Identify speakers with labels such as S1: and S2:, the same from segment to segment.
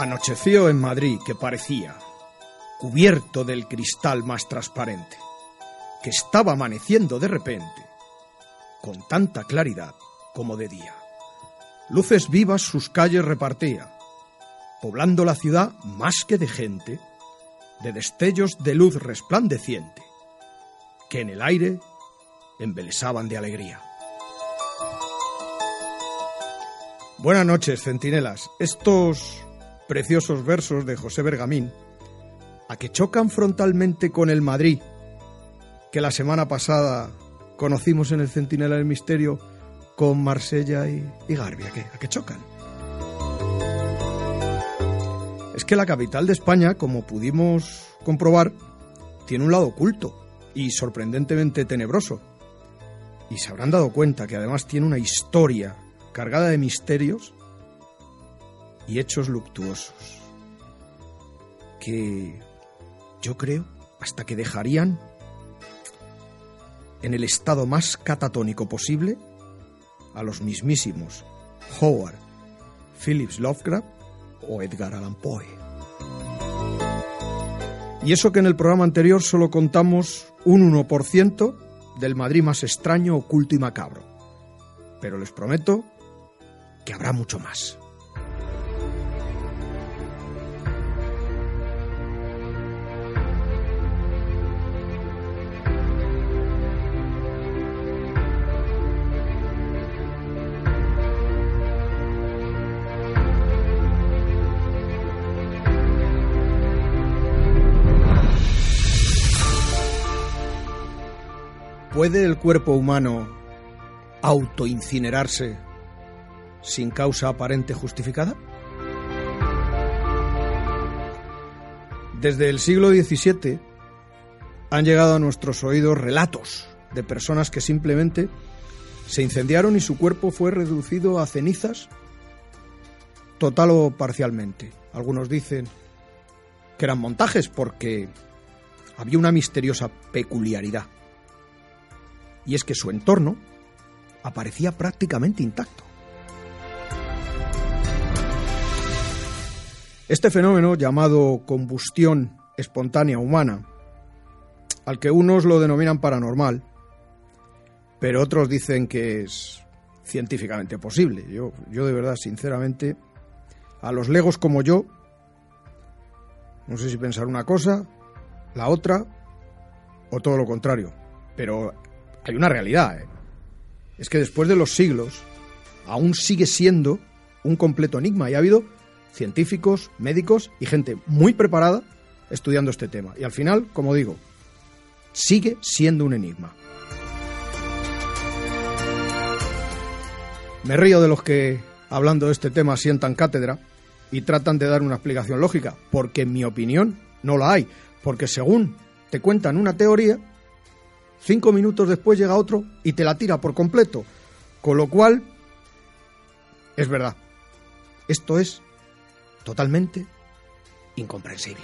S1: Anocheció en Madrid que parecía cubierto del cristal más transparente, que estaba amaneciendo de repente, con tanta claridad como de día. Luces vivas sus calles repartía, poblando la ciudad más que de gente, de destellos de luz resplandeciente, que en el aire embelesaban de alegría. Buenas noches, centinelas. Estos preciosos versos de José Bergamín, a que chocan frontalmente con el Madrid, que la semana pasada conocimos en el Centinela del Misterio con Marsella y Garbi, ¿a qué chocan? Es que la capital de España, como pudimos comprobar, tiene un lado oculto y sorprendentemente tenebroso. Y se habrán dado cuenta que además tiene una historia cargada de misterios y hechos luctuosos, que yo creo hasta que dejarían en el estado más catatónico posible a los mismísimos Howard Phillips Lovecraft o Edgar Allan Poe. Y eso que en el programa anterior solo contamos un 1% del Madrid más extraño, oculto y macabro. Pero les prometo que habrá mucho más. ¿Puede el cuerpo humano autoincinerarse sin causa aparente justificada? Desde el siglo XVII han llegado a nuestros oídos relatos de personas que simplemente se incendiaron y su cuerpo fue reducido a cenizas total o parcialmente. Algunos dicen que eran montajes porque había una misteriosa peculiaridad, y es que su entorno aparecía prácticamente intacto. Este fenómeno, llamado combustión espontánea humana, al que unos lo denominan paranormal, pero otros dicen que es científicamente posible. Yo de verdad, sinceramente, a los legos como yo, no sé si pensar una cosa, la otra, o todo lo contrario, pero hay una realidad, es que después de los siglos aún sigue siendo un completo enigma, y ha habido científicos, médicos y gente muy preparada estudiando este tema, y al final, como digo, sigue siendo un enigma. Me río de los que, hablando de este tema, sientan cátedra y tratan de dar una explicación lógica, porque en mi opinión no la hay, porque según te cuentan una teoría, 5 minutos después llega otro y te la tira por completo. Con lo cual, es verdad, esto es totalmente incomprensible.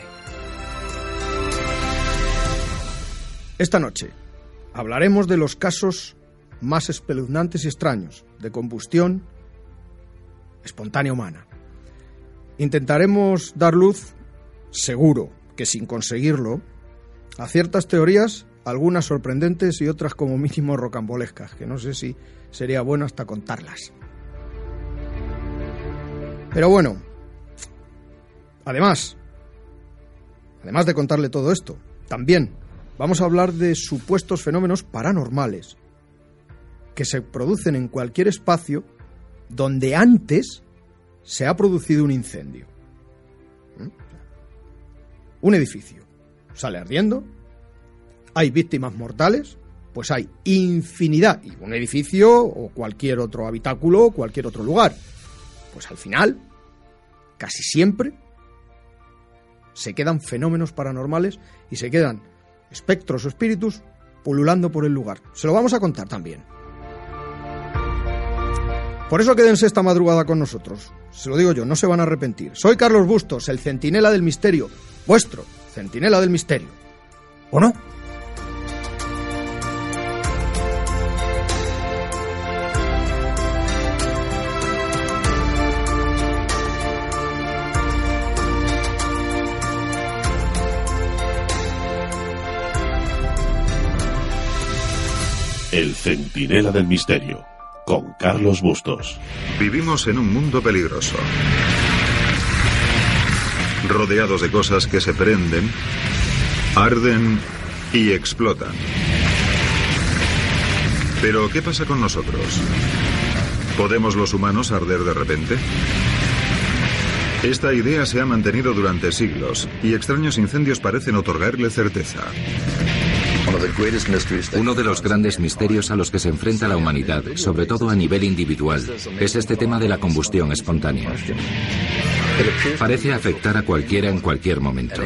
S1: Esta noche hablaremos de los casos más espeluznantes y extraños de combustión espontánea humana. Intentaremos dar luz, seguro que sin conseguirlo, a ciertas teorías, algunas sorprendentes y otras como mínimo rocambolescas, que no sé si sería bueno hasta contarlas. Pero bueno, además de contarle todo esto, también vamos a hablar de supuestos fenómenos paranormales que se producen en cualquier espacio donde antes se ha producido un incendio. Un edificio sale ardiendo, hay víctimas mortales, pues hay infinidad, y un edificio o cualquier otro habitáculo o cualquier otro lugar, pues al final, casi siempre, se quedan fenómenos paranormales y se quedan espectros o espíritus pululando por el lugar. Se lo vamos a contar también. Por eso quédense esta madrugada con nosotros. Se lo digo yo, no se van a arrepentir. Soy Carlos Bustos, el Centinela del Misterio, vuestro Centinela del Misterio. ¿O no?
S2: Centinela del Misterio, con Carlos Bustos.
S3: Vivimos en un mundo peligroso, rodeados de cosas que se prenden, arden y explotan. Pero, ¿qué pasa con nosotros? ¿Podemos los humanos arder de repente? Esta idea se ha mantenido durante siglos y extraños incendios parecen otorgarle certeza.
S4: Uno de los grandes misterios a los que se enfrenta la humanidad, sobre todo a nivel individual, es este tema de la combustión espontánea. Parece afectar a cualquiera en cualquier momento.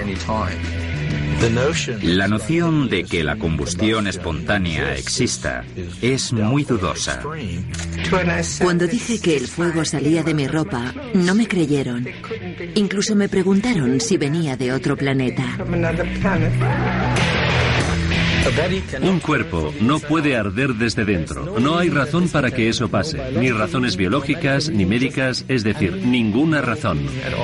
S5: La noción de que la combustión espontánea exista es muy dudosa.
S6: Cuando dije que el fuego salía de mi ropa, no me creyeron. Incluso me preguntaron si venía de otro planeta.
S7: Un cuerpo no puede arder desde dentro. No hay razón para que eso pase. Ni razones biológicas, ni médicas, es decir, ninguna razón.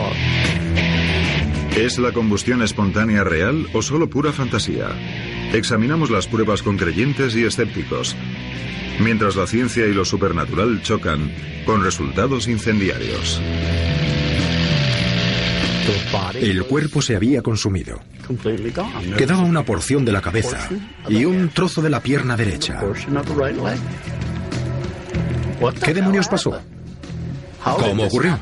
S3: ¿Es la combustión espontánea real o solo pura fantasía? Examinamos las pruebas con creyentes y escépticos, mientras la ciencia y lo supernatural chocan con resultados incendiarios.
S8: El cuerpo se había consumido. Quedaba una porción de la cabeza y un trozo de la pierna derecha. ¿Qué demonios pasó? ¿Cómo ocurrió?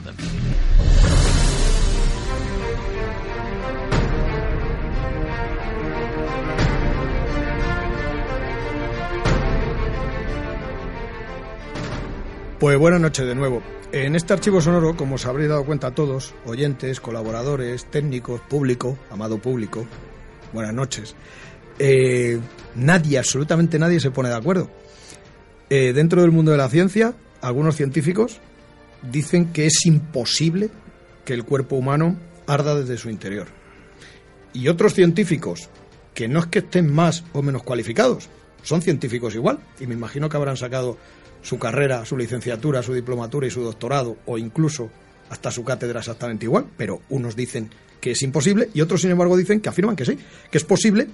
S1: Pues buenas noches de nuevo. En este archivo sonoro, como os habréis dado cuenta todos, oyentes, colaboradores, técnicos, público, amado público, buenas noches, nadie, absolutamente nadie se pone de acuerdo. Dentro del mundo de la ciencia, algunos científicos dicen que es imposible que el cuerpo humano arda desde su interior. Y otros científicos, que no es que estén más o menos cualificados, son científicos igual, y me imagino que habrán sacado su carrera, su licenciatura, su diplomatura y su doctorado, o incluso hasta su cátedra exactamente igual, pero unos dicen que es imposible y otros, sin embargo, dicen que afirman que sí, que es posible.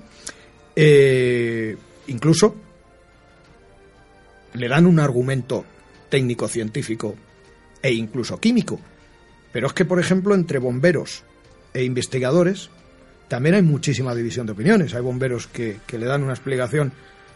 S1: Incluso le dan un argumento técnico-científico e incluso químico. Pero es que, por ejemplo, entre bomberos e investigadores también hay muchísima división de opiniones. Hay bomberos que le dan una explicación,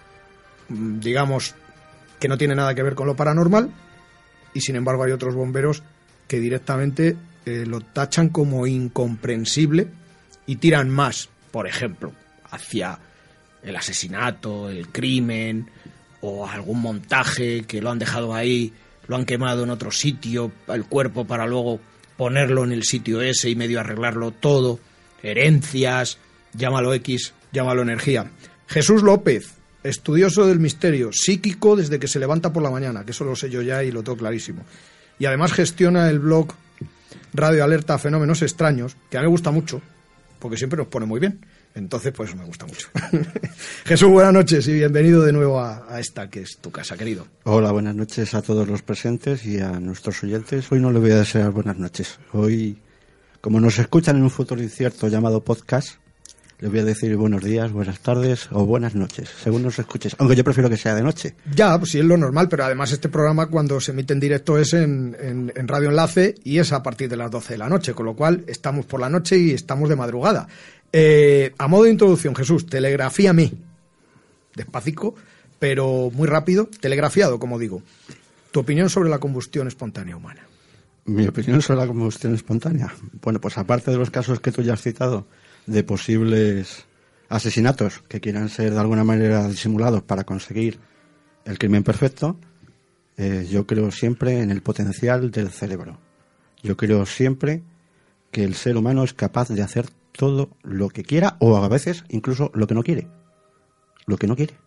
S1: digamos, que no tiene nada que ver con lo paranormal, y sin embargo hay otros bomberos que directamente lo tachan como incomprensible y tiran más, por ejemplo, hacia el asesinato, el crimen o algún montaje que lo han dejado ahí, lo han quemado en otro sitio, el cuerpo, para luego ponerlo en el sitio ese y medio arreglarlo todo, herencias, llámalo X, llámalo energía. Jesús López, estudioso del misterio, psíquico desde que se levanta por la mañana, que eso lo sé yo ya y lo tengo clarísimo. Y además gestiona el blog Radio Alerta Fenómenos Extraños, que a mí me gusta mucho, porque siempre nos pone muy bien. Entonces, pues me gusta mucho. Jesús, buenas noches y bienvenido de nuevo a esta que es tu casa, querido.
S9: Hola, buenas noches a todos los presentes y a nuestros oyentes. Hoy no le voy a desear buenas noches. Hoy, como nos escuchan en un futuro incierto llamado podcast, les voy a decir buenos días, buenas tardes o buenas noches, según nos escuches. Aunque yo prefiero que sea de noche. Ya, pues sí, es lo normal, pero además este programa cuando se emite en directo es en Radio Enlace y es a partir de las 12 de la noche, con lo cual estamos por la noche y estamos de madrugada. A modo de introducción, Jesús, telegrafíame, despacito, pero muy rápido, telegrafiado, como digo, tu opinión sobre la combustión espontánea humana. Mi opinión sobre la combustión espontánea. Bueno, pues aparte de los casos que tú ya has citado, de posibles asesinatos que quieran ser de alguna manera disimulados para conseguir el crimen perfecto, yo creo siempre en el potencial del cerebro. Yo creo siempre que el ser humano es capaz de hacer todo lo que quiera o a veces incluso lo que no quiere. Lo que no quiere.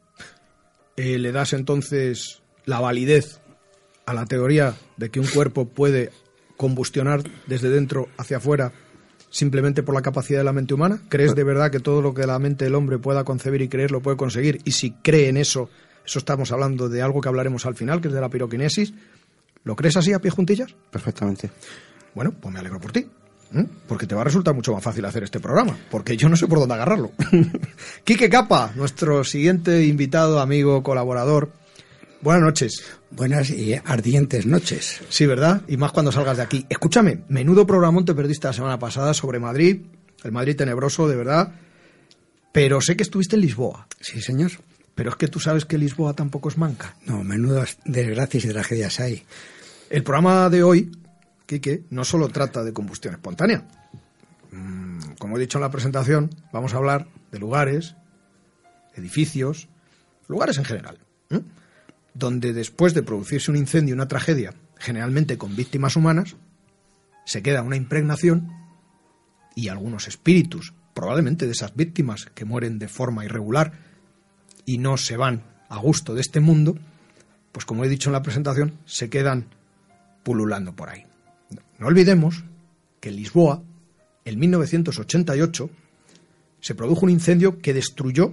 S1: ¿Le das entonces la validez a la teoría de que un cuerpo puede combustionar desde dentro hacia afuera simplemente por la capacidad de la mente humana? ¿Crees de verdad que todo lo que la mente del hombre pueda concebir y creer lo puede conseguir? Y si cree en eso estamos hablando de algo que hablaremos al final, que es de la piroquinesis. ¿Lo crees así a pie juntillas?
S9: Perfectamente.
S1: Bueno, pues me alegro por ti, porque te va a resultar mucho más fácil hacer este programa, porque yo no sé por dónde agarrarlo. Quique Capa, nuestro siguiente invitado, amigo, colaborador, Buenas noches.
S10: Buenas y ardientes noches.
S1: Sí, ¿verdad? Y más cuando salgas de aquí. Escúchame, menudo programón te perdiste la semana pasada sobre Madrid, el Madrid tenebroso, de verdad. Pero sé que estuviste en Lisboa.
S10: Sí, señor.
S1: Pero es que tú sabes que Lisboa tampoco es manca.
S10: No, menudas desgracias y tragedias hay.
S1: El programa de hoy, Quique, no solo trata de combustión espontánea. Como he dicho en la presentación, vamos a hablar de lugares, edificios, lugares en general, donde después de producirse un incendio, una tragedia, generalmente con víctimas humanas, se queda una impregnación y algunos espíritus, probablemente de esas víctimas que mueren de forma irregular y no se van a gusto de este mundo, pues como he dicho en la presentación, se quedan pululando por ahí. No olvidemos que en Lisboa, en 1988, se produjo un incendio que destruyó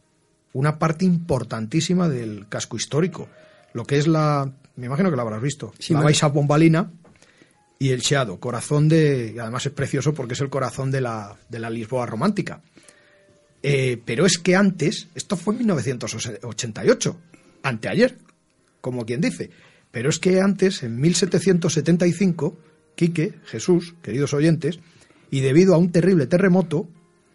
S1: una parte importantísima del casco histórico, lo que es me imagino que lo habrás visto, sí, la Baixa Pombalina y el Chiado, corazón y además es precioso porque es el corazón de la Lisboa romántica. Pero es que antes, esto fue en 1988, anteayer, como quien dice, pero es que antes, en 1775, Quique, Jesús, queridos oyentes, y debido a un terrible terremoto,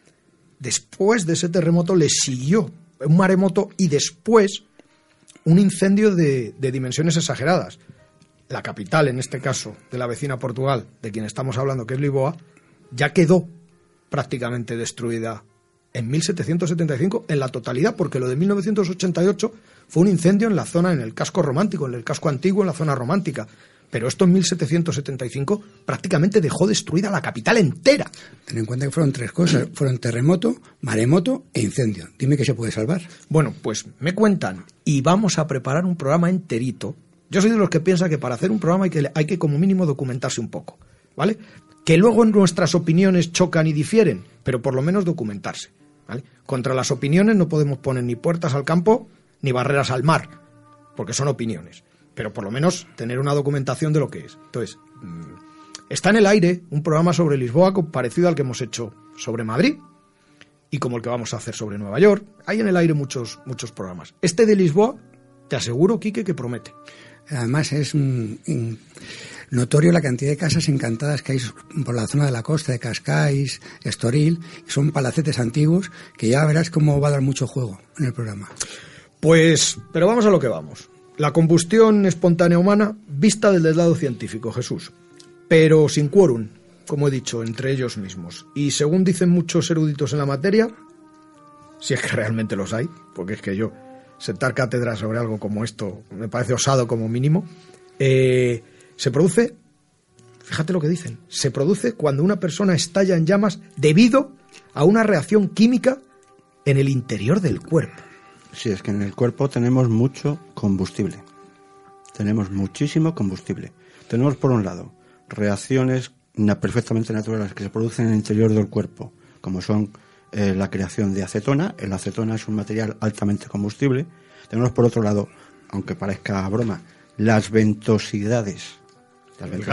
S1: después de ese terremoto le siguió un maremoto y después un incendio de dimensiones exageradas. La capital, en este caso, de la vecina Portugal, de quien estamos hablando, que es Lisboa, ya quedó prácticamente destruida en 1775 en la totalidad, porque lo de 1988 fue un incendio en la zona, en el casco romántico, en el casco antiguo, en la zona romántica. Pero esto en 1775 prácticamente dejó destruida la capital entera.
S10: Ten en cuenta que fueron tres cosas. Fueron terremoto, maremoto e incendio. Dime qué se puede salvar.
S1: Bueno, pues me cuentan y vamos a preparar un programa enterito. Yo soy de los que piensa que para hacer un programa hay que como mínimo documentarse un poco, ¿vale? Que luego nuestras opiniones chocan y difieren, pero por lo menos documentarse, ¿vale? Contra las opiniones no podemos poner ni puertas al campo ni barreras al mar, porque son opiniones. Pero por lo menos tener una documentación de lo que es. Entonces, está en el aire un programa sobre Lisboa parecido al que hemos hecho sobre Madrid y como el que vamos a hacer sobre Nueva York. Hay en el aire muchos programas. Este de Lisboa, te aseguro, Quique, que promete.
S10: Además es notorio la cantidad de casas encantadas que hay por la zona de la costa, de Cascais, Estoril. Son palacetes antiguos que ya verás cómo va a dar mucho juego en el programa.
S1: Pues, pero vamos a lo que vamos. La combustión espontánea humana vista desde el lado científico, Jesús, pero sin quórum, como he dicho, entre ellos mismos. Y según dicen muchos eruditos en la materia, si es que realmente los hay, porque es que yo sentar cátedra sobre algo como esto me parece osado como mínimo, se produce, fíjate lo que dicen, se produce cuando una persona estalla en llamas debido a una reacción química en el interior del cuerpo.
S9: Sí, es que en el cuerpo tenemos mucho combustible. Tenemos muchísimo combustible. Tenemos, por un lado, reacciones perfectamente naturales que se producen en el interior del cuerpo, como son la creación de acetona. El acetona es un material altamente combustible. Tenemos, por otro lado, aunque parezca broma, las ventosidades. El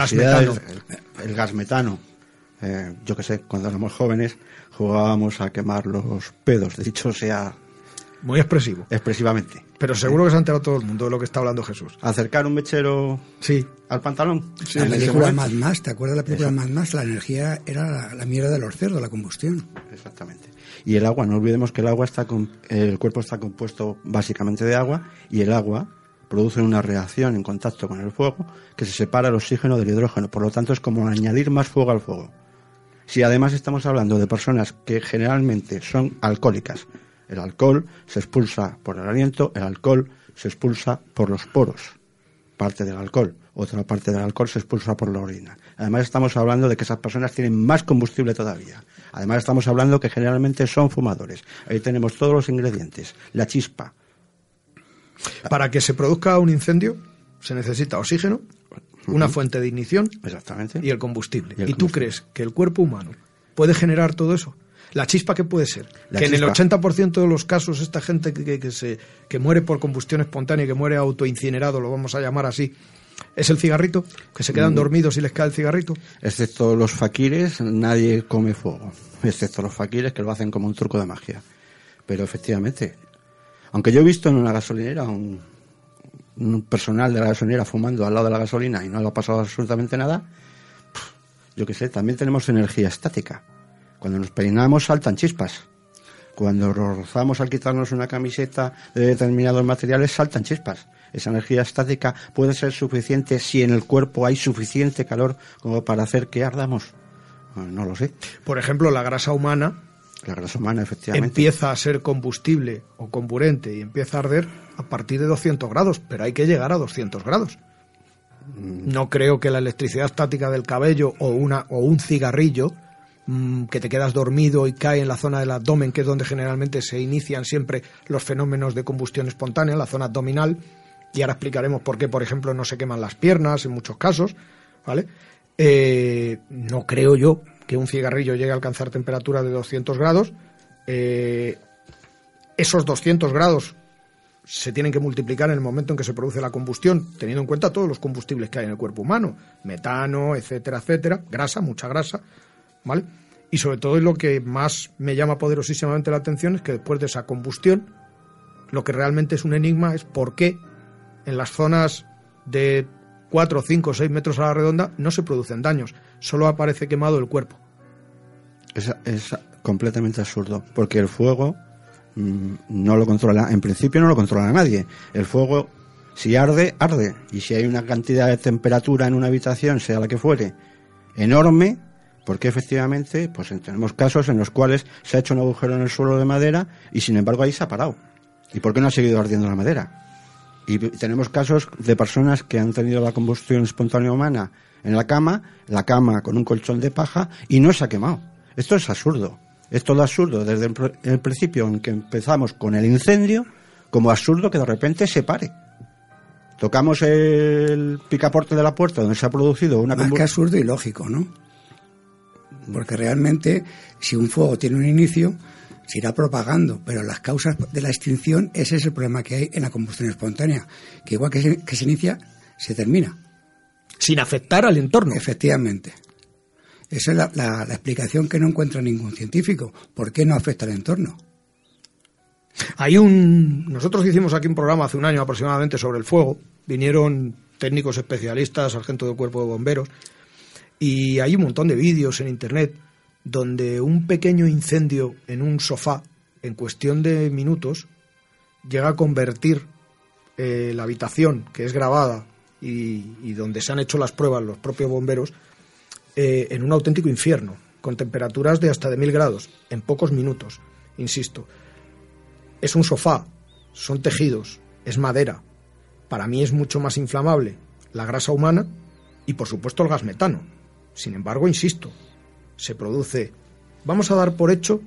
S9: gas metano. Yo que sé, cuando éramos jóvenes jugábamos a quemar los pedos, de dicho sea...
S1: Muy expresivo.
S9: Expresivamente.
S1: Pero seguro que se ha enterado todo el mundo de lo que está hablando Jesús.
S9: Acercar un mechero al pantalón.
S10: Sí, la película Mad Max, ¿te acuerdas de la película Mad Max? La energía era la mierda de los cerdos, la combustión.
S9: Exactamente. Y el agua, no olvidemos que el cuerpo está compuesto básicamente de agua, y el agua produce una reacción en contacto con el fuego que se separa el oxígeno del hidrógeno. Por lo tanto, es como añadir más fuego al fuego. Si además estamos hablando de personas que generalmente son alcohólicas, el alcohol se expulsa por el aliento, el alcohol se expulsa por los poros, parte del alcohol. Otra parte del alcohol se expulsa por la orina. Además estamos hablando de que esas personas tienen más combustible todavía. Además estamos hablando que generalmente son fumadores. Ahí tenemos todos los ingredientes. La chispa.
S1: Para que se produzca un incendio se necesita oxígeno, una fuente de ignición.
S9: Exactamente.
S1: Y el combustible. ¿Y tú crees que el cuerpo humano puede generar todo eso? ¿La chispa qué puede ser? Que en el 80% de los casos esta gente que muere por combustión espontánea, que muere autoincinerado, lo vamos a llamar así, ¿es el cigarrito? ¿Que se quedan dormidos y les cae el cigarrito?
S9: Excepto los faquires, nadie come fuego. Excepto los faquires, que lo hacen como un truco de magia. Pero efectivamente, aunque yo he visto en una gasolinera un personal de la gasolinera fumando al lado de la gasolina y no le ha pasado absolutamente nada, yo qué sé, también tenemos energía estática. Cuando nos peinamos saltan chispas. Cuando rozamos al quitarnos una camiseta de determinados materiales saltan chispas. Esa energía estática puede ser suficiente si en el cuerpo hay suficiente calor como para hacer que ardamos. No lo sé.
S1: Por ejemplo, la grasa humana,
S9: efectivamente,
S1: empieza a ser combustible o comburente y empieza a arder a partir de 200 grados, pero hay que llegar a 200 grados. No creo que la electricidad estática del cabello o un cigarrillo que te quedas dormido y cae en la zona del abdomen, que es donde generalmente se inician siempre los fenómenos de combustión espontánea, la zona abdominal, y ahora explicaremos por qué, por ejemplo, no se queman las piernas en muchos casos, ¿vale? No creo yo que un cigarrillo llegue a alcanzar temperatura de 200 grados. Esos 200 grados se tienen que multiplicar en el momento en que se produce la combustión, teniendo en cuenta todos los combustibles que hay en el cuerpo humano, metano, etcétera, etcétera, grasa, mucha grasa, ¿vale? Y sobre todo, lo que más me llama poderosísimamente la atención es que después de esa combustión, lo que realmente es un enigma es por qué en las zonas de 4, 5, 6 metros a la redonda no se producen daños, solo aparece quemado el cuerpo.
S9: Es completamente absurdo, porque el fuego no lo controla, en principio no lo controla nadie. El fuego, si arde, arde, y si hay una cantidad de temperatura en una habitación, sea la que fuere, enorme, porque efectivamente pues tenemos casos en los cuales se ha hecho un agujero en el suelo de madera y sin embargo ahí se ha parado. ¿Y por qué no ha seguido ardiendo la madera? Y tenemos casos de personas que han tenido la combustión espontánea humana en la cama con un colchón de paja, y no se ha quemado. Esto es absurdo. Es todo absurdo desde el principio en que empezamos con el incendio, como absurdo que de repente se pare. Tocamos el picaporte de la puerta donde se ha producido una combustión.
S10: Más que absurdo y lógico, ¿no? Porque realmente, si un fuego tiene un inicio, se irá propagando, pero las causas de la extinción, ese es el problema que hay en la combustión espontánea, que igual que se inicia, se termina.
S1: Sin afectar al entorno.
S10: Efectivamente. Esa es la explicación que no encuentra ningún científico. ¿Por qué no afecta al entorno?
S1: Nosotros hicimos aquí un programa hace un año aproximadamente sobre el fuego. Vinieron técnicos especialistas, sargentos del cuerpo de bomberos, y hay un montón de vídeos en internet donde un pequeño incendio en un sofá, en cuestión de minutos, llega a convertir la habitación, que es grabada y donde se han hecho las pruebas los propios bomberos, en un auténtico infierno, con temperaturas de hasta de 1000 grados, en pocos minutos. Insisto, es un sofá, son tejidos, es madera. Para mí es mucho más inflamable la grasa humana y, por supuesto, el gas metano. Sin embargo, insisto, se produce... Vamos a dar por hecho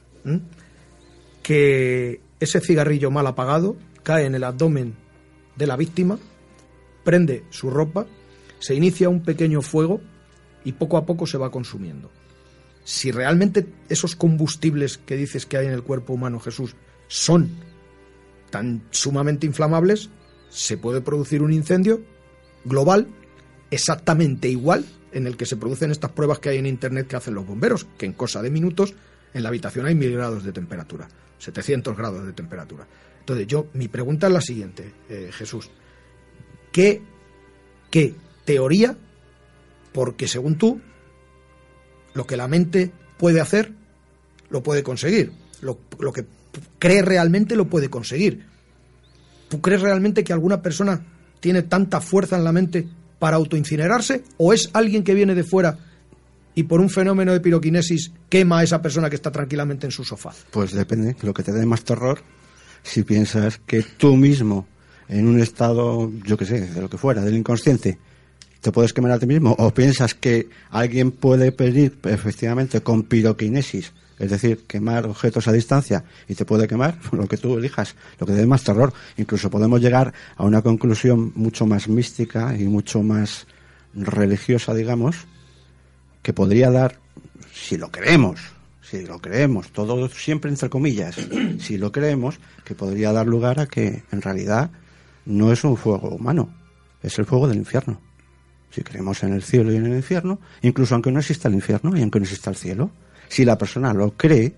S1: que ese cigarrillo mal apagado cae en el abdomen de la víctima, prende su ropa, se inicia un pequeño fuego y poco a poco se va consumiendo. Si realmente esos combustibles que dices que hay en el cuerpo humano, Jesús, son tan sumamente inflamables, se puede producir un incendio global exactamente igual en el que se producen estas pruebas que hay en internet que hacen los bomberos, que en cosa de minutos en la habitación hay 1000 grados de temperatura, 700 grados de temperatura. Entonces mi pregunta es la siguiente, Jesús, ¿qué teoría? Porque según tú, lo que la mente puede hacer, lo puede conseguir. Lo que cree realmente lo puede conseguir. ¿Tú crees realmente que alguna persona tiene tanta fuerza en la mente para autoincinerarse? ¿O es alguien que viene de fuera y por un fenómeno de piroquinesis quema a esa persona que está tranquilamente en su sofá?
S9: Pues depende, lo que te dé más terror, si piensas que tú mismo, en un estado, yo qué sé, de lo que fuera, del inconsciente, te puedes quemar a ti mismo, o piensas que alguien puede pedir efectivamente con piroquinesis, es decir, quemar objetos a distancia y te puede quemar, lo que tú elijas, lo que te dé más terror. Incluso podemos llegar a una conclusión mucho más mística y mucho más religiosa, digamos, que podría dar, si lo creemos, todo siempre entre comillas, si lo creemos, que podría dar lugar a que en realidad no es un fuego humano, es el fuego del infierno. Si creemos en el cielo y en el infierno, incluso aunque no exista el infierno y aunque no exista el cielo, si la persona lo cree,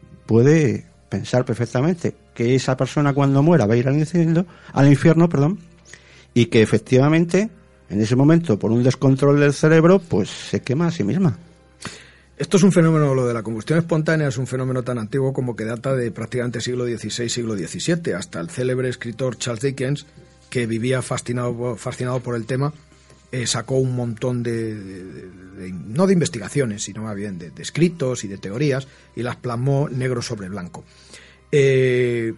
S9: puede pensar perfectamente que esa persona cuando muera va a ir al infierno, y que efectivamente en ese momento, por un descontrol del cerebro, pues se quema a sí misma.
S1: Esto es un fenómeno, lo de la combustión espontánea es un fenómeno tan antiguo como que data de prácticamente siglo XVI, siglo XVII, hasta el célebre escritor Charles Dickens, que vivía fascinado por el tema, sacó un montón no de investigaciones, sino más bien de escritos y de teorías, y las plasmó negro sobre blanco. Hay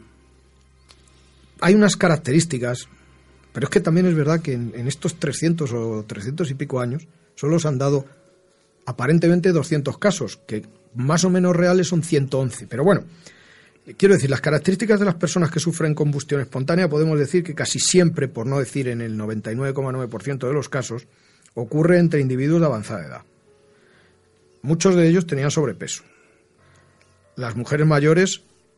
S1: unas características, pero es que también es verdad que en estos 300 o 300 y pico años solo se han dado aparentemente 200 casos, que más o menos reales son 111. Pero bueno, quiero decir, las características de las personas que sufren combustión espontánea podemos decir que casi siempre, por no decir en el 99,9% de los casos, ocurre entre individuos de avanzada edad. Muchos de ellos tenían sobrepeso. Las mujeres mayores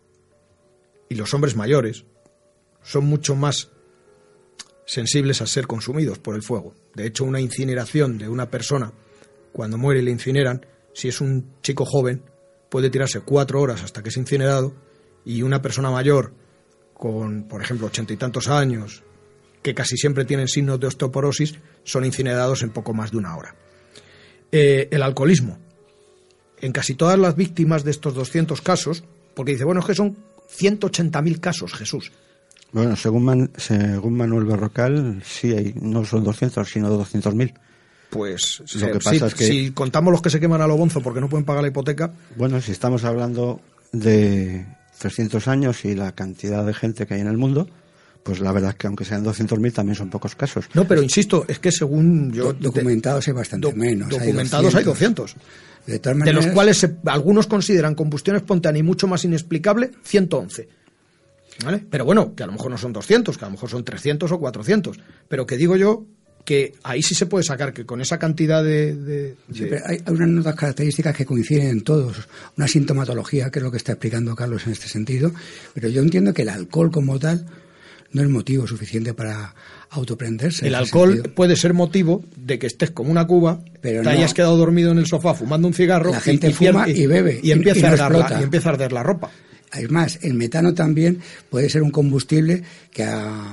S1: y los hombres mayores son mucho más sensibles a ser consumidos por el fuego. De hecho, una incineración de una persona, cuando muere y le incineran, si es un chico joven, puede tirarse 4 horas hasta que es incinerado, y una persona mayor, con, por ejemplo, 80 y tantos años, que casi siempre tienen signos de osteoporosis, son incinerados en poco más de 1 hora. El alcoholismo. En casi todas las víctimas de estos 200 casos, porque dice, bueno, es que son 180.000 casos, Jesús.
S9: Bueno, según Manuel Berrocal, sí, no son 200, sino 200.000.
S1: Pues
S9: lo que pasa es que,
S1: si contamos los que se queman a lo bonzo porque no pueden pagar la hipoteca...
S9: Bueno, si estamos hablando de 300 años y la cantidad de gente que hay en el mundo, pues la verdad es que aunque sean 200.000 también son pocos casos.
S1: No, pero insisto, es que según yo...
S10: Documentados hay bastante menos.
S1: Documentados hay 200.
S10: De todas maneras,
S1: de los cuales algunos consideran combustión espontánea y mucho más inexplicable, 111. ¿Vale? Pero bueno, que a lo mejor no son 200, que a lo mejor son 300 o 400. Pero que digo yo que ahí sí se puede sacar que con esa cantidad de...
S10: Sí, pero hay unas otras características que coinciden en todos. Una sintomatología, que es lo que está explicando Carlos en este sentido. Pero yo entiendo que el alcohol como tal no es motivo suficiente para autoprenderse.
S1: El alcohol puede ser motivo de que estés como una cuba, pero te hayas quedado dormido en el sofá fumando un cigarro,
S10: la gente fuma y bebe
S1: y empieza a arder la ropa.
S10: Es más, el metano también puede ser un combustible que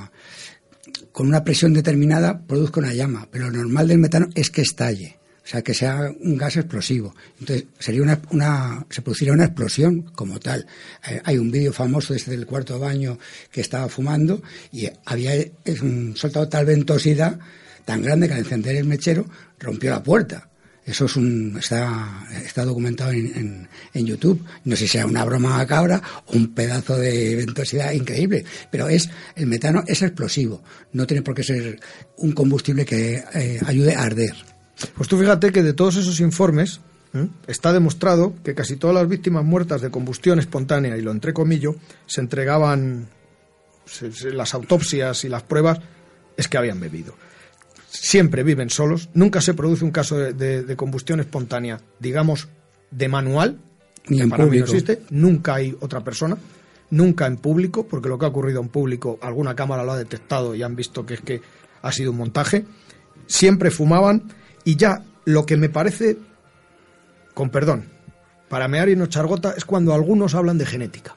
S10: con una presión determinada produzca una llama, pero lo normal del metano es que estalle, o sea, que sea un gas explosivo. Entonces, sería se produciría una explosión como tal. Hay un vídeo famoso desde el cuarto baño que estaba fumando y había soltado tal ventosidad tan grande que al encender el mechero rompió la puerta. Eso está documentado en YouTube. No sé si sea una broma macabra o un pedazo de ventosidad increíble, pero el metano es explosivo. No tiene por qué ser un combustible que ayude a arder.
S1: Pues tú fíjate que de todos esos informes está demostrado que casi todas las víctimas muertas de combustión espontánea, y lo entrecomillo, se entregaban las autopsias y las pruebas, es que habían bebido. Siempre viven solos, nunca se produce un caso de combustión espontánea, digamos, de manual,
S10: ni en
S1: para
S10: público.
S1: mí no existe, nunca hay otra persona, nunca en público, porque lo que ha ocurrido en público, alguna cámara lo ha detectado y han visto que es que ha sido un montaje. Siempre fumaban, y ya lo que me parece, con perdón, para mear y no echar gota, es cuando algunos hablan de genética.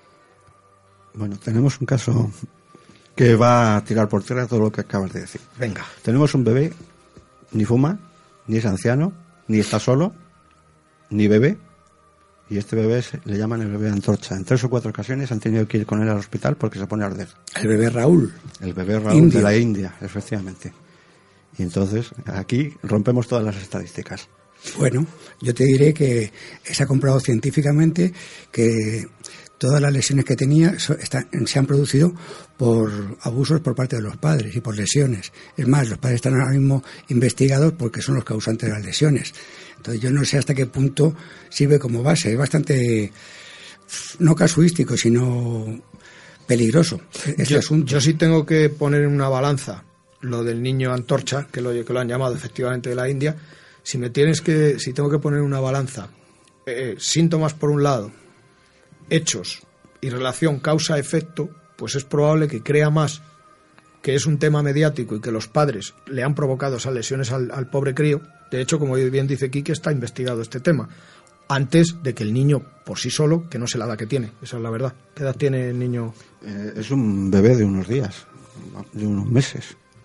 S9: Bueno, tenemos un caso que va a tirar por tierra todo lo que acabas de decir.
S1: Venga.
S9: Tenemos un bebé, ni fuma, ni es anciano, ni está solo, ni bebe, y este bebé le llaman el bebé antorcha. En 3 o 4 ocasiones han tenido que ir con él al hospital porque se pone a arder.
S10: El bebé Raúl.
S9: El bebé Raúl de la India, efectivamente. Y entonces aquí rompemos todas las estadísticas.
S10: Bueno, yo te diré que se ha comprobado científicamente que todas las lesiones que tenía se han producido por abusos por parte de los padres y por lesiones. Es más, los padres están ahora mismo investigados porque son los causantes de las lesiones. Entonces yo no sé hasta qué punto sirve como base. Es bastante, no casuístico, sino peligroso este asunto.
S1: Yo sí tengo que poner en una balanza lo del niño antorcha, que lo han llamado efectivamente de la India. Si tengo que poner en una balanza síntomas por un lado, hechos y relación causa-efecto, pues es probable que crea más que es un tema mediático y que los padres le han provocado esas lesiones al pobre crío. De hecho, como bien dice Quique, está investigado este tema, antes de que el niño por sí solo, que no sé la edad que tiene, esa es la verdad. ¿Qué edad tiene el niño?
S9: Es un bebé de unos días, de unos meses.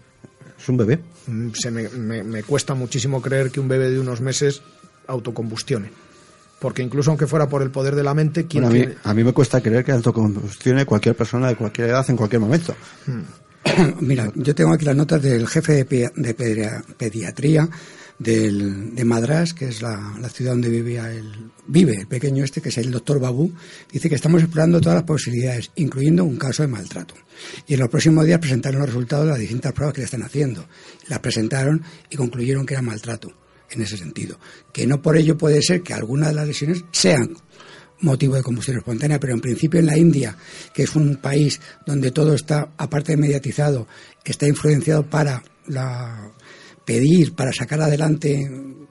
S9: Es un bebé.
S1: Me cuesta muchísimo creer que un bebé de unos meses autocombustione. Porque incluso aunque fuera por el poder de la mente...
S9: A mí me cuesta creer que autocombustione cualquier persona de cualquier edad en cualquier momento.
S10: Mira, yo tengo aquí las notas del jefe de pediatría de Madrás, que es la ciudad donde vive el pequeño que es el doctor Babu. Dice que estamos explorando todas las posibilidades, incluyendo un caso de maltrato. Y en los próximos días presentaron los resultados de las distintas pruebas que le están haciendo. Las presentaron y concluyeron que era maltrato, en ese sentido. Que no por ello puede ser que algunas de las lesiones sean motivo de combustión espontánea, pero en principio en la India, que es un país donde todo está, aparte de mediatizado, está influenciado para pedir, para sacar adelante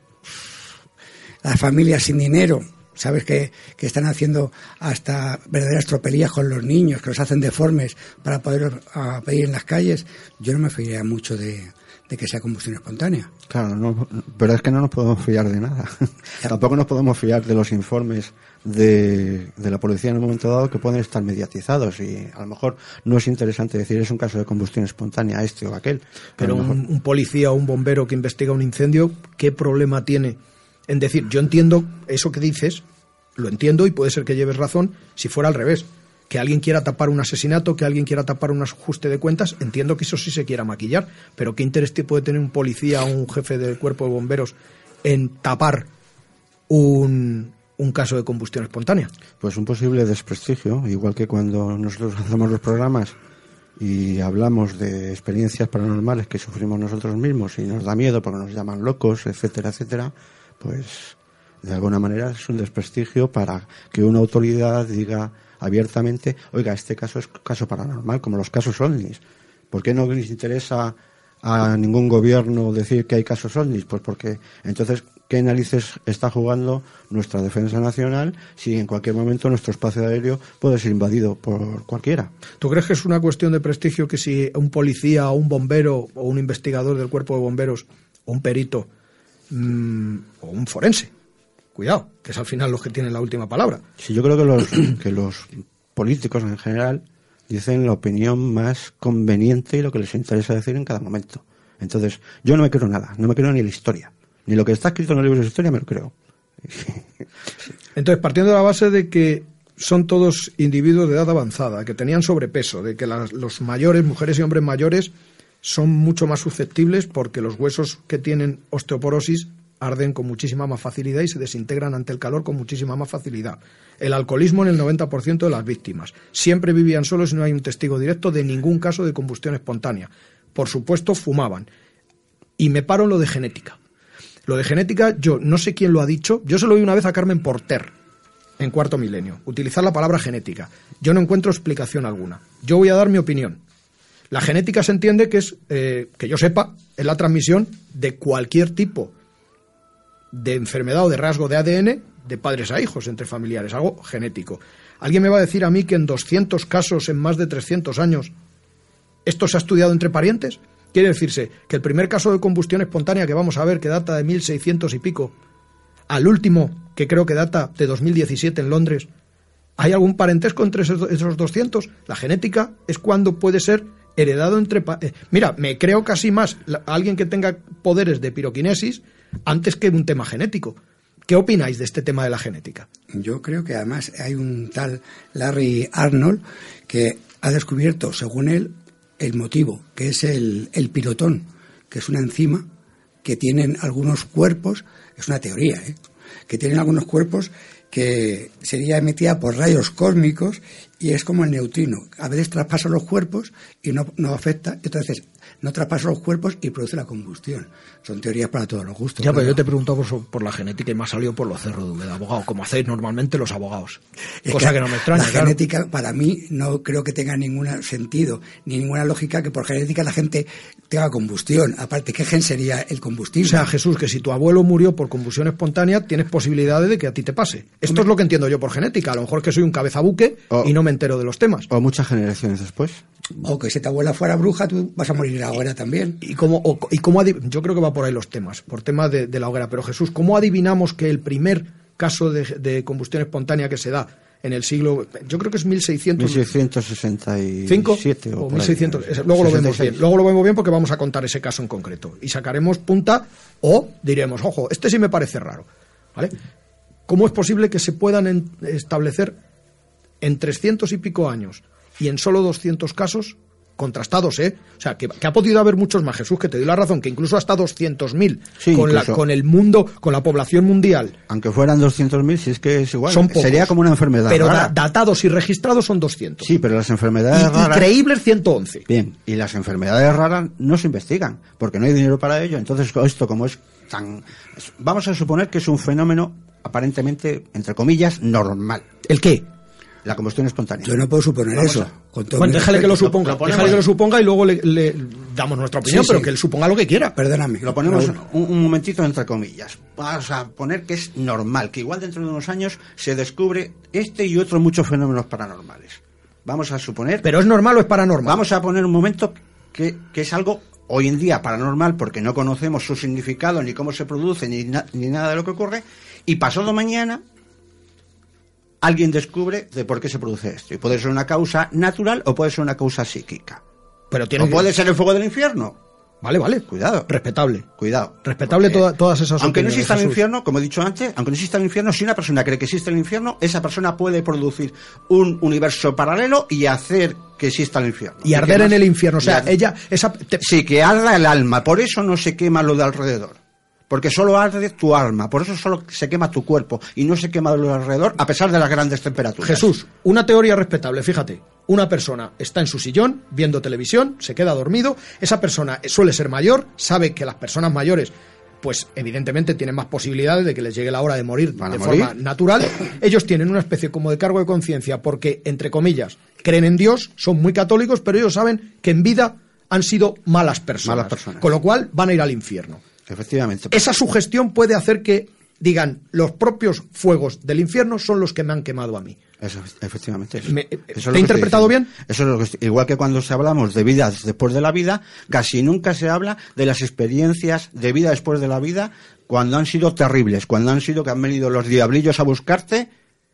S10: las familias sin dinero. Sabes que están haciendo hasta verdaderas tropelías con los niños, que los hacen deformes para poder pedir en las calles. Yo no me fiaría mucho de que sea combustión espontánea.
S9: Claro, pero es que no nos podemos fiar de nada. Tampoco nos podemos fiar de los informes de la policía en un momento dado, que pueden estar mediatizados, y a lo mejor no es interesante decir es un caso de combustión espontánea este o aquel.
S1: Pero un policía o un bombero que investiga un incendio, ¿qué problema tiene en decir? Yo entiendo eso que dices, lo entiendo, y puede ser que lleves razón si fuera al revés. Que alguien quiera tapar un asesinato, que alguien quiera tapar un ajuste de cuentas, entiendo que eso sí se quiera maquillar, pero ¿qué interés puede tener un policía o un jefe del cuerpo de bomberos en tapar un caso de combustión espontánea?
S9: Pues un posible desprestigio, igual que cuando nosotros hacemos los programas y hablamos de experiencias paranormales que sufrimos nosotros mismos y nos da miedo porque nos llaman locos, etcétera, etcétera, pues de alguna manera es un desprestigio para que una autoridad diga abiertamente, oiga, este caso es caso paranormal, como los casos ovnis. ¿Por qué no les interesa a ningún gobierno decir que hay casos ovnis? Pues porque entonces, ¿qué narices está jugando nuestra defensa nacional si en cualquier momento nuestro espacio aéreo puede ser invadido por cualquiera?
S1: ¿Tú crees que es una cuestión de prestigio que si un policía o un bombero o un investigador del cuerpo de bomberos o un perito o un forense, cuidado, que es al final los que tienen la última palabra?
S9: Sí, yo creo que los políticos en general dicen la opinión más conveniente y lo que les interesa decir en cada momento. Entonces, yo no me creo nada, no me creo ni la historia. Ni lo que está escrito en los libros de historia me lo creo.
S1: Entonces, partiendo de la base de que son todos individuos de edad avanzada, que tenían sobrepeso, de que los mayores, mujeres y hombres mayores, son mucho más susceptibles porque los huesos que tienen osteoporosis arden con muchísima más facilidad y se desintegran ante el calor con muchísima más facilidad. El alcoholismo en el 90% de las víctimas. Siempre vivían solos y no hay un testigo directo de ningún caso de combustión espontánea. Por supuesto, fumaban. Y me paro en lo de genética. Lo de genética, yo no sé quién lo ha dicho, yo se lo oí una vez a Carmen Porter, en Cuarto Milenio, utilizar la palabra genética. Yo no encuentro explicación alguna. Yo voy a dar mi opinión. La genética se entiende que es, que yo sepa, es la transmisión de cualquier tipo de enfermedad o de rasgo de ADN de padres a hijos, entre familiares, algo genético. ¿Alguien me va a decir a mí que en 200 casos, en más de 300 años, esto se ha estudiado entre parientes? Quiere decirse que el primer caso de combustión espontánea que vamos a ver, que data de 1600 y pico, al último, que creo que data de 2017 en Londres, ¿hay algún parentesco entre esos 200? La genética es cuando puede ser heredado entre... Mira, me creo casi más alguien que tenga poderes de piroquinesis antes que un tema genético. ¿Qué opináis de este tema de la genética?
S10: Yo creo que además hay un tal Larry Arnold que ha descubierto, según él, el motivo, que es el pirotón, que es una enzima que tienen algunos cuerpos, es una teoría, que tienen algunos cuerpos que sería emitida por rayos cósmicos y es como el neutrino. A veces traspasa los cuerpos y no afecta, y otras veces no traspasa los cuerpos y produce la combustión. Son teorías para todos los gustos.
S1: Ya, pero yo te he preguntado por la genética y me ha salido por los cerros de Úbeda, abogado, como hacéis normalmente los abogados. Cosa que no me extraña.
S10: La genética, para mí, no creo que tenga ningún sentido, ni ninguna lógica que por genética la gente tenga combustión. Aparte, ¿qué gen sería el combustible?
S1: O sea, Jesús, que si tu abuelo murió por combustión espontánea, tienes posibilidades de que a ti te pase. Esto es lo que entiendo yo por genética. A lo mejor es que soy un cabezabuque y no me entero de los temas.
S9: O muchas generaciones después.
S10: O que si tu abuela fuera bruja, tú vas a morir ahora también.
S1: Yo creo que va por ahí los temas, por temas de la hoguera. Pero Jesús, ¿cómo adivinamos que el primer caso de combustión espontánea que se da en el siglo, yo creo que es
S9: 1667
S1: o 1600, luego lo vemos bien. Luego lo vemos bien porque vamos a contar ese caso en concreto y sacaremos punta o diremos, ojo, este sí me parece raro, ¿vale? ¿Cómo es posible que se puedan establecer en 300 y pico años y en solo 200 casos contrastados, O sea, que ha podido haber muchos más, Jesús, que te doy la razón, que incluso hasta 200.000
S9: sí,
S1: con el mundo, con la población mundial.
S9: Aunque fueran 200.000, si es que es igual,
S1: son pocos,
S9: sería como una enfermedad
S1: pero
S9: rara.
S1: Datados y registrados son 200.
S9: Sí, pero las enfermedades raras...
S1: Increíbles 111.
S9: Bien, y las enfermedades raras no se investigan, porque no hay dinero para ello. Entonces, esto como es tan... Vamos a suponer que es un fenómeno aparentemente, entre comillas, normal.
S1: ¿El qué?
S9: La combustión espontánea.
S10: Yo no puedo suponer eso.
S1: Bueno, déjale que lo suponga. Déjale que lo suponga y luego le damos nuestra opinión, pero que él suponga lo que quiera.
S10: Perdóname.
S9: Lo ponemos un momentito entre comillas. Vamos a poner que es normal, que igual dentro de unos años se descubre este y otros muchos fenómenos paranormales. Vamos a suponer...
S1: ¿Pero es normal o es paranormal?
S9: Vamos a poner un momento que es algo hoy en día paranormal porque no conocemos su significado, ni cómo se produce, ni nada de lo que ocurre, y pasado mañana... alguien descubre de por qué se produce esto. Y puede ser una causa natural o puede ser una causa psíquica.
S1: Pero
S9: puede ser el fuego del infierno.
S1: Vale.
S9: Cuidado.
S1: Respetable.
S9: Cuidado.
S1: Respetable todas esas
S9: aunque no
S1: opiniones,
S9: exista el
S1: Jesús.
S9: infierno, como he dicho antes, aunque no exista el infierno, si una persona cree que existe el infierno, esa persona puede producir un universo paralelo y hacer que exista el infierno.
S1: Y arder en el infierno. O sea,
S9: sí, que arda el alma. Por eso no se quema lo de alrededor. Porque solo arde tu alma, por eso solo se quema tu cuerpo y no se quema lo de alrededor a pesar de las grandes temperaturas.
S1: Jesús, una teoría respetable, fíjate, una persona está en su sillón viendo televisión, se queda dormido, esa persona suele ser mayor, sabe que las personas mayores pues evidentemente tienen más posibilidades de que les llegue la hora de morir forma natural. Ellos tienen una especie como de cargo de conciencia porque, entre comillas, creen en Dios, son muy católicos, pero ellos saben que en vida han sido malas personas. Con lo cual van a ir al infierno.
S9: Efectivamente.
S1: Esa sugestión puede hacer que digan, los propios fuegos del infierno son los que me han quemado a mí.
S9: Eso, efectivamente.
S1: ¿Te he interpretado bien?
S9: Eso es lo que igual que cuando hablamos de vida después de la vida, casi nunca se habla de las experiencias de vida después de la vida cuando han sido terribles, cuando han sido que han venido los diablillos a buscarte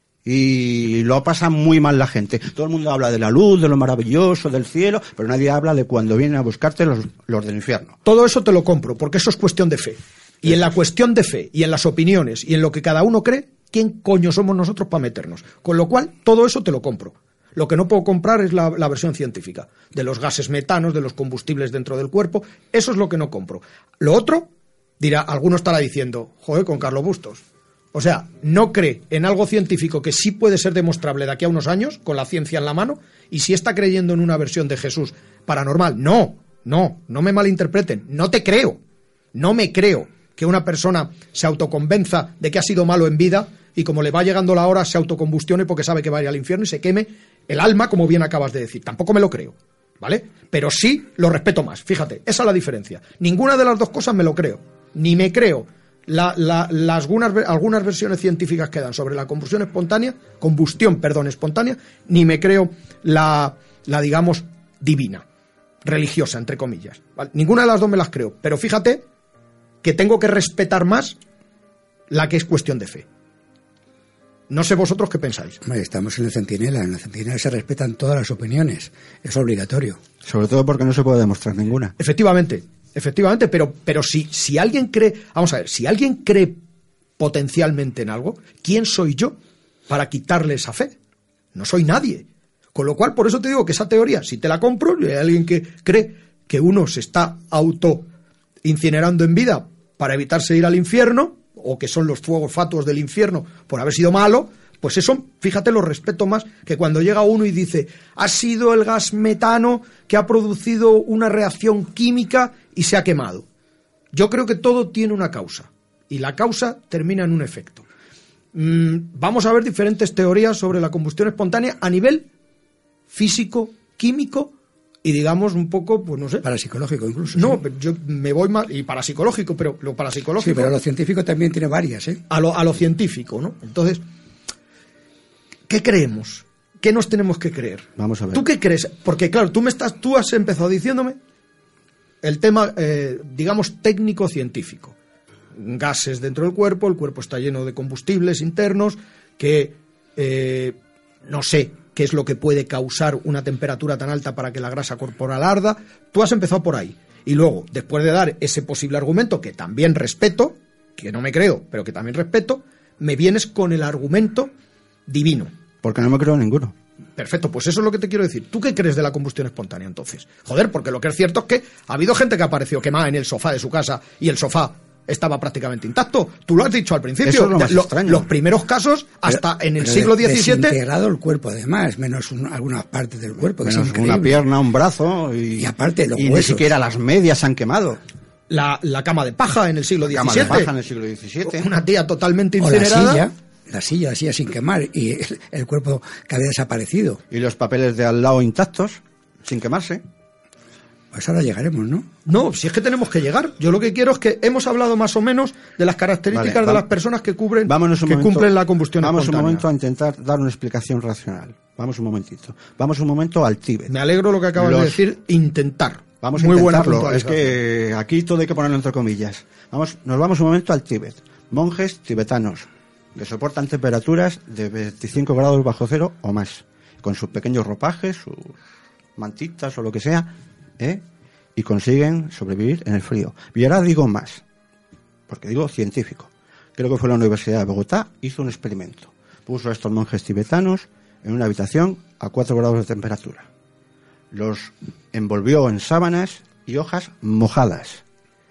S9: y lo pasa muy mal la gente. Todo el mundo habla de la luz, de lo maravilloso, del cielo, pero nadie habla de cuando vienen a buscarte los del infierno.
S1: Todo eso te lo compro, porque eso es cuestión de fe. Y en la cuestión de fe, y en las opiniones, y en lo que cada uno cree, ¿quién coño somos nosotros para meternos? Con lo cual, todo eso te lo compro. Lo que no puedo comprar es la versión científica, de los gases metanos, de los combustibles dentro del cuerpo. Eso es lo que no compro. Lo otro, alguno estará diciendo, joder, con Carlos Bustos. O sea, no cree en algo científico que sí puede ser demostrable de aquí a unos años, con la ciencia en la mano, y si está creyendo en una versión de Jesús paranormal. No me malinterpreten, no te creo, no me creo que una persona se autoconvenza de que ha sido malo en vida y como le va llegando la hora se autocombustione porque sabe que va a ir al infierno y se queme el alma, como bien acabas de decir. Tampoco me lo creo, ¿vale? Pero sí lo respeto más, fíjate, esa es la diferencia. Ninguna de las dos cosas me lo creo, ni me creo algunas versiones científicas que dan sobre la combustión espontánea, ni me creo la digamos, divina, religiosa, entre comillas, ¿vale? Ninguna de las dos me las creo, pero fíjate que tengo que respetar más la que es cuestión de fe. No sé vosotros qué pensáis.
S10: Estamos en el Centinela. En el Centinela se respetan todas las opiniones. Es obligatorio.
S9: Sobre todo porque no se puede demostrar ninguna.
S1: Efectivamente, pero si alguien cree... Vamos a ver, si alguien cree potencialmente en algo, ¿quién soy yo para quitarle esa fe? No soy nadie. Con lo cual, por eso te digo que esa teoría, si te la compro, y hay alguien que cree que uno se está incinerando en vida para evitarse ir al infierno, o que son los fuegos fatuos del infierno por haber sido malo, pues eso, fíjate, lo respeto más que cuando llega uno y dice, ha sido el gas metano que ha producido una reacción química y se ha quemado. Yo creo que todo tiene una causa, y la causa termina en un efecto. Vamos a ver diferentes teorías sobre la combustión espontánea a nivel físico, químico, y digamos un poco, pues no sé.
S10: Parapsicológico incluso.
S1: No,
S10: sí.
S1: Yo me voy más... Y parapsicológico, pero lo parapsicológico...
S10: Sí, pero lo científico también tiene varias, ¿eh?
S1: A lo científico, ¿no? Entonces, ¿qué creemos? ¿Qué nos tenemos que creer?
S9: Vamos a ver.
S1: ¿Tú qué crees? Porque claro, tú has empezado diciéndome el tema, digamos, técnico-científico. Gases dentro del cuerpo, el cuerpo está lleno de combustibles internos que... no sé qué es lo que puede causar una temperatura tan alta para que la grasa corporal arda. Tú has empezado por ahí. Y luego, después de dar ese posible argumento, que también respeto, que no me creo, pero que también respeto, me vienes con el argumento divino.
S9: Porque no me creo ninguno.
S1: Perfecto, pues eso es lo que te quiero decir. ¿Tú qué crees de la combustión espontánea, entonces? Joder, porque lo que es cierto es que ha habido gente que ha aparecido quemada en el sofá de su casa y el sofá estaba prácticamente intacto. Tú lo has dicho al principio.
S9: Eso es lo más extraño.
S1: Los primeros casos, hasta en el siglo XVII...
S10: Desintegrado el cuerpo, además, menos algunas partes del cuerpo.
S9: Menos una pierna, un brazo y
S10: aparte los
S9: y
S10: huesos.
S9: Ni siquiera las medias se han quemado.
S1: La cama de paja en el siglo XVII.
S9: Cama de paja en el siglo XVII.
S1: Una tía totalmente incinerada.
S10: La silla sin quemar y el cuerpo que había desaparecido.
S9: Y los papeles de al lado intactos, sin quemarse.
S10: Pues ahora llegaremos, ¿no?
S1: No, si es que tenemos que llegar. Yo lo que quiero es que hemos hablado más o menos de las características de las personas que cumplen la combustión espontánea.
S9: Vamos un momento a intentar dar una explicación racional. Vamos un momentito. Vamos un momento al Tíbet.
S1: Me alegro lo que acabas de decir, intentar.
S9: Vamos a intentarlo. Es que aquí todo hay que ponerlo entre comillas. Nos vamos un momento al Tíbet. Monjes tibetanos que soportan temperaturas de 25 grados bajo cero o más, con sus pequeños ropajes, sus mantitas o lo que sea, y consiguen sobrevivir en el frío. Y ahora digo más, porque digo científico. Creo que fue la Universidad de Bogotá, hizo un experimento. Puso a estos monjes tibetanos en una habitación a 4 grados de temperatura. Los envolvió en sábanas y hojas mojadas.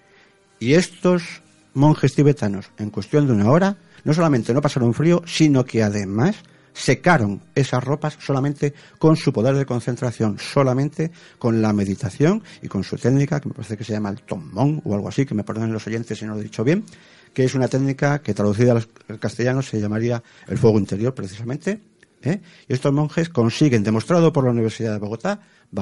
S9: Y estos monjes tibetanos, en cuestión de una hora, no solamente no pasaron frío, sino que además secaron esas ropas solamente con su poder de concentración, solamente con la meditación y con su técnica, que me parece que se llama el Tommón o algo así, que me perdonen los oyentes si no lo he dicho bien, que es una técnica que traducida al castellano se llamaría el fuego interior, precisamente. Y estos monjes consiguen, demostrado por la Universidad de Bogotá,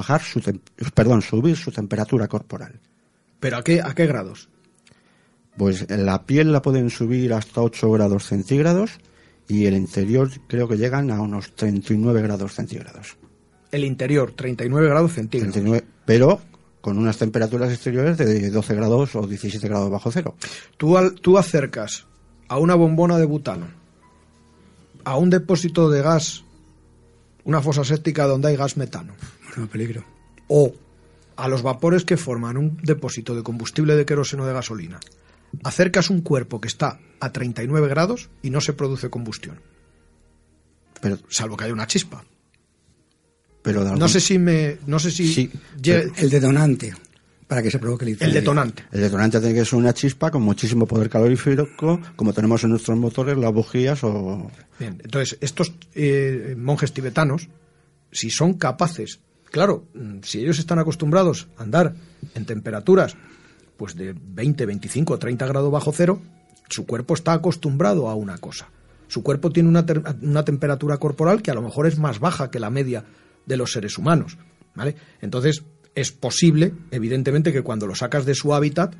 S9: subir su temperatura corporal.
S1: ¿Pero a qué grados?
S9: Pues la piel la pueden subir hasta 8 grados centígrados y el interior creo que llegan a unos 39 grados centígrados.
S1: El interior, 39 grados centígrados.
S9: 39, pero con unas temperaturas exteriores de 12 grados o 17 grados bajo cero.
S1: Tú acercas a una bombona de butano, a un depósito de gas, una fosa séptica donde hay gas metano.
S10: Bueno, peligro.
S1: O a los vapores que forman un depósito de combustible de queroseno de gasolina. Acercas un cuerpo que está a 39 grados y no se produce combustión.
S9: Pero,
S1: salvo que haya una chispa.
S9: Pero
S1: no sé si
S10: sí, el detonante para que se provoque el incendio.
S1: El detonante.
S9: El detonante tiene que ser una chispa con muchísimo poder calorífico, como tenemos en nuestros motores, las bujías o...
S1: Bien, entonces estos monjes tibetanos, si son capaces, claro, si ellos están acostumbrados a andar en temperaturas pues de 20, 25, 30 grados bajo cero, su cuerpo está acostumbrado a una cosa. Su cuerpo tiene una temperatura corporal que a lo mejor es más baja que la media de los seres humanos, ¿vale? Entonces, es posible, evidentemente, que cuando lo sacas de su hábitat,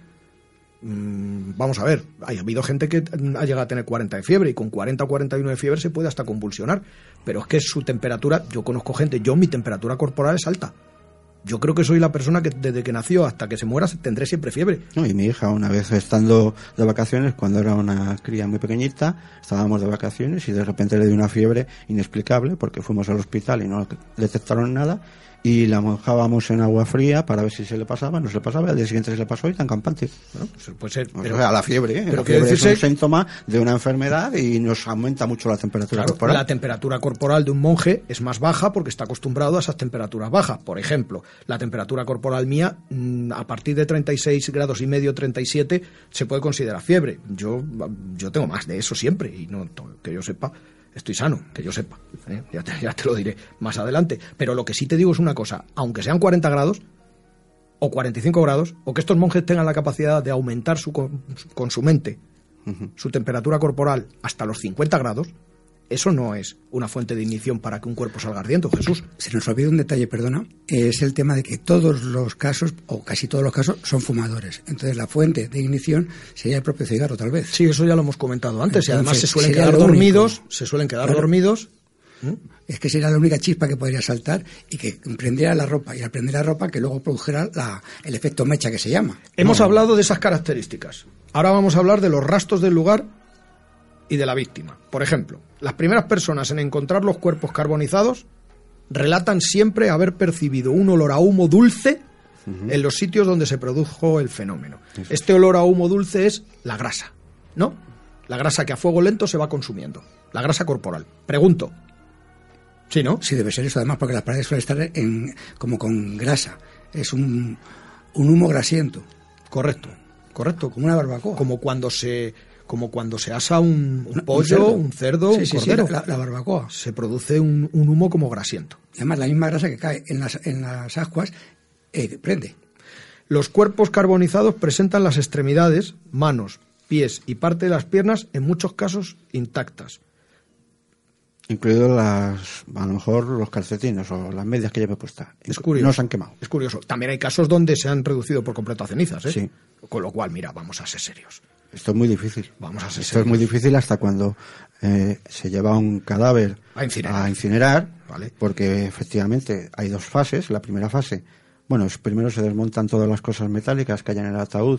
S1: vamos a ver, ha habido gente que ha llegado a tener 40 de fiebre y con 40 o 41 de fiebre se puede hasta convulsionar, pero es que su temperatura, yo conozco gente, mi temperatura corporal es alta. Yo creo que soy la persona que desde que nació hasta que se muera tendré siempre fiebre.
S9: No, y mi hija, una vez estando de vacaciones, cuando era una cría muy pequeñita, estábamos de vacaciones y de repente le dio una fiebre inexplicable porque fuimos al hospital y no detectaron nada y la mojábamos en agua fría para ver si se le pasaba, no se le pasaba, al día siguiente se le pasó y tan campante.
S1: Bueno, pues puede ser.
S9: Pero, o sea, la fiebre, pero la fiebre es un síntoma de una enfermedad y nos aumenta mucho la temperatura corporal.
S1: La temperatura corporal de un monje es más baja porque está acostumbrado a esas temperaturas bajas. Por ejemplo, la temperatura corporal mía, a partir de 36 grados y medio, 37, se puede considerar fiebre. Yo tengo más de eso siempre y no que yo sepa. Estoy sano, que yo sepa, ya te lo diré más adelante. Pero lo que sí te digo es una cosa, aunque sean 40 grados o 45 grados, o que estos monjes tengan la capacidad de aumentar con su mente su temperatura corporal hasta los 50 grados, eso no es una fuente de ignición para que un cuerpo salga ardiendo, Jesús.
S10: Se nos olvida un detalle, perdona, es el tema de que todos los casos, o casi todos los casos, son fumadores. Entonces la fuente de ignición sería el propio cigarro, tal vez.
S1: Sí, eso ya lo hemos comentado antes. Entonces, y además se suelen quedar dormidos.
S10: Es que sería la única chispa que podría saltar y que prendiera la ropa. Y al prender la ropa, que luego produjera el efecto mecha que se llama.
S1: Hemos hablado de esas características. Ahora vamos a hablar de los rastros del lugar y de la víctima. Por ejemplo, las primeras personas en encontrar los cuerpos carbonizados relatan siempre haber percibido un olor a humo dulce en los sitios donde se produjo el fenómeno. Este olor a humo dulce es la grasa, ¿no? La grasa que a fuego lento se va consumiendo. La grasa corporal. Pregunto. ¿Sí, no?
S10: Sí, debe ser eso, además, porque las paredes suelen estar como con grasa. Es un humo grasiento.
S1: Correcto.
S10: Como una barbacoa.
S1: Como cuando se asa un pollo, un cerdo, un cordero.
S10: Sí, la barbacoa.
S1: Se produce un humo como grasiento.
S10: Y además, la misma grasa que cae en las ascuas prende.
S1: Los cuerpos carbonizados presentan las extremidades, manos, pies y parte de las piernas, en muchos casos intactas.
S9: Incluidos a lo mejor los calcetines o las medias que lleve puesta.
S1: Es curioso.
S9: No se han quemado.
S1: Es curioso. También hay casos donde se han reducido por completo a cenizas, ¿eh?
S9: Sí.
S1: Con lo cual, mira, vamos a ser serios.
S9: Esto es muy difícil.
S1: Vamos a ser
S9: Esto
S1: serios.
S9: es muy difícil hasta cuando se lleva un cadáver a incinerar,
S1: ¿vale?
S9: Porque efectivamente hay dos fases. La primera fase, primero se desmontan todas las cosas metálicas que hay en el ataúd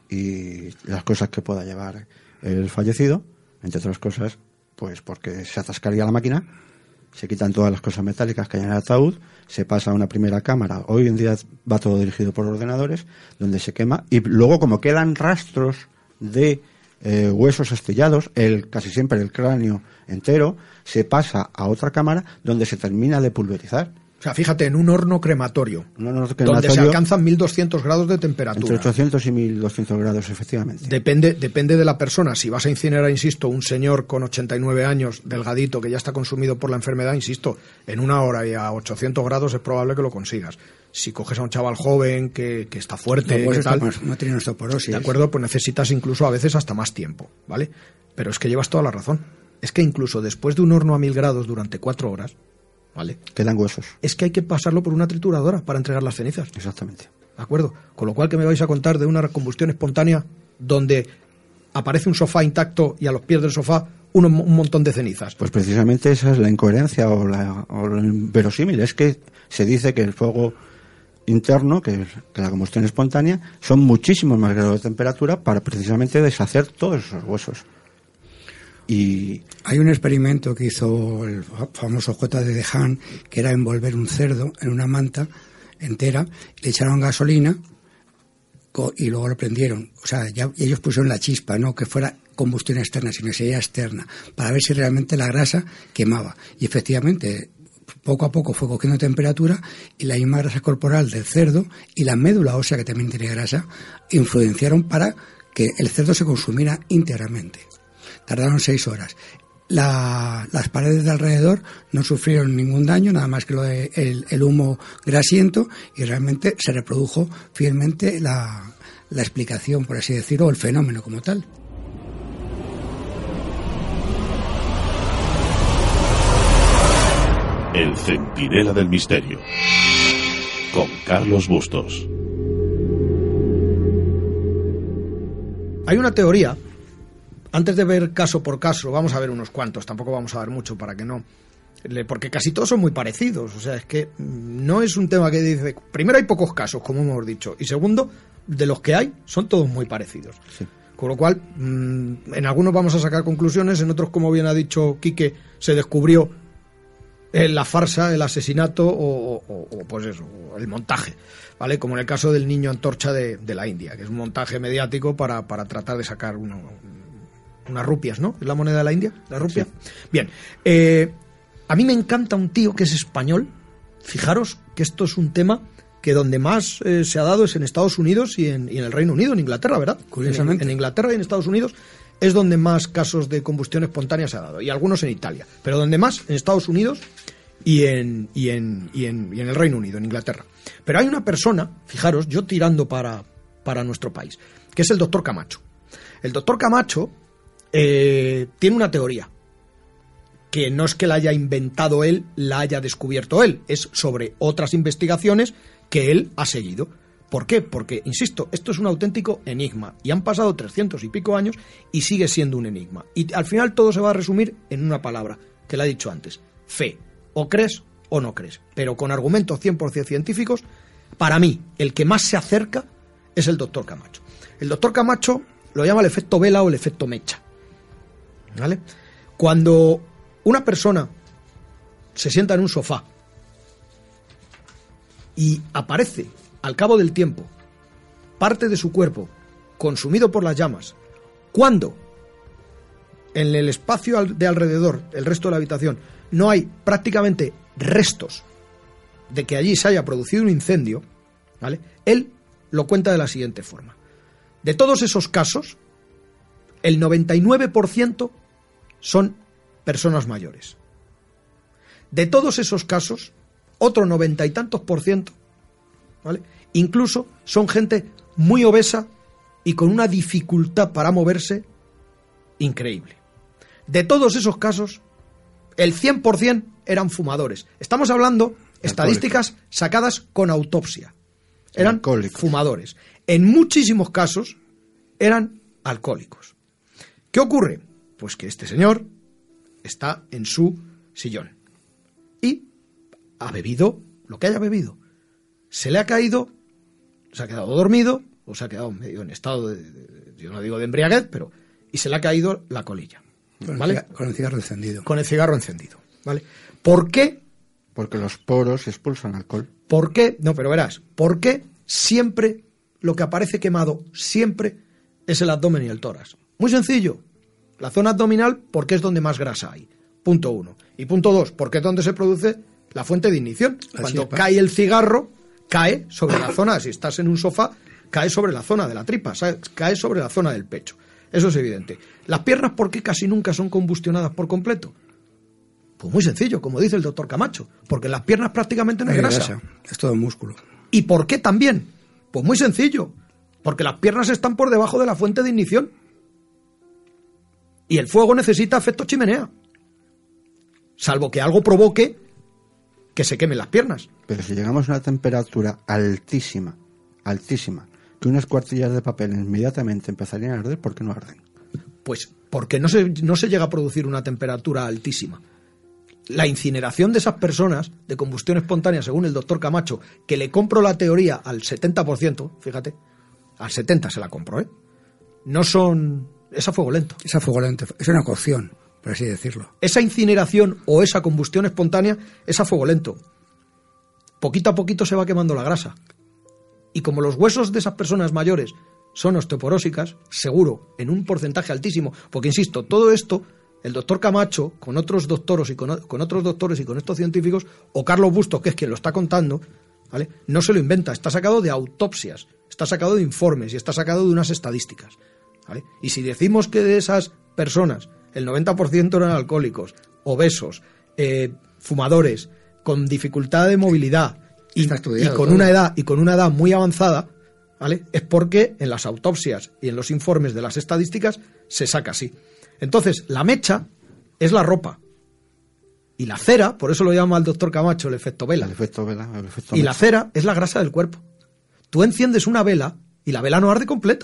S9: y las cosas que pueda llevar el fallecido, entre otras cosas, pues porque se atascaría la máquina, se quitan todas las cosas metálicas que hay en el ataúd, se pasa a una primera cámara, hoy en día va todo dirigido por ordenadores, donde se quema, y luego como quedan rastros de huesos astillados, casi siempre el cráneo entero, se pasa a otra cámara donde se termina de pulverizar.
S1: O sea, fíjate, en un horno crematorio, donde se alcanzan 1.200 grados de temperatura.
S9: Entre 800 y 1.200 grados, efectivamente.
S1: Depende de la persona. Si vas a incinerar, insisto, un señor con 89 años, delgadito, que ya está consumido por la enfermedad, insisto, en 1 hora y a 800 grados es probable que lo consigas. Si coges a un chaval joven que está fuerte,
S10: no tiene osteoporosis,
S1: de acuerdo, pues necesitas incluso a veces hasta más tiempo, ¿vale? Pero es que llevas toda la razón. Es que incluso después de un horno a 1.000 grados durante 4 horas, ¿vale?
S9: Quedan huesos.
S1: Es que hay que pasarlo por una trituradora para entregar las cenizas.
S9: Exactamente.
S1: ¿De acuerdo? Con lo cual, ¿qué me vais a contar de una combustión espontánea donde aparece un sofá intacto y a los pies del sofá un montón de cenizas?
S9: Pues precisamente esa es la incoherencia o lo inverosímil. Es que se dice que el fuego interno, que la combustión espontánea, son muchísimos más grados de temperatura para precisamente deshacer todos esos huesos. Y
S10: hay un experimento que hizo el famoso J. de Dehaene, que era envolver un cerdo en una manta entera, le echaron gasolina y luego lo prendieron. O sea, y ellos pusieron la chispa, no que fuera combustión externa, sino que sería externa, para ver si realmente la grasa quemaba. Y efectivamente, poco a poco fue cogiendo temperatura y la misma grasa corporal del cerdo y la médula ósea, que también tiene grasa, influenciaron para que el cerdo se consumiera íntegramente. Tardaron 6 horas. Las paredes de alrededor no sufrieron ningún daño, nada más que el humo grasiento, y realmente se reprodujo fielmente la explicación, por así decirlo, o el fenómeno como tal.
S2: El Centinela del Misterio, con Carlos Bustos.
S1: Hay una teoría. Antes de ver caso por caso, vamos a ver unos cuantos, tampoco vamos a ver mucho para que no... Porque casi todos son muy parecidos, o sea, es que no es un tema que dice... Primero, hay pocos casos, como hemos dicho, y segundo, de los que hay, son todos muy parecidos. Sí. Con lo cual, en algunos vamos a sacar conclusiones, en otros, como bien ha dicho Quique, se descubrió la farsa, el asesinato o pues eso, el montaje, ¿vale? Como en el caso del niño antorcha de la India, que es un montaje mediático para tratar de sacar unas rupias, ¿no? ¿Es la moneda de la India? ¿La rupia? Sí. Bien. A mí me encanta un tío que es español. Fijaros que esto es un tema que donde más se ha dado es en Estados Unidos y en el Reino Unido, en Inglaterra, ¿verdad?
S10: Curiosamente.
S1: En Inglaterra y en Estados Unidos es donde más casos de combustión espontánea se ha dado. Y algunos en Italia. Pero donde más, en Estados Unidos y en el Reino Unido, en Inglaterra. Pero hay una persona, fijaros, yo tirando para nuestro país, que es el doctor Camacho. El doctor Camacho tiene una teoría que no es que la haya inventado él, la haya descubierto él, es sobre otras investigaciones que él ha seguido. ¿Por qué? Porque, insisto, esto es un auténtico enigma y han pasado 300 y pico años y sigue siendo un enigma. Y al final todo se va a resumir en una palabra, que la he dicho antes, fe. O crees o no crees, pero con argumentos 100% científicos. Para mí, el que más se acerca es el doctor Camacho. El doctor Camacho lo llama el efecto vela o el efecto mecha. ¿Vale? Cuando una persona se sienta en un sofá y aparece al cabo del tiempo parte de su cuerpo consumido por las llamas, cuando en el espacio de alrededor, el resto de la habitación, no hay prácticamente restos de que allí se haya producido un incendio, ¿vale? Él lo cuenta de la siguiente forma. De todos esos casos, el 99% son personas mayores. De todos esos casos, otro 90 y tantos %, ¿vale? Incluso son gente muy obesa y con una dificultad para moverse increíble. De todos esos casos, el 100% eran fumadores. Estamos hablando estadísticas sacadas con autopsia. Eran alcohólicos. Fumadores. En muchísimos casos eran alcohólicos. ¿Qué ocurre? Pues que este señor está en su sillón y ha bebido lo que haya bebido. Se le ha caído, se ha quedado dormido o se ha quedado medio en estado de yo no digo de embriaguez, pero y se le ha caído la colilla. ¿Vale?
S10: Con el cigarro encendido.
S1: Con el cigarro encendido. ¿Vale? ¿Por qué?
S9: Porque los poros expulsan alcohol.
S1: ¿Por qué? No, pero verás, ¿por qué siempre lo que aparece quemado siempre es el abdomen y el tórax? Muy sencillo. La zona abdominal porque es donde más grasa hay. Punto 1. Y punto 2, porque es donde se produce la fuente de ignición. Cuando cae el cigarro, cae sobre la zona, si estás en un sofá, cae sobre la zona de la tripa, ¿sabes? Cae sobre la zona del pecho. Eso es evidente. ¿Las piernas por qué casi nunca son combustionadas por completo? Pues muy sencillo, como dice el doctor Camacho, porque en las piernas prácticamente no hay grasa.
S10: Es todo músculo.
S1: ¿Y por qué también? Pues muy sencillo, porque las piernas están por debajo de la fuente de ignición. Y el fuego necesita efecto chimenea. Salvo que algo provoque que se quemen las piernas.
S9: Pero si llegamos a una temperatura altísima, que unas cuartillas de papel inmediatamente empezarían a arder, ¿por qué no arden?
S1: Pues porque no se llega a producir una temperatura altísima. La incineración de esas personas de combustión espontánea, según el doctor Camacho, que le compro la teoría al 70%, fíjate, al 70% se la compro, no son... Es a fuego lento.
S10: Es a fuego lento, es una cocción, por así decirlo.
S1: Esa incineración o esa combustión espontánea es a fuego lento. Poquito a poquito se va quemando la grasa. Y como los huesos de esas personas mayores son osteoporósicas, seguro, en un porcentaje altísimo, porque insisto, todo esto, el doctor Camacho, con otros doctores y con otros doctores y con estos científicos, o Carlos Bustos, que es quien lo está contando, ¿vale? No se lo inventa, está sacado de autopsias, está sacado de informes y está sacado de unas estadísticas, ¿vale? Y si decimos que de esas personas el 90% eran alcohólicos, obesos, fumadores, con dificultad de movilidad y con una edad muy avanzada, ¿vale? Es porque en las autopsias y en los informes de las estadísticas se saca así. Entonces, la mecha es la ropa. Y la cera, por eso lo llama el doctor Camacho el efecto vela.
S9: El efecto vela, el efecto
S1: y
S9: mecha.
S1: La cera es la grasa del cuerpo. Tú enciendes una vela y la vela no arde completa.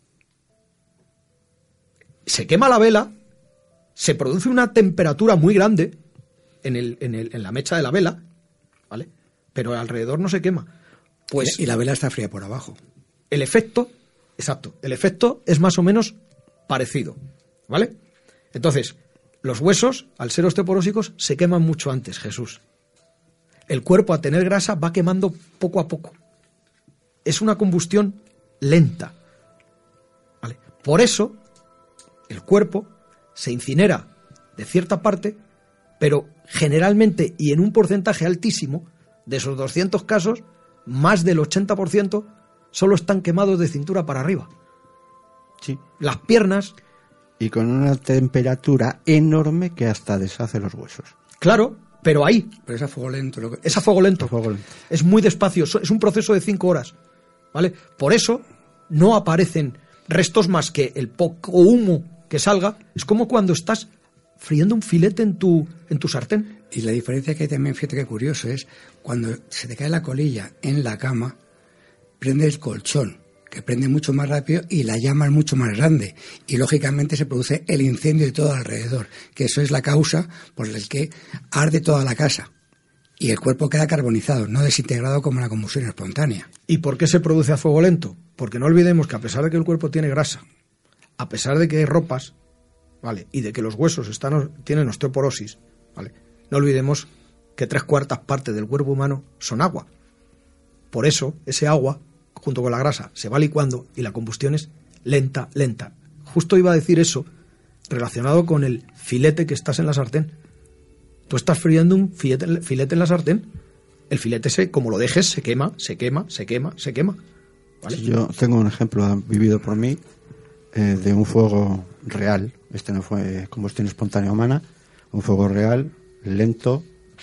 S1: Se quema la vela, se produce una temperatura muy grande en la mecha de la vela, ¿vale? Pero alrededor no se quema. Pues
S10: y la vela está fría por abajo.
S1: El efecto, exacto, el efecto es más o menos parecido, ¿vale? Entonces, los huesos, al ser osteoporósicos, se queman mucho antes, Jesús. El cuerpo, a tener grasa, va quemando poco a poco. Es una combustión lenta, ¿vale? Por eso, el cuerpo se incinera de cierta parte, pero generalmente y en un porcentaje altísimo, de esos 200 casos, más del 80% solo están quemados de cintura para arriba.
S9: Sí.
S1: Las piernas...
S9: Y con una temperatura enorme que hasta deshace los huesos.
S1: Claro, pero ahí...
S10: Pero es a fuego lento.
S1: Es a fuego lento. Es muy despacio, es un proceso de 5 horas. ¿Vale? Por eso no aparecen restos más que el poco humo que salga. Es como cuando estás friendo un filete en tu sartén.
S10: Y la diferencia que hay también, fíjate qué curioso, es cuando se te cae la colilla en la cama, prende el colchón, que prende mucho más rápido y la llama es mucho más grande. Y lógicamente se produce el incendio de todo alrededor, que eso es la causa por la que arde toda la casa. Y el cuerpo queda carbonizado, no desintegrado como la combustión espontánea.
S1: ¿Y por qué se produce a fuego lento? Porque no olvidemos que a pesar de que el cuerpo tiene grasa, a pesar de que hay ropas, ¿vale? Y de que los huesos tienen osteoporosis, ¿vale? No olvidemos que 3/4 partes del cuerpo humano son agua. Por eso, ese agua, junto con la grasa, se va licuando y la combustión es lenta. Justo iba a decir eso relacionado con el filete que estás en la sartén. Tú estás friendo un filete en la sartén, el filete, como lo dejes, se quema. ¿Vale?
S9: Sí, yo tengo un ejemplo vivido por mí de un fuego real. Este no fue combustión espontánea humana, un fuego real, lento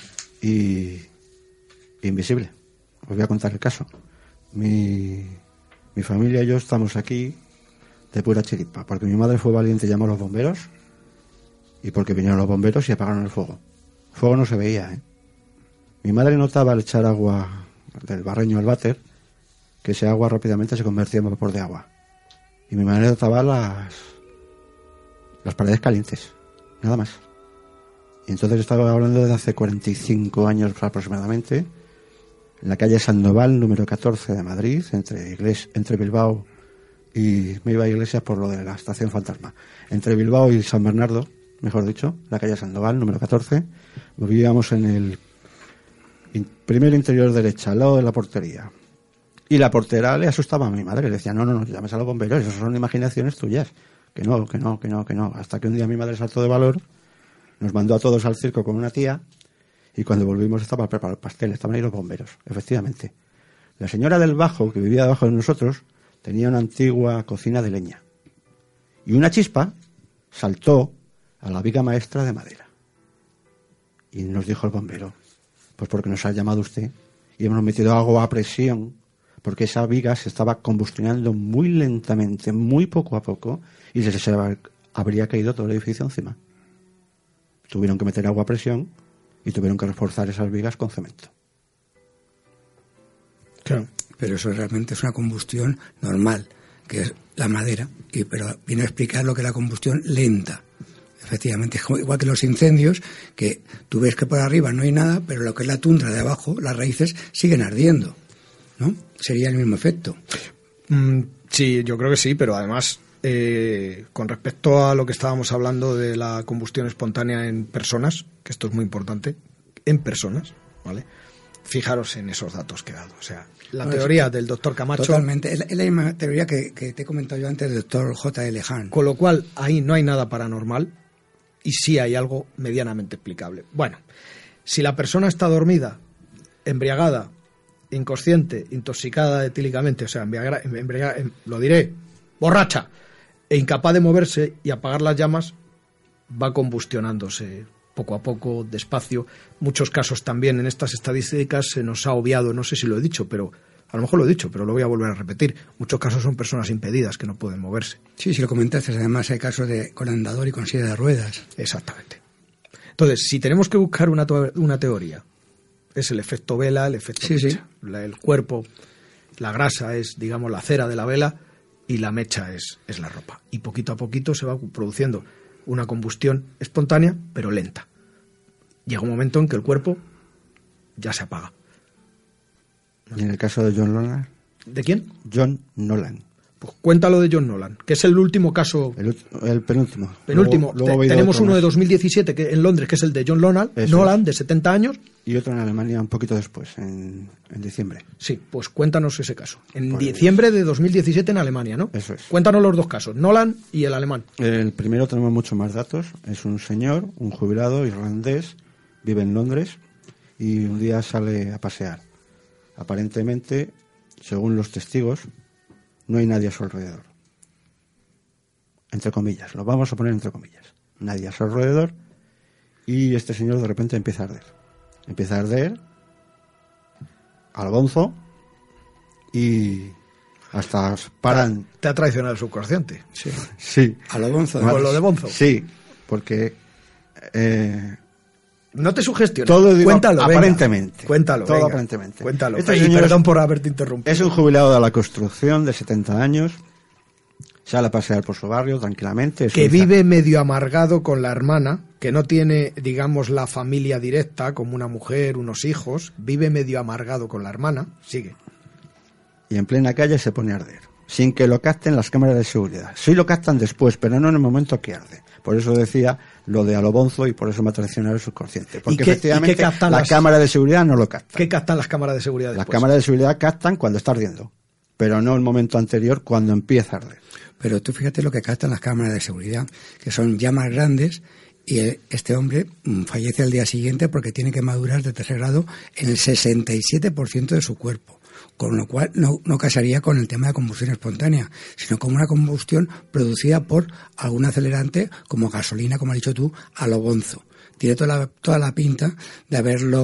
S9: y invisible. Os voy a contar el caso. Mi familia y yo estamos aquí de pura chiripa, porque mi madre fue valiente y llamó a los bomberos, y porque vinieron los bomberos y apagaron el fuego. El fuego no se veía, ¿eh? Mi madre notaba al echar agua del barreño al váter que ese agua rápidamente se convertía en vapor de agua. Y mi madre notaba las paredes calientes, nada más. Y entonces estaba hablando de hace 45 años aproximadamente, en la calle Sandoval, número 14 de Madrid, entre Bilbao y... Me iba a Iglesias por lo de la estación fantasma. Entre Bilbao y San Bernardo, mejor dicho, la calle Sandoval, número 14, vivíamos en el primer interior derecha, al lado de la portería. Y la portera le asustaba a mi madre, le decía, no, llames a los bomberos, esas son imaginaciones tuyas. Que no. Hasta que un día mi madre saltó de valor, nos mandó a todos al circo con una tía, y cuando volvimos estaba preparado el pastel, estaban ahí los bomberos, efectivamente. La señora del Bajo, que vivía debajo de nosotros, tenía una antigua cocina de leña. Y una chispa saltó a la viga maestra de madera. Y nos dijo el bombero, pues porque nos ha llamado usted y hemos metido agua a presión, porque esa viga se estaba combustionando muy lentamente, muy poco a poco, y se habría caído todo el edificio encima. Tuvieron que meter agua a presión y tuvieron que reforzar esas vigas con cemento.
S10: Claro, pero eso realmente es una combustión normal, que es la madera, pero viene a explicar lo que es la combustión lenta. Efectivamente, es igual que los incendios, que tú ves que por arriba no hay nada, pero lo que es la tundra de abajo, las raíces siguen ardiendo, ¿no? Sería el mismo efecto.
S1: Sí, yo creo que sí, pero además, con respecto a lo que estábamos hablando de la combustión espontánea en personas, que esto es muy importante, en personas, ¿vale? Fijaros en esos datos que he dado. O sea, la teoría del doctor Camacho...
S10: Totalmente. Es la misma teoría que te he comentado yo antes del doctor J.L. Hahn.
S1: Con lo cual, ahí no hay nada paranormal y sí hay algo medianamente explicable. Bueno, si la persona está dormida, embriagada, inconsciente, intoxicada etílicamente, o sea, lo diré, borracha, e incapaz de moverse y apagar las llamas, va combustionándose poco a poco, despacio. Muchos casos también en estas estadísticas se nos ha obviado, no sé si lo he dicho, pero a lo mejor lo he dicho, pero lo voy a volver a repetir. Muchos casos son personas impedidas que no pueden moverse.
S10: Sí, lo comentaste, además hay casos con andador y con silla de ruedas.
S1: Exactamente. Entonces, si tenemos que buscar una teoría, es el efecto vela, el efecto mecha. El cuerpo, la grasa es, digamos, la cera de la vela y la mecha es la ropa. Y poquito a poquito se va produciendo una combustión espontánea, pero lenta. Llega un momento en que el cuerpo ya se apaga.
S9: ¿Y en el caso de John Nolan?
S1: ¿De quién?
S9: John Nolan.
S1: Pues cuéntalo de John Nolan, que es el último caso.
S9: El penúltimo.
S1: Luego tenemos uno de 2017 en Londres, que es el de John Nolan, de 70 años.
S9: Y otro en Alemania un poquito después, en diciembre.
S1: Sí, pues cuéntanos ese caso. En diciembre de 2017 en Alemania, ¿no?
S9: Eso es.
S1: Cuéntanos los dos casos, Nolan y el alemán.
S9: El primero tenemos muchos más datos. Es un señor, un jubilado irlandés, vive en Londres y un día sale a pasear. Aparentemente, según los testigos, no hay nadie a su alrededor. Entre comillas, lo vamos a poner entre comillas. Nadie a su alrededor y este señor de repente empieza a arder. Empieza a arder al bonzo y hasta paran.
S1: Te ha traicionado el subconsciente.
S9: Sí. Sí.
S10: A lo bonzo.
S1: Con lo de bonzo.
S9: Sí, porque...
S1: no te sugestiones.
S9: Todo digo,
S1: cuéntalo,
S9: aparentemente.
S1: Venga. Cuéntalo,
S9: todo
S1: venga.
S9: Aparentemente.
S1: Cuéntalo.
S9: Perdón
S1: por haberte interrumpido.
S9: Es un jubilado de la construcción de 70 años. Sale a pasear por su barrio tranquilamente.
S1: Que vive medio amargado con la hermana, que no tiene, digamos, la familia directa, como una mujer, unos hijos. Vive medio amargado con la hermana. Sigue.
S9: Y en plena calle se pone a arder. sin que lo capten las cámaras de seguridad. Sí lo captan después, pero no en el momento que arde. Por eso decía lo de a lo bonzo y por eso me ha traicionado el subconsciente. Porque efectivamente la cámara de seguridad no lo capta.
S1: ¿Qué captan las cámaras de seguridad después?
S9: Las cámaras de seguridad captan cuando está ardiendo, pero no el momento anterior cuando empieza a arder.
S10: Pero tú fíjate lo que captan las cámaras de seguridad, que son llamas grandes, y este hombre fallece al día siguiente porque tiene que madurar de tercer grado en el 67% de su cuerpo. Con lo cual no casaría con el tema de combustión espontánea, sino como una combustión producida por algún acelerante, como gasolina, como has dicho tú, a lo bonzo. Tiene toda la pinta de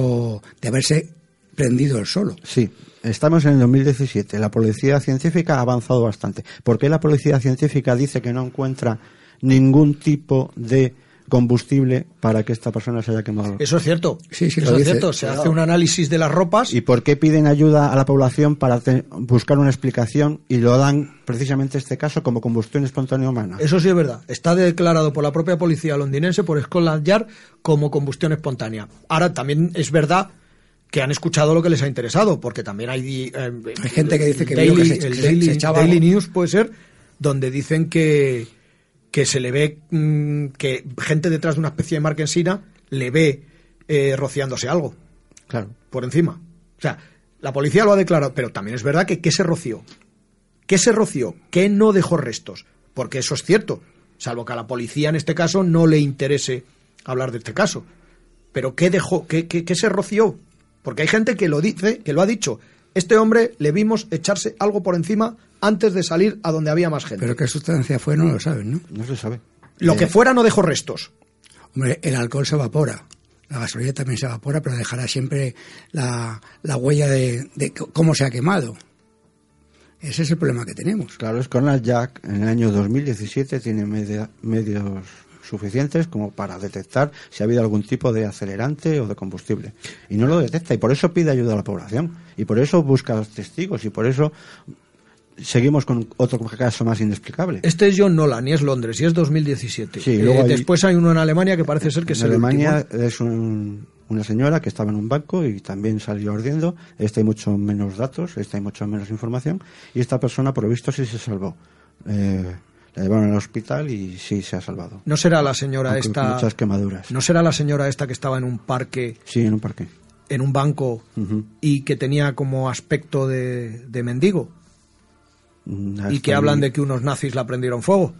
S10: haberse prendido él solo.
S9: Sí, estamos en el 2017. La policía científica ha avanzado bastante. ¿Por qué la policía científica dice que no encuentra ningún tipo de combustible para que esta persona se haya quemado?
S1: Eso es cierto.
S10: Sí,
S1: eso es cierto. Se hace un análisis de las ropas.
S9: ¿Y por qué piden ayuda a la población para buscar una explicación y lo dan precisamente este caso como combustión espontánea humana?
S1: Eso sí es verdad. Está declarado por la propia policía londinense, por Scotland Yard, como combustión espontánea. Ahora, también es verdad que han escuchado lo que les ha interesado, porque también hay
S10: gente que dice que
S1: Daily News puede ser, donde dicen que se le ve que gente detrás de una especie de marquesina le ve rociándose algo.
S9: Claro.
S1: Por encima. O sea, la policía lo ha declarado, pero también es verdad que ¿qué se roció? ¿Qué se roció? ¿Qué no dejó restos? Porque eso es cierto, salvo que a la policía en este caso no le interese hablar de este caso. Pero ¿qué dejó? ¿Qué se roció? Porque hay gente que lo dice, que lo ha dicho. Este hombre le vimos echarse algo por encima antes de salir a donde había más gente.
S10: Pero qué sustancia fue no lo saben, ¿no?
S9: No se sabe.
S1: Lo que fuera no dejó restos.
S10: Hombre, el alcohol se evapora. La gasolina también se evapora, pero dejará siempre la huella de cómo se ha quemado. Ese es el problema que tenemos.
S9: Claro, Scotland Yard en el año 2017 tiene medios suficientes como para detectar si ha habido algún tipo de acelerante o de combustible. Y no lo detecta, y por eso pide ayuda a la población. Y por eso busca testigos, y por eso seguimos con otro caso más inexplicable.
S1: Este es John Nolan, y es Londres, y es 2017.
S9: Sí,
S1: después hay uno en Alemania que parece ser que es el último.
S9: En Alemania es una señora que estaba en un banco y también salió ardiendo. Esta hay mucho menos datos, esta hay mucho menos información, y esta persona, por lo visto, sí se salvó. La llevaron al hospital y sí se ha salvado.
S1: ¿No será la señora esta?
S9: Con muchas quemaduras.
S1: ¿No será la señora esta que estaba en un parque?
S9: Sí, en un parque.
S1: En un banco, y que tenía como aspecto de mendigo. Y que hablan de que unos nazis la prendieron fuego.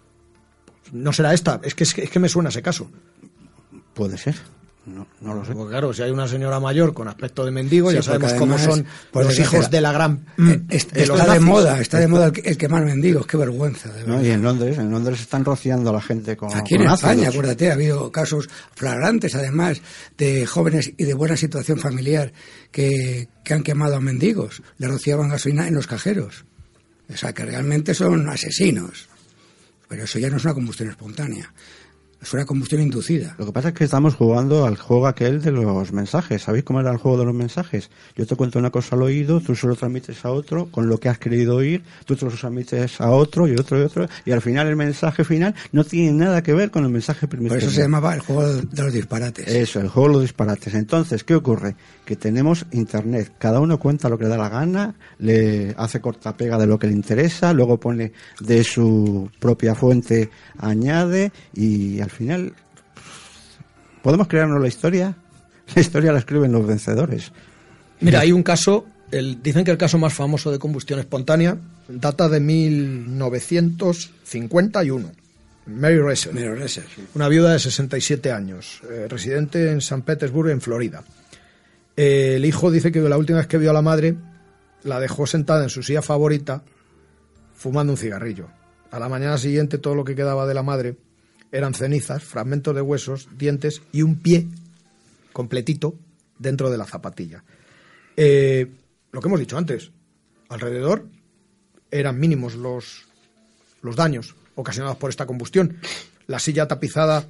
S1: ¿No será esta? Es que me suena ese caso.
S9: Puede ser. No lo sé.
S1: Porque claro, si hay una señora mayor con aspecto de mendigo, sí, ya sabemos cómo son los hijos de la gran...
S10: Está de moda el quemar mendigos, qué vergüenza. De
S9: no, y en Londres están rociando a la gente con...
S10: Aquí en España, acuérdate, ha habido casos flagrantes, además, de jóvenes y de buena situación familiar que han quemado a mendigos, le rociaban gasolina en los cajeros. O sea, que realmente son asesinos. Pero eso ya no es una combustión espontánea. Es una combustión inducida.
S9: Lo que pasa es que estamos jugando al juego aquel de los mensajes. ¿Sabéis cómo era el juego de los mensajes? Yo te cuento una cosa al oído, tú se lo transmites a otro con lo que has querido oír, tú te lo transmites a otro y otro, y al final el mensaje final no tiene nada que ver con el mensaje primero.
S10: Por eso se llamaba el juego de los disparates.
S9: Eso, el juego de los disparates. Entonces, ¿qué ocurre? Que tenemos internet, cada uno cuenta lo que le da la gana, le hace cortapega de lo que le interesa, luego pone de su propia fuente, añade, y al final, ¿podemos crearnos la historia? La historia la escriben los vencedores.
S1: Mira, hay un caso, dicen que el caso más famoso de combustión espontánea data de 1951. Mary Reeser, una viuda de 67 años, residente en San Petersburgo, en Florida. El hijo dice que la última vez que vio a la madre la dejó sentada en su silla favorita fumando un cigarrillo. A la mañana siguiente todo lo que quedaba de la madre eran cenizas, fragmentos de huesos, dientes y un pie completito dentro de la zapatilla. Lo que hemos dicho antes, alrededor eran mínimos los daños ocasionados por esta combustión. La silla tapizada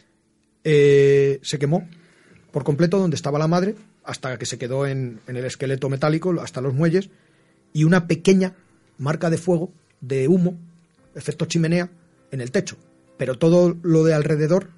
S1: se quemó por completo donde estaba la madre, hasta que se quedó en el esqueleto metálico, hasta los muelles, y una pequeña marca de fuego, de humo, efecto chimenea, en el techo. Pero todo lo de alrededor,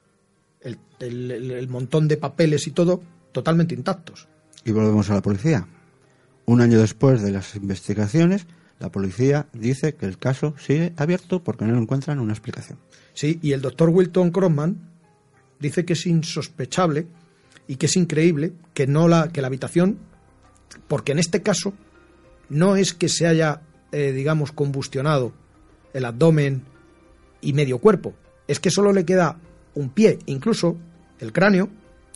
S1: el montón de papeles y todo, totalmente intactos.
S9: Y volvemos a la policía. Un año después de las investigaciones, La policía dice que el caso sigue abierto porque no encuentran una explicación.
S1: Sí, y el doctor Wilton Crockman dice que es insospechable y que es increíble que la habitación, porque en este caso no es que se haya, digamos, combustionado el abdomen y medio cuerpo, es que solo le queda un pie, incluso el cráneo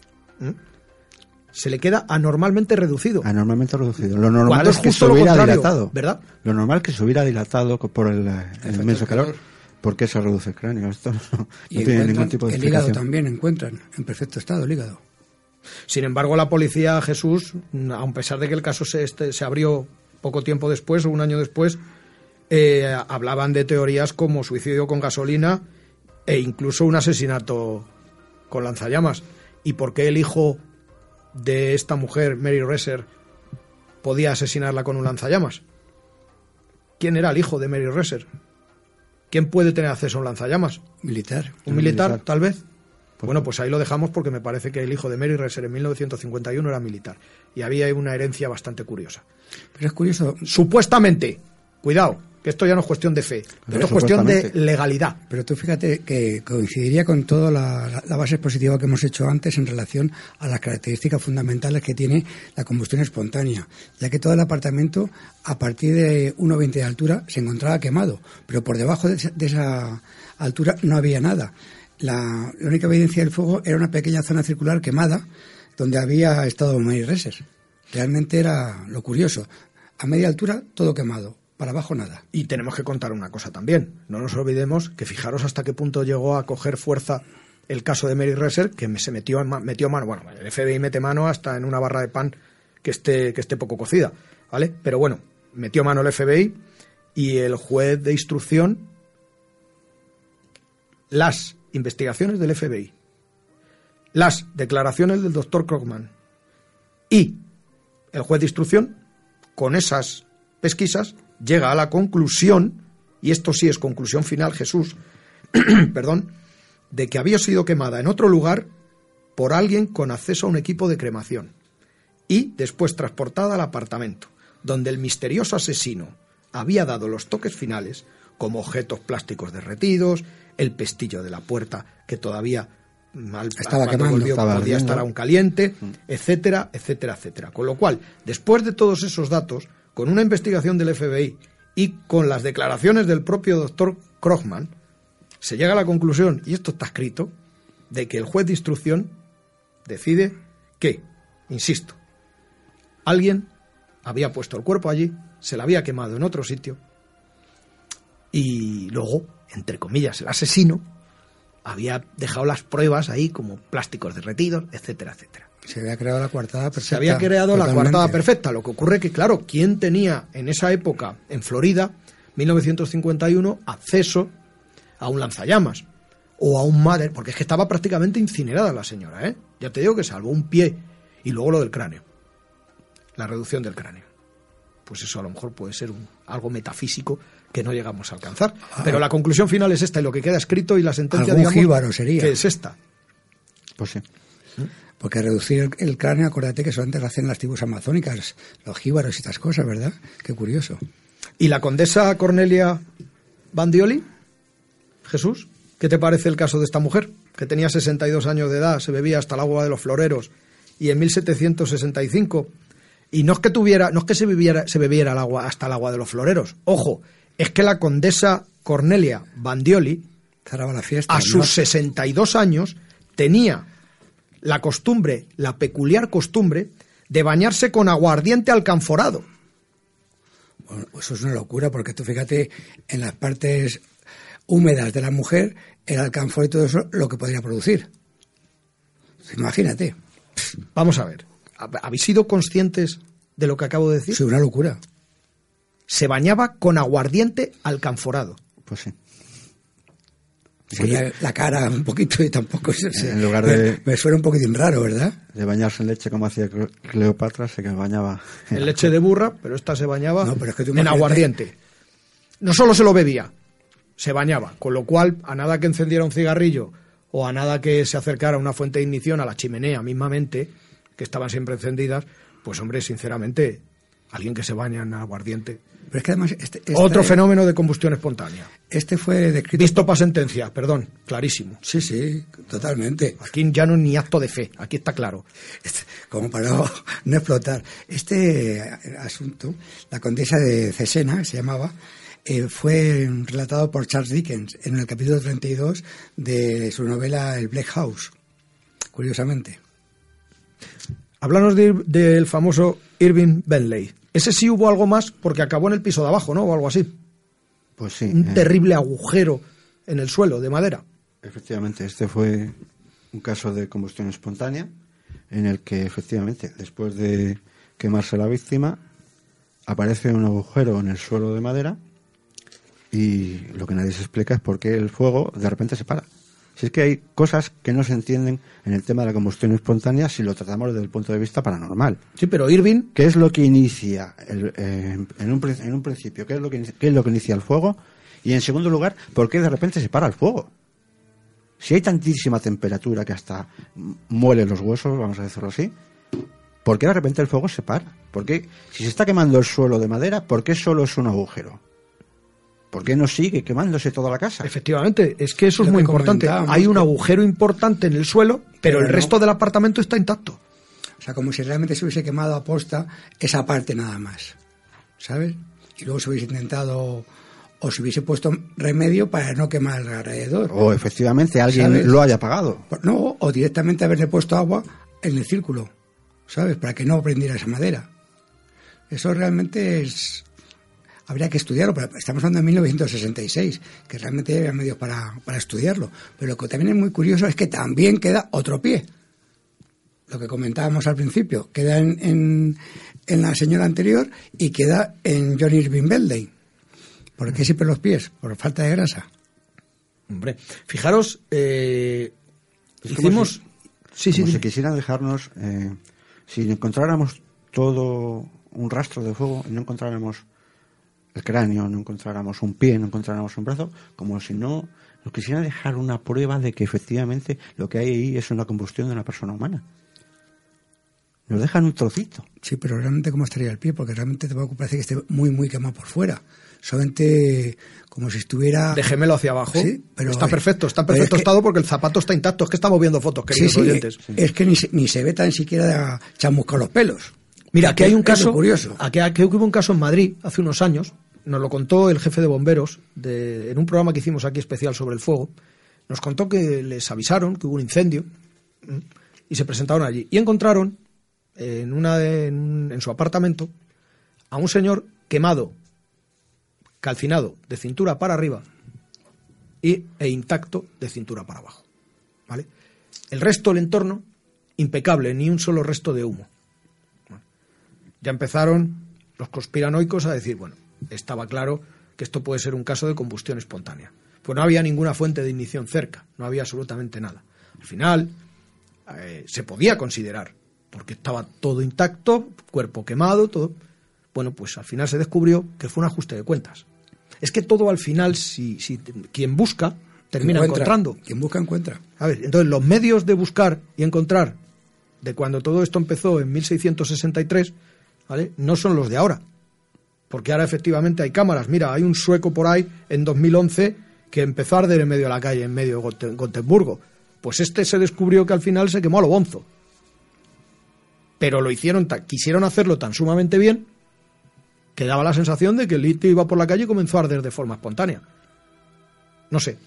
S1: se le queda anormalmente reducido.
S9: Anormalmente reducido. Lo normal es que se hubiera dilatado, ¿verdad? Lo normal es que se hubiera dilatado por el inmenso calor. ¿Por qué se reduce el cráneo? Esto no tiene ningún tipo de explicación.
S10: El hígado también encuentran en perfecto estado el hígado.
S1: Sin embargo, la policía, Jesús, a pesar de que el caso se abrió poco tiempo después o un año después, hablaban de teorías como suicidio con gasolina e incluso un asesinato con lanzallamas. ¿Y por qué el hijo de esta mujer, Mary Reser, podía asesinarla con un lanzallamas? ¿Quién era el hijo de Mary Reser? ¿Quién puede tener acceso a un lanzallamas?
S10: Militar.
S1: ¿Un militar, tal vez? Bueno, pues ahí lo dejamos porque me parece que el hijo de Mary Reser en 1951 era militar. Y había una herencia bastante curiosa.
S10: Pero es curioso.
S1: Supuestamente, cuidado, que esto ya no es cuestión de fe, pero es cuestión de legalidad.
S10: Pero tú fíjate que coincidiría con toda la base expositiva que hemos hecho antes en relación a las características fundamentales que tiene la combustión espontánea, ya que todo el apartamento a partir de 1,20 de altura se encontraba quemado, pero por debajo de esa altura no había nada. La única evidencia del fuego era una pequeña zona circular quemada donde había estado Mary Reser. Realmente era lo curioso. A media altura todo quemado. Para abajo nada. Y tenemos que contar una cosa también. No nos olvidemos que fijaros hasta qué punto llegó a coger fuerza el caso de Mary Reser, que se metió mano. Bueno, el FBI mete mano hasta en una barra de pan que esté poco cocida, ¿vale? Pero bueno, metió mano el FBI y el juez de instrucción, las investigaciones del FBI, las declaraciones del doctor Crockman y el juez de instrucción, con esas pesquisas, llega a la conclusión, y esto sí es conclusión final, Jesús, perdón, de que había sido quemada en otro lugar por alguien con acceso a un equipo de cremación y después transportada al apartamento, donde el misterioso asesino había dado los toques finales, como objetos plásticos derretidos, el pestillo de la puerta que todavía estaba quemando,
S1: podía estar aún caliente, etcétera, etcétera, etcétera. Con lo cual, después de todos esos datos, con una investigación del FBI y con las declaraciones del propio doctor Crockman, se llega a la conclusión, y esto está escrito, de que el juez de instrucción decide que, insisto, alguien había puesto el cuerpo allí, se la había quemado en otro sitio, y luego, entre comillas, el asesino había dejado las pruebas ahí como plásticos derretidos, etcétera, etcétera.
S10: Se había creado la coartada perfecta.
S1: Se había creado totalmente la coartada perfecta. Lo que ocurre que, claro, ¿quién tenía en esa época, en Florida, 1951, acceso a un lanzallamas? O a un madre, porque es que estaba prácticamente incinerada la señora, ¿eh? Ya te digo que salvó un pie. Y luego lo del cráneo. La reducción del cráneo. Pues eso a lo mejor puede ser algo metafísico que no llegamos a alcanzar. Pero la conclusión final es esta, y lo que queda escrito y la sentencia,
S10: digamos, jíbaro sería.
S1: Que es esta.
S9: Pues sí.
S10: Porque reducir el cráneo, acuérdate que solamente lo hacen las tribus amazónicas, los jíbaros y estas cosas, ¿verdad? Qué curioso.
S1: ¿Y la condesa Cornelia Bandioli? Jesús, ¿qué te parece el caso de esta mujer? Que tenía 62 años de edad, se bebía hasta el agua de los floreros, y en 1765, y no es que se bebiera el agua hasta el agua de los floreros, ojo, es que la condesa Cornelia Bandioli,
S10: cerraba la fiesta,
S1: a sus 62 años, tenía la peculiar costumbre de bañarse con aguardiente alcanforado.
S10: Bueno, eso es una locura, porque tú fíjate en las partes húmedas de la mujer, el alcanfor y todo eso, lo que podría producir. Imagínate.
S1: Vamos a ver, ¿habéis sido conscientes de lo que acabo de decir?
S10: Sí, una locura.
S1: Se bañaba con aguardiente alcanforado.
S9: Pues sí.
S10: Sería la cara un poquito y tampoco
S9: en lugar de
S10: me suena un poquitín raro, ¿verdad?
S9: De bañarse en leche como hacía Cleopatra, se que bañaba
S1: en leche de burra, pero esta se bañaba en aguardiente. No solo se lo bebía, se bañaba, con lo cual a nada que encendiera un cigarrillo o a nada que se acercara a una fuente de ignición, a la chimenea mismamente, que estaban siempre encendidas, pues hombre, sinceramente Alguien que se baña en aguardiente.
S10: Pero es que además
S1: otro fenómeno de combustión espontánea.
S10: Este fue descrito...
S1: Visto para sentencia, perdón, clarísimo.
S10: Sí, totalmente.
S1: Aquí ya no es ni acto de fe, aquí está claro.
S10: Como para no explotar. Este asunto, la condesa de Cesena, se llamaba, fue relatado por Charles Dickens en el capítulo 32 de su novela El Bleak House, curiosamente.
S1: Háblanos del famoso Irving Bentley. Ese sí hubo algo más porque acabó en el piso de abajo, ¿no? O algo así.
S9: Pues sí.
S1: Un terrible agujero en el suelo de madera.
S9: Efectivamente, este fue un caso de combustión espontánea en el que efectivamente, después de quemarse la víctima, aparece un agujero en el suelo de madera y lo que nadie se explica es por qué el fuego de repente se para. Si es que hay cosas que no se entienden en el tema de la combustión espontánea si lo tratamos desde el punto de vista paranormal.
S1: Sí, pero Irving...
S9: ¿Qué es lo que inicia en un principio? ¿Qué es lo que inicia el fuego? Y en segundo lugar, ¿por qué de repente se para el fuego? Si hay tantísima temperatura que hasta muele los huesos, vamos a decirlo así, ¿por qué de repente el fuego se para? ¿Por qué, si se está quemando el suelo de madera, por qué solo es un agujero? ¿Por qué no sigue quemándose toda la casa?
S1: Efectivamente, es que eso es muy importante. Hay un agujero importante en el suelo, pero el resto del apartamento está intacto.
S10: O sea, como si realmente se hubiese quemado a posta esa parte nada más, ¿sabes? Y luego se hubiese intentado o se hubiese puesto remedio para no quemar alrededor.
S9: O efectivamente alguien
S10: ¿sabes?
S9: Lo haya apagado.
S10: No, o directamente haberle puesto agua en el círculo, ¿sabes? Para que no prendiera esa madera. Eso realmente es... Habría que estudiarlo, pero estamos hablando de 1966, que realmente había medios para estudiarlo. Pero lo que también es muy curioso es que también queda otro pie. Lo que comentábamos al principio, queda en la señora anterior y queda en John Irving Bentley. ¿Por qué siempre los pies? Por falta de grasa.
S1: Hombre, fijaros, hicimos...
S9: Si quisieran dejarnos... si encontráramos todo un rastro de fuego y no encontráramos el cráneo, no encontráramos un pie, no encontráramos un brazo, como si no nos quisieran dejar una prueba de que efectivamente lo que hay ahí es una combustión de una persona humana. Nos dejan un trocito.
S10: Sí, pero realmente ¿cómo estaría el pie? Porque realmente te va a parecer que esté muy, muy quemado por fuera. Solamente como si estuviera...
S1: De gemelo hacia abajo.
S10: Sí, pero
S1: está perfecto estado porque el zapato está intacto. Es que estamos viendo fotos, queridos oyentes.
S10: Sí. Es que ni se ve tan siquiera chamuscar los pelos.
S1: Mira, aquí hay un caso
S10: curioso.
S1: Aquí hubo un caso en Madrid hace unos años. Nos lo contó el jefe de bomberos en un programa que hicimos aquí especial sobre el fuego. Nos contó que les avisaron que hubo un incendio y se presentaron allí. Y encontraron en su apartamento a un señor quemado, calcinado de cintura para arriba e intacto de cintura para abajo. ¿Vale? El resto del entorno, impecable, ni un solo resto de humo. Bueno, ya empezaron los conspiranoicos a decir, bueno, estaba claro que esto puede ser un caso de combustión espontánea. Pues no había ninguna fuente de ignición cerca, no había absolutamente nada. Al final se podía considerar, porque estaba todo intacto, cuerpo quemado, todo. Bueno, pues al final se descubrió que fue un ajuste de cuentas. Es que todo al final, si quien busca, termina encontrando.
S10: Quien busca, encuentra.
S1: A ver, entonces los medios de buscar y encontrar de cuando todo esto empezó en 1663, ¿vale?, no son los de ahora. Porque ahora efectivamente hay cámaras. Mira, hay un sueco por ahí en 2011 que empezó a arder en medio de la calle, en medio de Gotemburgo. Pues este se descubrió que al final se quemó a lo bonzo. Pero quisieron hacerlo tan sumamente bien que daba la sensación de que el litio iba por la calle y comenzó a arder de forma espontánea. No sé.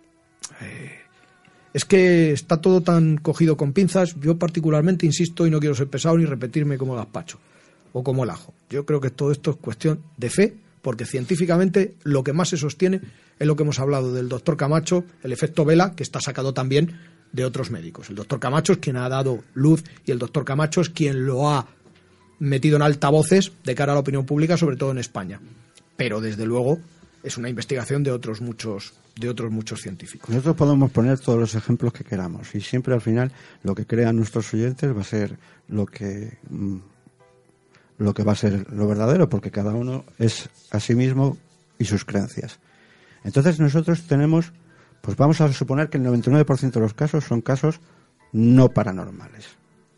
S1: Es que está todo tan cogido con pinzas. Yo particularmente insisto, y no quiero ser pesado ni repetirme como gazpacho o como el ajo. Yo creo que todo esto es cuestión de fe, porque científicamente lo que más se sostiene es lo que hemos hablado del doctor Camacho, el efecto Vela, que está sacado también de otros médicos. El doctor Camacho es quien ha dado luz y el doctor Camacho es quien lo ha metido en altavoces de cara a la opinión pública, sobre todo en España. Pero desde luego es una investigación de otros muchos científicos.
S9: Nosotros podemos poner todos los ejemplos que queramos y siempre al final lo que crean nuestros oyentes va a ser lo que va a ser lo verdadero, porque cada uno es a sí mismo y sus creencias. Entonces nosotros tenemos, pues vamos a suponer que el 99% de los casos son casos no paranormales.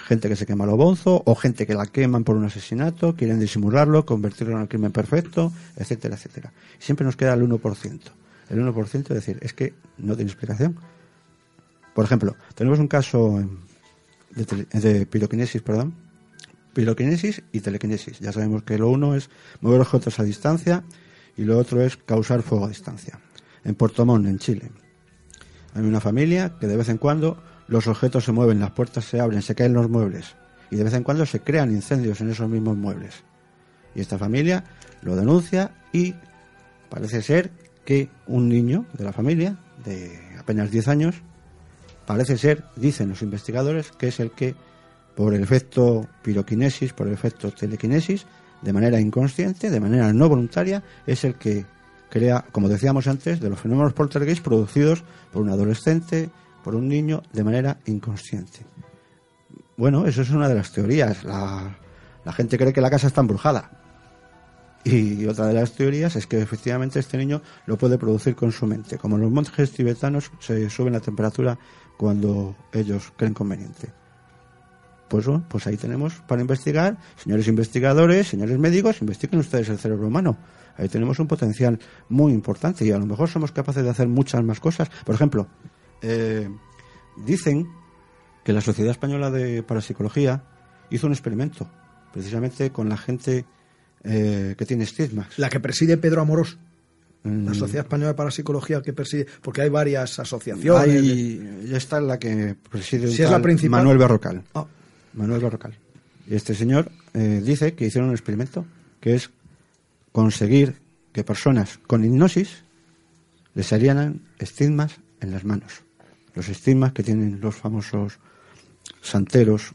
S9: gente que se quema lo bonzo, o gente que la queman por un asesinato, quieren disimularlo, convertirlo en un crimen perfecto, etcétera, etcétera. Siempre nos queda el 1%. El 1% es decir, es que no tiene explicación. Por ejemplo, tenemos un caso de piroquinesis, piroquinesis y telequinesis. Ya sabemos que lo uno es mover objetos a distancia y lo otro es causar fuego a distancia. En Puerto Montt, en Chile, hay una familia que de vez en cuando los objetos se mueven, las puertas se abren, se caen los muebles y de vez en cuando se crean incendios en esos mismos muebles. Y esta familia lo denuncia y parece ser que un niño de la familia, de apenas 10 años, parece ser, dicen los investigadores, que es el que, por el efecto piroquinesis, por el efecto telequinesis, de manera inconsciente, de manera no voluntaria, es el que crea, como decíamos antes, de los fenómenos poltergeist producidos por un adolescente, por un niño, de manera inconsciente. Bueno, eso es una de las teorías. La gente cree que la casa está embrujada. Y otra de las teorías es que efectivamente este niño lo puede producir con su mente. Como los monjes tibetanos se suben la temperatura cuando ellos creen conveniente. Pues bueno, pues ahí tenemos para investigar. Señores investigadores, señores médicos, investiguen ustedes el cerebro humano. Ahí tenemos un potencial muy importante y a lo mejor somos capaces de hacer muchas más cosas. Por ejemplo, dicen que la Sociedad Española de Parapsicología hizo un experimento precisamente con la gente que tiene estigmas.
S1: La que preside Pedro Amorós. La Sociedad Española de Parapsicología que preside, porque hay varias asociaciones.
S9: Ya está la que preside
S1: es la principal.
S9: Manuel Berrocal. Manuel Berrocal. Y este señor dice que hicieron un experimento que es conseguir que personas con hipnosis les harían estigmas en las manos. Los estigmas que tienen los famosos santeros,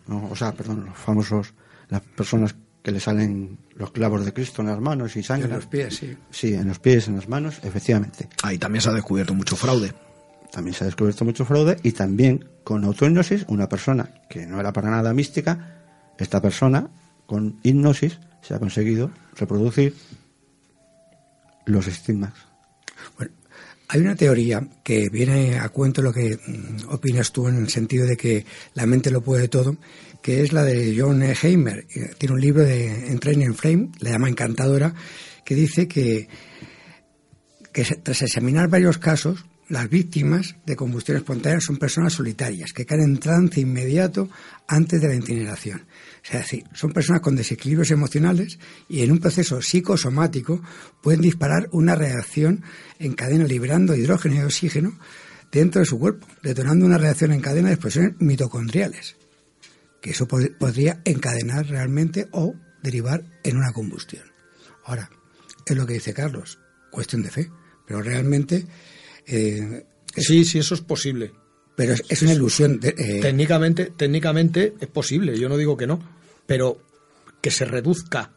S9: las personas que le salen los clavos de Cristo en las manos y sangre.
S10: En los pies, sí.
S9: Sí, en los pies, en las manos, efectivamente.
S1: Ahí también se ha descubierto mucho fraude. Y también con autohipnosis, una persona que no era para nada mística, esta persona con hipnosis se ha conseguido reproducir los estigmas.
S10: Bueno, hay una teoría que viene a cuento lo que opinas tú en el sentido de que la mente lo puede todo, que es la de John Heimer. Tiene un libro de Entraining Frame, la llama Encantadora, que dice que tras examinar varios casos, las víctimas de combustión espontánea son personas solitarias, que caen en trance inmediato antes de la incineración. O sea, es decir, son personas con desequilibrios emocionales y en un proceso psicosomático pueden disparar una reacción en cadena liberando hidrógeno y oxígeno dentro de su cuerpo, detonando una reacción en cadena de explosiones mitocondriales, que eso podría encadenar realmente o derivar en una combustión. Ahora, es lo que dice Carlos, cuestión de fe, pero realmente...
S1: sí, eso es posible.
S10: Pero es una ilusión.
S1: Técnicamente es posible, yo no digo que no, pero que se reduzca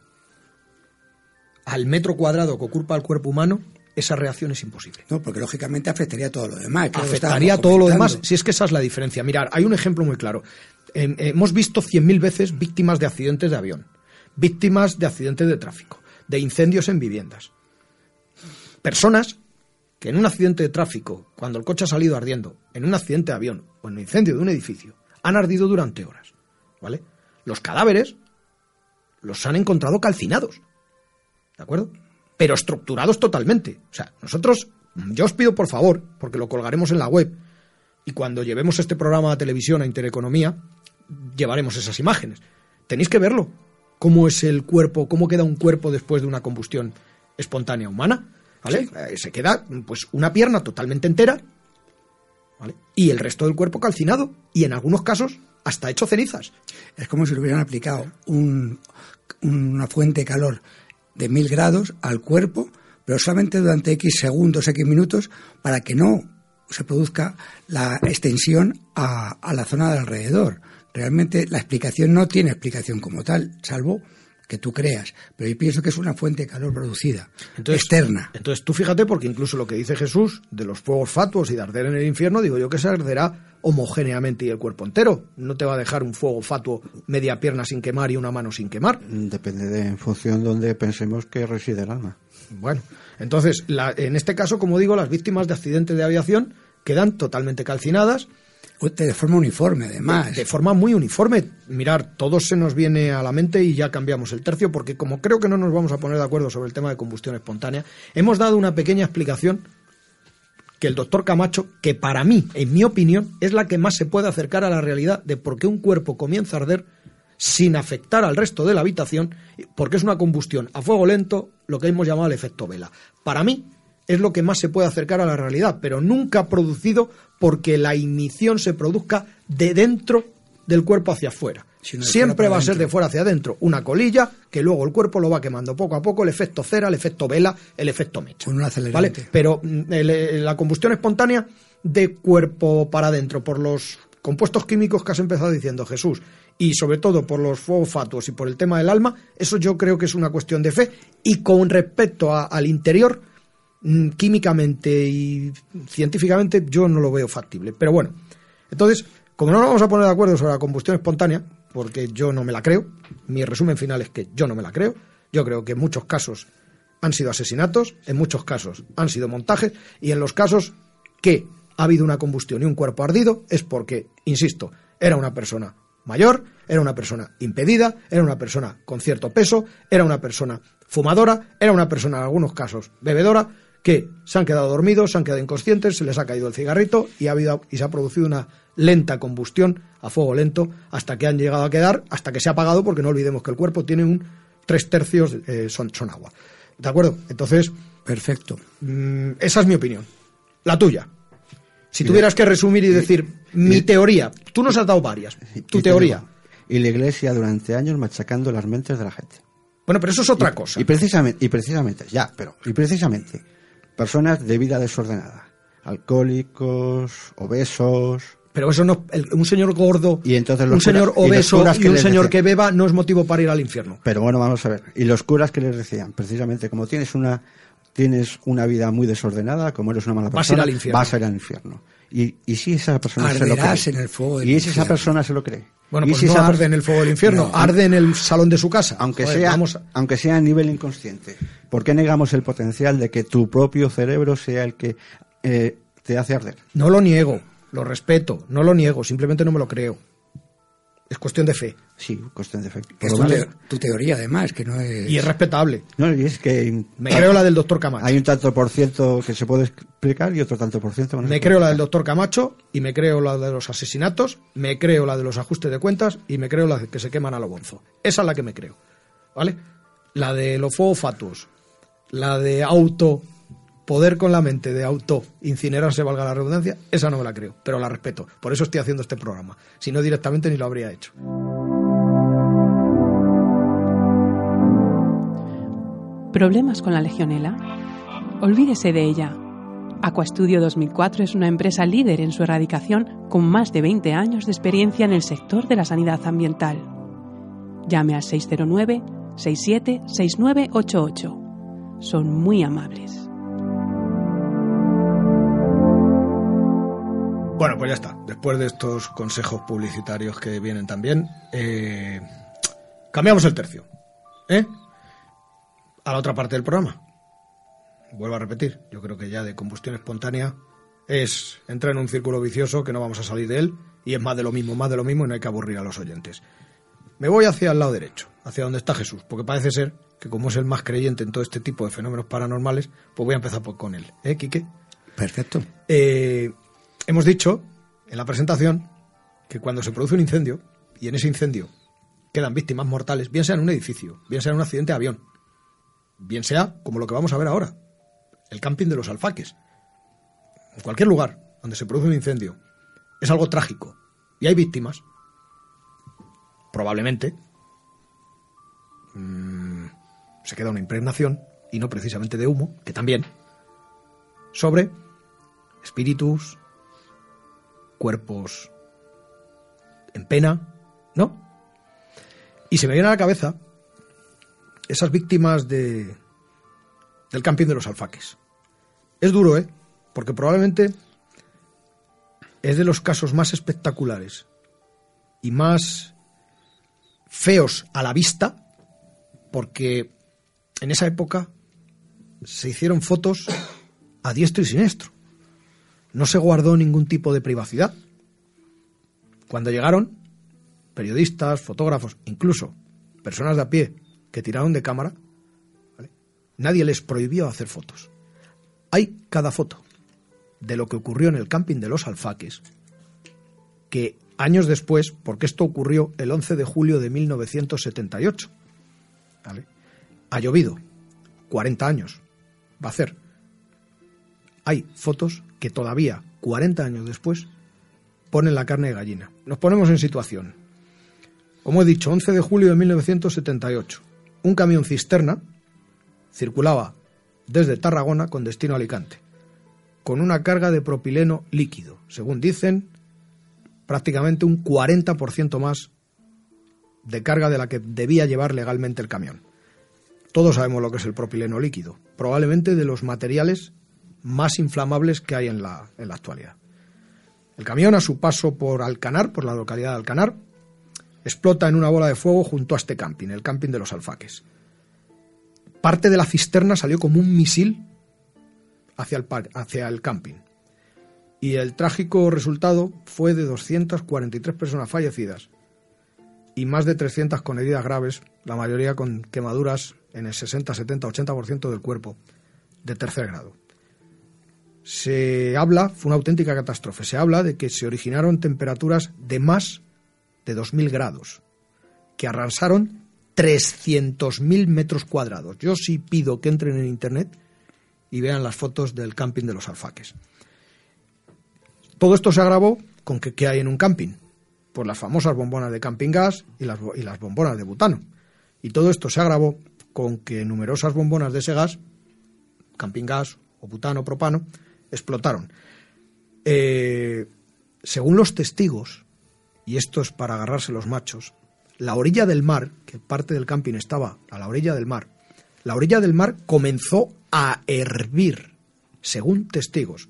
S1: al metro cuadrado que ocupa el cuerpo humano, esa reacción es imposible.
S10: No, porque lógicamente afectaría a todo lo demás.
S1: Afectaría a todo lo demás, si es que esa es la diferencia. Mirad, hay un ejemplo muy claro. Hemos visto 100.000 veces víctimas de accidentes de avión, víctimas de accidentes de tráfico, de incendios en viviendas. Personas que en un accidente de tráfico, cuando el coche ha salido ardiendo, en un accidente de avión o en un incendio de un edificio, han ardido durante horas, ¿vale? Los cadáveres los han encontrado calcinados, ¿de acuerdo? Pero estructurados totalmente. O sea, yo os pido por favor, porque lo colgaremos en la web, y cuando llevemos este programa a televisión, a Intereconomía, llevaremos esas imágenes. Tenéis que verlo, cómo es el cuerpo, cómo queda un cuerpo después de una combustión espontánea humana. ¿Vale? Sí. Se queda pues una pierna totalmente entera, ¿vale? Y el resto del cuerpo calcinado y en algunos casos hasta hecho cenizas.
S10: Es como si le hubieran aplicado una fuente de calor de 1000 grados al cuerpo, pero solamente durante X segundos, X minutos, para que no se produzca la extensión a la zona de alrededor. Realmente la explicación no tiene explicación como tal, salvo que tú creas, pero yo pienso que es una fuente de calor producida, externa.
S1: Entonces tú fíjate, porque incluso lo que dice Jesús de los fuegos fatuos y de arder en el infierno, digo yo que se arderá homogéneamente y el cuerpo entero. No te va a dejar un fuego fatuo media pierna sin quemar y una mano sin quemar.
S9: Depende en función de donde pensemos que reside el alma.
S1: Bueno, entonces, en este caso, como digo, las víctimas de accidentes de aviación quedan totalmente calcinadas.
S10: De forma uniforme, además.
S1: De forma muy uniforme. Mirar, todo se nos viene a la mente y ya cambiamos el tercio, porque como creo que no nos vamos a poner de acuerdo sobre el tema de combustión espontánea, hemos dado una pequeña explicación que el doctor Camacho, que para mí, en mi opinión, es la que más se puede acercar a la realidad de por qué un cuerpo comienza a arder sin afectar al resto de la habitación, porque es una combustión a fuego lento, lo que hemos llamado el efecto vela. Para mí es lo que más se puede acercar a la realidad, pero nunca producido porque la ignición se produzca de dentro del cuerpo hacia afuera. Siempre va a ser de fuera hacia adentro, una colilla que luego el cuerpo lo va quemando poco a poco, el efecto cera, el efecto vela, el efecto mecha.
S10: Con un acelerante.
S1: ¿Vale? Pero la combustión espontánea de cuerpo para adentro, por los compuestos químicos que has empezado diciendo, Jesús, y sobre todo por los fuegos fatuos y por el tema del alma, eso yo creo que es una cuestión de fe, y con respecto al interior, químicamente y científicamente yo no lo veo factible. Pero bueno, entonces, como no nos vamos a poner de acuerdo sobre la combustión espontánea, porque yo no me la creo, mi resumen final es que yo no me la creo, yo creo que en muchos casos han sido asesinatos, en muchos casos han sido montajes, y en los casos que ha habido una combustión y un cuerpo ardido es porque, insisto, era una persona mayor, era una persona impedida, era una persona con cierto peso, era una persona fumadora, era una persona en algunos casos bebedora, que se han quedado dormidos, se han quedado inconscientes, se les ha caído el cigarrito y se ha producido una lenta combustión a fuego lento hasta que han llegado a quedar, hasta que se ha apagado, porque no olvidemos que el cuerpo tiene un 3/3 son agua. ¿De acuerdo? Entonces,
S10: perfecto.
S1: Esa es mi opinión. La tuya. Si tuvieras que resumir y decir mi teoría, tú nos has dado varias. Tu teoría.
S9: Y la Iglesia durante años machacando las mentes de la gente.
S1: Bueno, pero eso es otra cosa.
S9: Y precisamente, personas de vida desordenada, alcohólicos, obesos.
S1: Pero eso no, un señor gordo,
S9: y entonces
S1: un señor obeso y un señor que beba no es motivo para ir al infierno.
S9: Pero bueno, vamos a ver. Y los curas que les decían, precisamente, como tienes una vida muy desordenada, como eres una mala persona, vas a ir al infierno. Y si esa persona se lo cree.
S10: En el fuego del
S9: y si esa persona se lo cree.
S1: Bueno, pues no arde en el fuego del infierno, arde en el salón de su casa.
S9: Aunque sea a nivel inconsciente. ¿Por qué negamos el potencial de que tu propio cerebro sea el que te hace arder?
S1: No lo niego, lo respeto, no lo niego, simplemente no me lo creo. Es cuestión de fe.
S9: Sí, cuestión de fe.
S10: Es tu teoría, además, que no es...
S1: Y es respetable.
S9: No, y es que...
S1: Me creo la del doctor Camacho.
S9: Hay un tanto por ciento que se puede explicar y otro tanto por ciento...
S1: Me creo la del doctor Camacho y me creo la de los asesinatos, me creo la de los ajustes de cuentas y me creo la de que se queman a lo bonzo. Esa es la que me creo. ¿Vale? La de los fuegos fatuos, la de poder con la mente, de incinerarse, valga la redundancia, esa no me la creo, pero la respeto. Por eso estoy haciendo este programa. Si no, directamente ni lo habría hecho.
S11: ¿Problemas con la legionela? Olvídese de ella. Aquastudio 2004 es una empresa líder en su erradicación con más de 20 años de experiencia en el sector de la sanidad ambiental. Llame al 609-676988. Son muy amables.
S1: Bueno, pues ya está. Después de estos consejos publicitarios que vienen también, cambiamos el tercio. A la otra parte del programa. Vuelvo a repetir, yo creo que ya de combustión espontánea es entrar en un círculo vicioso que no vamos a salir de él y es más de lo mismo y no hay que aburrir a los oyentes. Me voy hacia el lado derecho, hacia donde está Jesús, porque parece ser que como es el más creyente en todo este tipo de fenómenos paranormales, pues voy a empezar con él. ¿Quique?
S10: Perfecto.
S1: Hemos dicho en la presentación que cuando se produce un incendio y en ese incendio quedan víctimas mortales, bien sea en un edificio, bien sea en un accidente de avión, bien sea como lo que vamos a ver ahora, el camping de los Alfaques, en cualquier lugar donde se produce un incendio, es algo trágico y hay víctimas, probablemente se queda una impregnación, y no precisamente de humo, que también, sobre espíritus, cuerpos en pena, ¿no? Y se me viene a la cabeza esas víctimas del camping de los Alfaques. Es duro, porque probablemente es de los casos más espectaculares y más feos a la vista, porque en esa época se hicieron fotos a diestro y siniestro. No se guardó ningún tipo de privacidad. Cuando llegaron, periodistas, fotógrafos, incluso personas de a pie que tiraron de cámara, ¿vale?, nadie les prohibió hacer fotos. Hay cada foto de lo que ocurrió en el camping de los Alfaques, que años después, porque esto ocurrió el 11 de julio de 1978, ¿vale?, ha llovido, 40 años va a hacer. Hay fotos que todavía, 40 años después, ponen la carne de gallina. Nos ponemos en situación. Como he dicho, 11 de julio de 1978, un camión cisterna circulaba desde Tarragona con destino a Alicante, con una carga de propileno líquido, según dicen, prácticamente un 40% más de carga de la que debía llevar legalmente el camión. Todos sabemos lo que es el propileno líquido, probablemente de los materiales más inflamables que hay en la actualidad. El camión, a su paso por Alcanar, por la localidad de Alcanar, explota en una bola de fuego junto a este camping, el camping de los Alfaques. Parte de la cisterna salió como un misil hacia el camping. Y el trágico resultado fue de 243 personas fallecidas y más de 300 con heridas graves, la mayoría con quemaduras en el 60, 70, 80% del cuerpo, de tercer grado. Se habla, fue una auténtica catástrofe, se habla de que se originaron temperaturas de más de 2.000 grados, que arrasaron 300.000 metros cuadrados. Yo sí pido que entren en internet y vean las fotos del camping de los Alfaques. Todo esto se agravó con que ¿qué hay en un camping? Pues las famosas bombonas de camping gas y las bombonas de butano. Y todo esto se agravó con que numerosas bombonas de ese gas, camping gas o butano, propano, explotaron. Según los testigos, y esto es para agarrarse los machos, la orilla del mar, que parte del camping estaba a la orilla del mar comenzó a hervir, según testigos.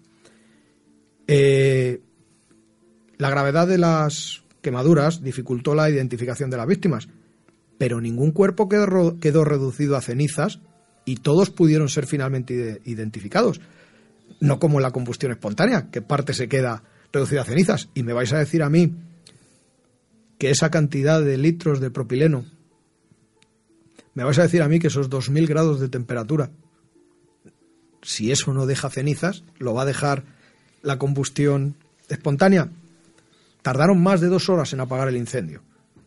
S1: La gravedad de las quemaduras dificultó la identificación de las víctimas, pero ningún cuerpo quedó reducido a cenizas y todos pudieron ser finalmente identificados. No como en la combustión espontánea, que parte se queda reducida a cenizas. Y me vais a decir a mí que esa cantidad de litros de propileno, me vais a decir a mí que esos 2.000 grados de temperatura, si eso no deja cenizas, lo va a dejar la combustión espontánea. Tardaron más de 2 horas en apagar el incendio.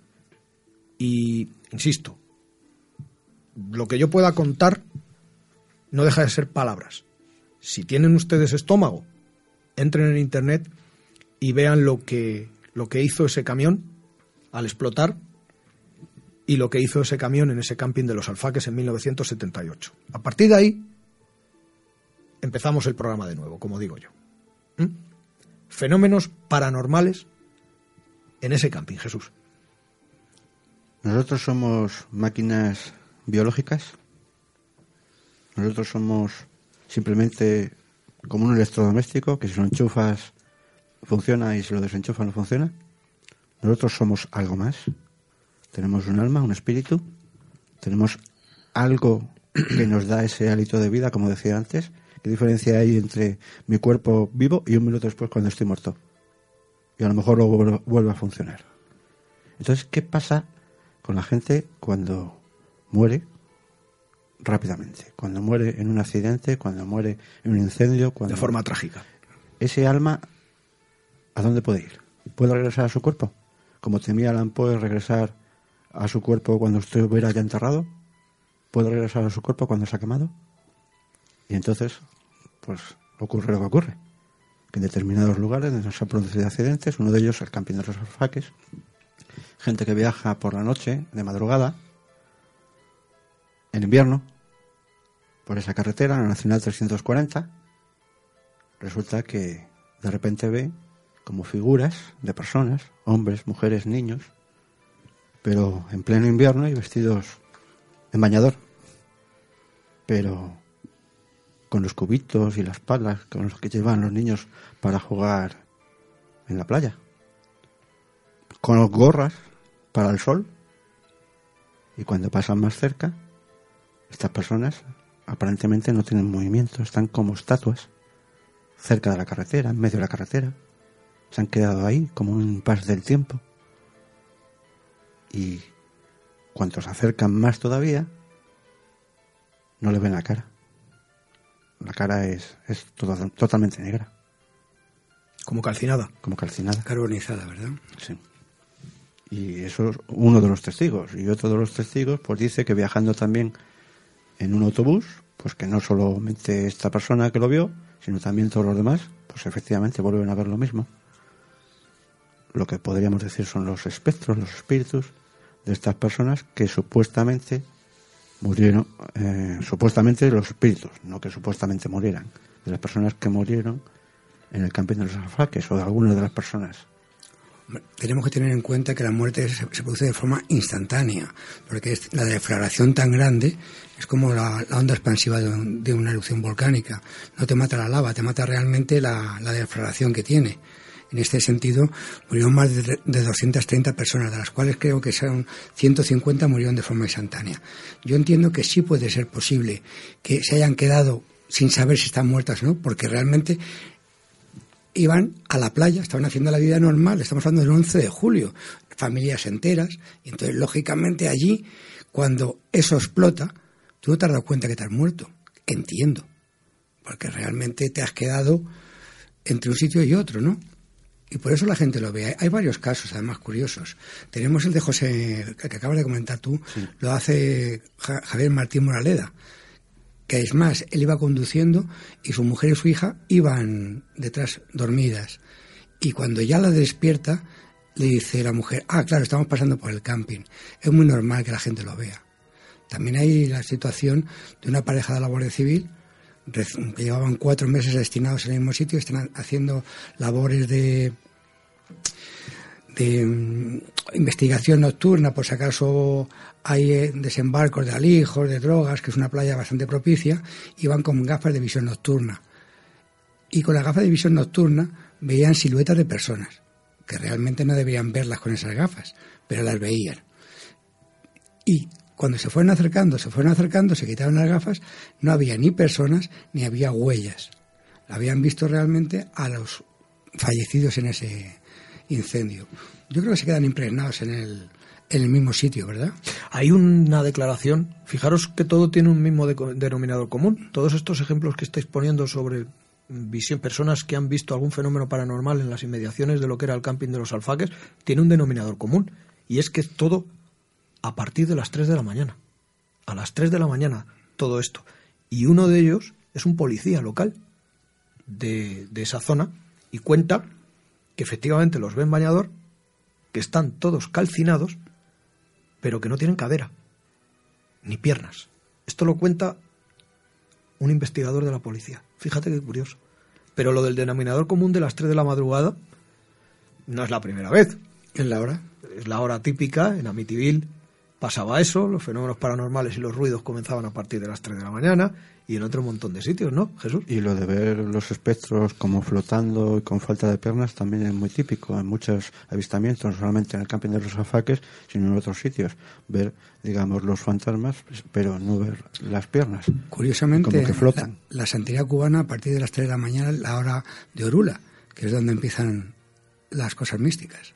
S1: Y, insisto, lo que yo pueda contar no deja de ser palabras. Si tienen ustedes estómago, entren en internet y vean lo que hizo ese camión al explotar y lo que hizo ese camión en ese camping de los Alfaques en 1978. A partir de ahí empezamos el programa de nuevo, como digo yo. Fenómenos paranormales en ese camping, Jesús.
S9: ¿Nosotros somos máquinas biológicas? ¿Nosotros somos simplemente como un electrodoméstico que si lo enchufas funciona y si lo desenchufas no funciona? ¿Nosotros somos algo más? ¿Tenemos un alma, un espíritu? ¿Tenemos algo que nos da ese hálito de vida, como decía antes? ¿Qué diferencia hay entre mi cuerpo vivo y un minuto después cuando estoy muerto? Y a lo mejor luego vuelve a funcionar. Entonces, ¿qué pasa con la gente cuando muere rápidamente? Cuando muere en un accidente, cuando muere en un incendio.
S1: De forma trágica.
S9: Ese alma, ¿a dónde puede ir? ¿Puede regresar a su cuerpo? Como temía Alan Poe, regresar a su cuerpo cuando estuviera ya enterrado. ¿Puede regresar a su cuerpo cuando se ha quemado? Y entonces, pues ocurre lo que ocurre. Que en determinados lugares donde se han producido accidentes, uno de ellos el camping de los Alfaques, gente que viaja por la noche, de madrugada, en invierno, por esa carretera, la Nacional 340, resulta que de repente ve como figuras de personas, hombres, mujeres, niños, pero en pleno invierno y vestidos en bañador, pero con los cubitos y las palas con los que llevan los niños para jugar en la playa, con los gorras para el sol, y cuando pasan más cerca, estas personas aparentemente no tienen movimiento, están como estatuas cerca de la carretera, en medio de la carretera, se han quedado ahí como un impasse del tiempo. Y cuanto se acercan más todavía, no le ven la cara. La cara es totalmente negra.
S1: Como calcinada.
S9: Como calcinada.
S10: Carbonizada, ¿verdad?
S9: Sí. Y eso es uno de los testigos. Y otro de los testigos pues dice que viajando también en un autobús, pues que no solamente esta persona que lo vio, sino también todos los demás, pues efectivamente vuelven a ver lo mismo. Lo que podríamos decir son los espectros, los espíritus de estas personas que supuestamente murieron, supuestamente los espíritus, no que supuestamente murieran, de las personas que murieron en el camping de los Alfaques o de algunas de las personas.
S10: Tenemos que tener en cuenta que la muerte se produce de forma instantánea, porque la deflagración tan grande es como la onda expansiva de una erupción volcánica. No te mata la lava, te mata realmente la deflagración que tiene. En este sentido, murieron más de 230 personas, de las cuales creo que son 150 murieron de forma instantánea. Yo entiendo que sí puede ser posible que se hayan quedado sin saber si están muertas o no, porque realmente iban a la playa, estaban haciendo la vida normal, estamos hablando del 11 de julio, familias enteras, y entonces, lógicamente, allí, cuando eso explota, tú no te has dado cuenta que te has muerto. Entiendo, porque realmente te has quedado entre un sitio y otro, ¿no? Y por eso la gente lo ve. Hay varios casos, además, curiosos. Tenemos el de José, que acabas de comentar tú, sí. Lo hace Javier Martín Moraleda, que es más, él iba conduciendo y su mujer y su hija iban detrás dormidas. Y cuando ya la despierta, le dice la mujer, claro, estamos pasando por el camping. Es muy normal que la gente lo vea. También hay la situación de una pareja de la Guardia Civil que llevaban 4 meses destinados en el mismo sitio, están haciendo labores de investigación nocturna, por si acaso hay desembarcos de alijos, de drogas, que es una playa bastante propicia, y van con gafas de visión nocturna. Y con las gafas de visión nocturna veían siluetas de personas, que realmente no debían verlas con esas gafas, pero las veían. Y cuando se fueron acercando, se quitaron las gafas, no había ni personas ni había huellas. Habían visto realmente a los fallecidos en ese incendio. Yo creo que se quedan impregnados en el mismo sitio, ¿verdad?
S1: Hay una declaración, fijaros que todo tiene un mismo denominador común. Todos estos ejemplos que estáis poniendo sobre personas que han visto algún fenómeno paranormal en las inmediaciones de lo que era el camping de los Alfaques, tiene un denominador común, y es que es todo a partir de las 3 de la mañana. A las 3 de la mañana todo esto. Y uno de ellos es un policía local de esa zona y cuenta que efectivamente los ve en bañador, que están todos calcinados, pero que no tienen cadera ni piernas. Esto lo cuenta un investigador de la policía. Fíjate qué curioso. Pero lo del denominador común de las 3 de la madrugada no es la primera vez.
S10: ¿Es la hora?
S1: Es la hora típica. En Amityville pasaba eso, los fenómenos paranormales y los ruidos comenzaban a partir de las 3 de la mañana, y en otro montón de sitios, ¿no, Jesús?
S9: Y lo de ver los espectros como flotando y con falta de piernas también es muy típico en muchos avistamientos, no solamente en el camping de los Alfaques, sino en otros sitios. Ver, digamos, los fantasmas, pero no ver las piernas.
S10: Curiosamente,
S9: como que flotan.
S10: La santería cubana, a partir de las 3 de la mañana, la hora de Orula, que es donde empiezan las cosas místicas.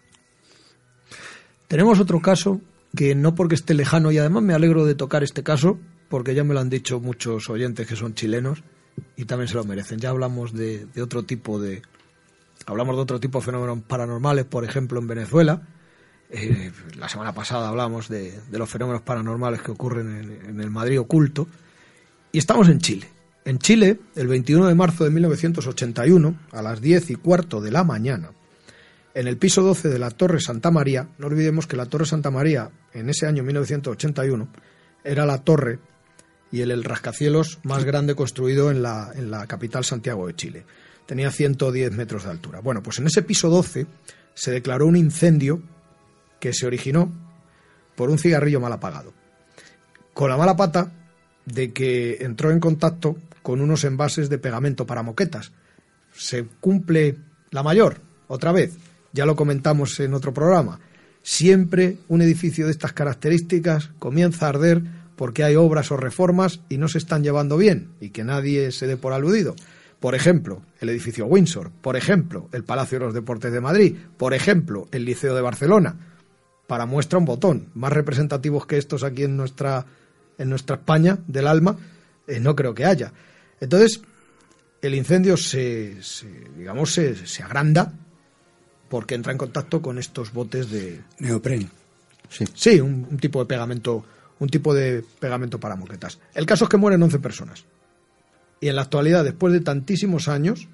S1: Tenemos otro caso que no porque esté lejano, y además me alegro de tocar este caso, porque ya me lo han dicho muchos oyentes que son chilenos y también se lo merecen. Ya hablamos de otro tipo de fenómenos paranormales, por ejemplo en Venezuela. La semana pasada hablamos de los fenómenos paranormales que ocurren en el Madrid oculto, y estamos en Chile. En Chile, el 21 de marzo de 1981, a las 10:15 de la mañana, en el piso 12 de la Torre Santa María, no olvidemos que la Torre Santa María, en ese año 1981, era la torre y el rascacielos más grande construido en la capital, Santiago de Chile. Tenía 110 metros de altura. Bueno, pues en ese piso 12 se declaró un incendio que se originó por un cigarrillo mal apagado, con la mala pata de que entró en contacto con unos envases de pegamento para moquetas. Se cumple la mayor, otra vez. Ya lo comentamos en otro programa. Siempre un edificio de estas características comienza a arder porque hay obras o reformas y no se están llevando bien, y que nadie se dé por aludido. Por ejemplo, el edificio Windsor, por ejemplo, el Palacio de los Deportes de Madrid, por ejemplo, el Liceo de Barcelona. Para muestra un botón. Más representativos que estos aquí en nuestra España del alma, no creo que haya. Entonces, el incendio se agranda porque entra en contacto con estos botes de
S10: neopren.
S1: Sí, un tipo de pegamento para moquetas. El caso es que mueren 11 personas. Y en la actualidad, después de tantísimos años,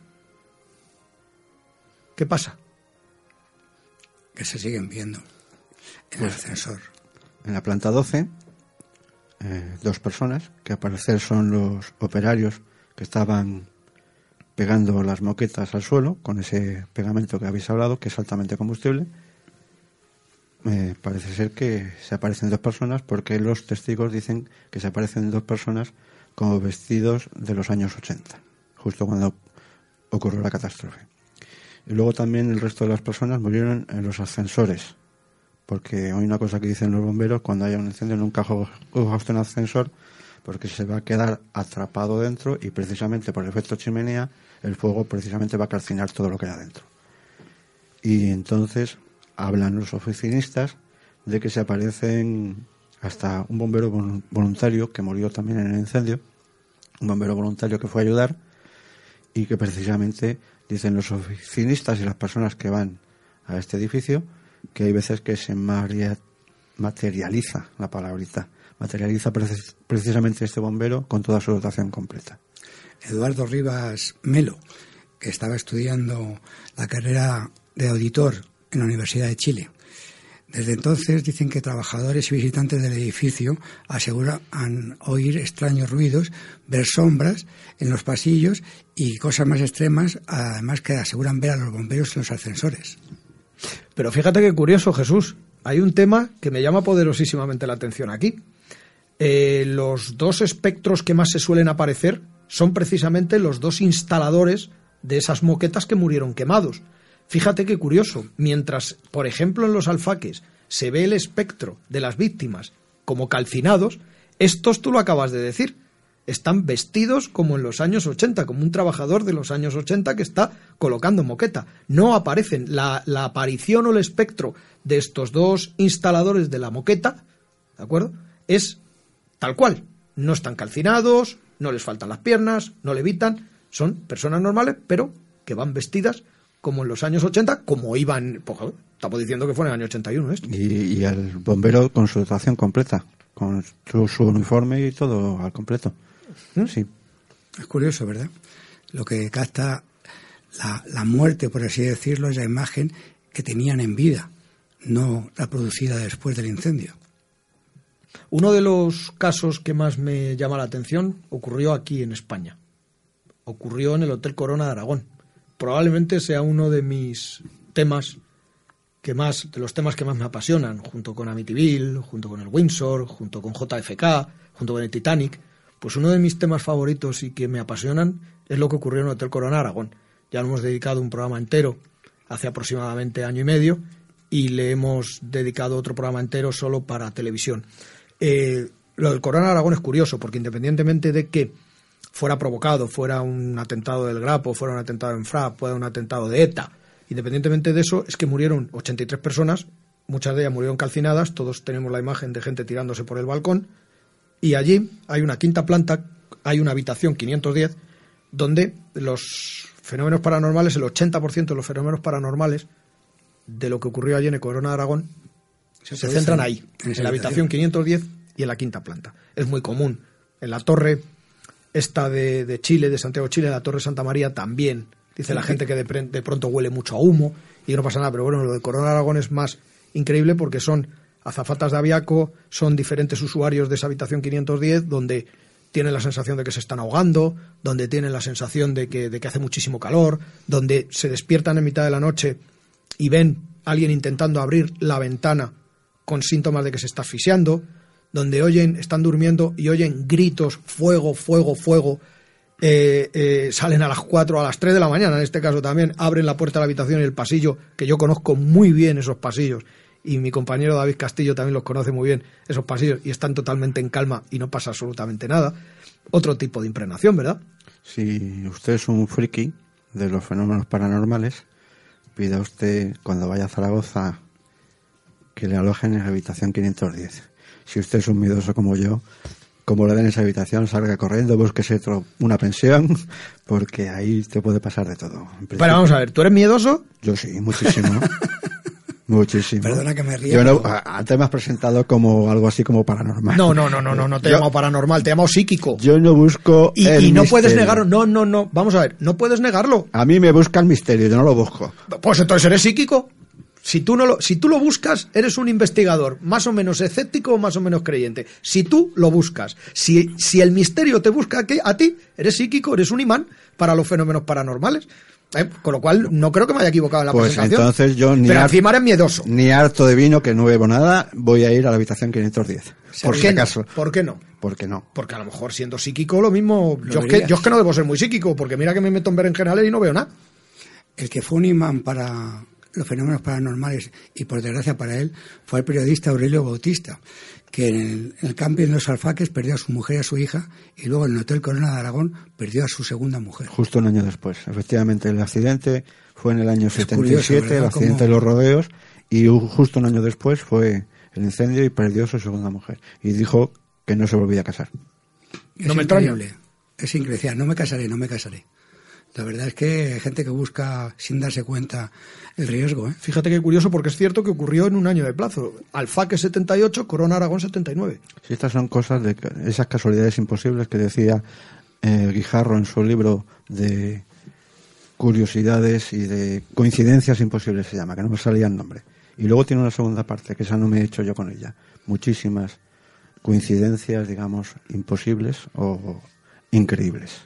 S1: ¿qué pasa?
S10: Que se siguen viendo en el ascensor.
S9: En la planta 12, 2 personas, que al parecer son los operarios que estaban pegando las moquetas al suelo con ese pegamento que habéis hablado, que es altamente combustible. Parece ser que se aparecen 2 personas porque los testigos dicen que se aparecen 2 personas como vestidos de los años 80, justo cuando ocurrió la catástrofe. Y luego también el resto de las personas murieron en los ascensores, porque hay una cosa que dicen los bomberos: cuando haya un incendio nunca coja usted un ascensor, porque se va a quedar atrapado dentro y precisamente por el efecto chimenea el fuego precisamente va a calcinar todo lo que hay adentro. Y entonces hablan los oficinistas de que se aparecen hasta un bombero voluntario que murió también en el incendio, un bombero voluntario que fue a ayudar, y que precisamente dicen los oficinistas y las personas que van a este edificio que hay veces que se materializa la palabrita, materializa precisamente este bombero con toda su dotación completa.
S10: Eduardo Rivas Melo, que estaba estudiando la carrera de auditor en la Universidad de Chile. Desde entonces dicen que trabajadores y visitantes del edificio aseguran oír extraños ruidos, ver sombras en los pasillos y cosas más extremas, además que aseguran ver a los bomberos en los ascensores.
S1: Pero fíjate qué curioso, Jesús. Hay un tema que me llama poderosísimamente la atención aquí. Los 2 espectros que más se suelen aparecer son precisamente los 2 instaladores de esas moquetas que murieron quemados. Fíjate qué curioso, mientras, por ejemplo, en los alfaques se ve el espectro de las víctimas como calcinados, estos, tú lo acabas de decir, están vestidos como en los años 80, como un trabajador de los años 80 que está colocando moqueta. No aparecen. La aparición o el espectro de estos 2 instaladores de la moqueta, ¿de acuerdo?, es tal cual. No están calcinados, no les faltan las piernas, no levitan, son personas normales, pero que van vestidas como en los años 80, como iban, pues, estamos diciendo que fue en el año 81 esto.
S9: Y el bombero con su dotación completa, con su uniforme y todo al completo. Sí.
S10: Es curioso, ¿verdad? Lo que capta la muerte, por así decirlo, es la imagen que tenían en vida, no la producida después del incendio.
S1: Uno de los casos que más me llama la atención ocurrió aquí en España. Ocurrió en el Hotel Corona de Aragón. Probablemente sea uno de mis temas de los temas que más me apasionan, junto con Amityville, junto con el Windsor, junto con JFK, junto con el Titanic. Pues uno de mis temas favoritos y que me apasionan es lo que ocurrió en el Hotel Corona de Aragón. Ya le hemos dedicado un programa entero hace aproximadamente 1 año y medio y le hemos dedicado otro programa entero solo para televisión. Lo del Corona de Aragón es curioso porque independientemente de que fuera provocado, fuera un atentado del Grapo, fuera un atentado en FRA, fuera un atentado de ETA, independientemente de eso, es que murieron 83 personas, muchas de ellas murieron calcinadas, todos tenemos la imagen de gente tirándose por el balcón, y allí hay una 5ª planta, hay una habitación 510, donde los fenómenos paranormales, el 80% de los fenómenos paranormales de lo que ocurrió allí en el Corona de Aragón se centran ahí, en la habitación 510 y en la 5ª planta. Es muy común. En la torre esta de Chile, de Santiago de Chile, la Torre Santa María también. Dice la gente que de pronto huele mucho a humo y no pasa nada. Pero bueno, lo de Corona de Aragón es más increíble porque son azafatas de Aviaco, son diferentes usuarios de esa habitación 510 donde tienen la sensación de que se están ahogando, donde tienen la sensación de que hace muchísimo calor, donde se despiertan en mitad de la noche y ven a alguien intentando abrir la ventana con síntomas de que se está asfixiando, donde están durmiendo y oyen gritos, fuego, fuego, fuego, salen a las 4, a las 3 de la mañana, en este caso también, abren la puerta de la habitación y el pasillo, que yo conozco muy bien esos pasillos, y mi compañero David Castillo también los conoce muy bien, esos pasillos, y están totalmente en calma y no pasa absolutamente nada. Otro tipo de impregnación, ¿verdad?
S9: Si usted es un friki de los fenómenos paranormales, pida usted cuando vaya a Zaragoza que le alojen en la habitación 510. Si usted es un miedoso como yo, como le den esa habitación, salga corriendo, búsquese una pensión, porque ahí te puede pasar de todo.
S1: Pero vamos a ver, ¿tú eres miedoso?
S9: Yo sí, muchísimo. Muchísimo.
S10: Perdona que me ría.
S9: Yo no, antes me has presentado como algo así como paranormal.
S1: No te he llamado paranormal, te he llamado psíquico.
S9: Yo no busco
S1: y no puedes negarlo. No, vamos a ver, no puedes negarlo.
S9: A mí me busca el misterio, yo no lo busco.
S1: Pues entonces eres psíquico. Si tú lo buscas, eres un investigador más o menos escéptico o más o menos creyente. Si tú lo buscas, si el misterio te busca a ti, eres psíquico, eres un imán para los fenómenos paranormales. Con lo cual, no creo que me haya equivocado en la presentación.
S9: Entonces yo
S1: pero encima eres miedoso.
S9: Ni harto de vino, que no bebo nada, voy a ir a la habitación 510.
S1: ¿Por qué no? ¿Por qué no?
S9: ¿Por qué no?
S1: Porque a lo mejor siendo psíquico lo mismo... Yo es que no debo ser muy psíquico, porque mira que me meto en berenjenales y no veo nada.
S10: El que fue un imán para los fenómenos paranormales, y por desgracia para él, fue el periodista Aurelio Bautista, que en el camping de los Alfaques perdió a su mujer y a su hija, y luego en el Hotel Corona de Aragón perdió a su segunda mujer.
S9: Justo un año después. Efectivamente, el accidente fue en el año 77, curioso, el accidente de los rodeos, y justo un año después fue el incendio y perdió a su segunda mujer. Y dijo que no se volvía a casar.
S10: No me increíble. Es increíble. No me casaré. La verdad es que hay gente que busca sin darse cuenta el riesgo.
S1: Fíjate qué curioso, porque es cierto que ocurrió en un año de plazo. Alfaque 78, Corona Aragón 79.
S9: Sí, estas son cosas de esas casualidades imposibles que decía Guijarro en su libro de curiosidades y de coincidencias imposibles, se llama, que no me salía el nombre. Y luego tiene una segunda parte, que esa no me he hecho yo con ella. Muchísimas coincidencias, digamos, imposibles o increíbles.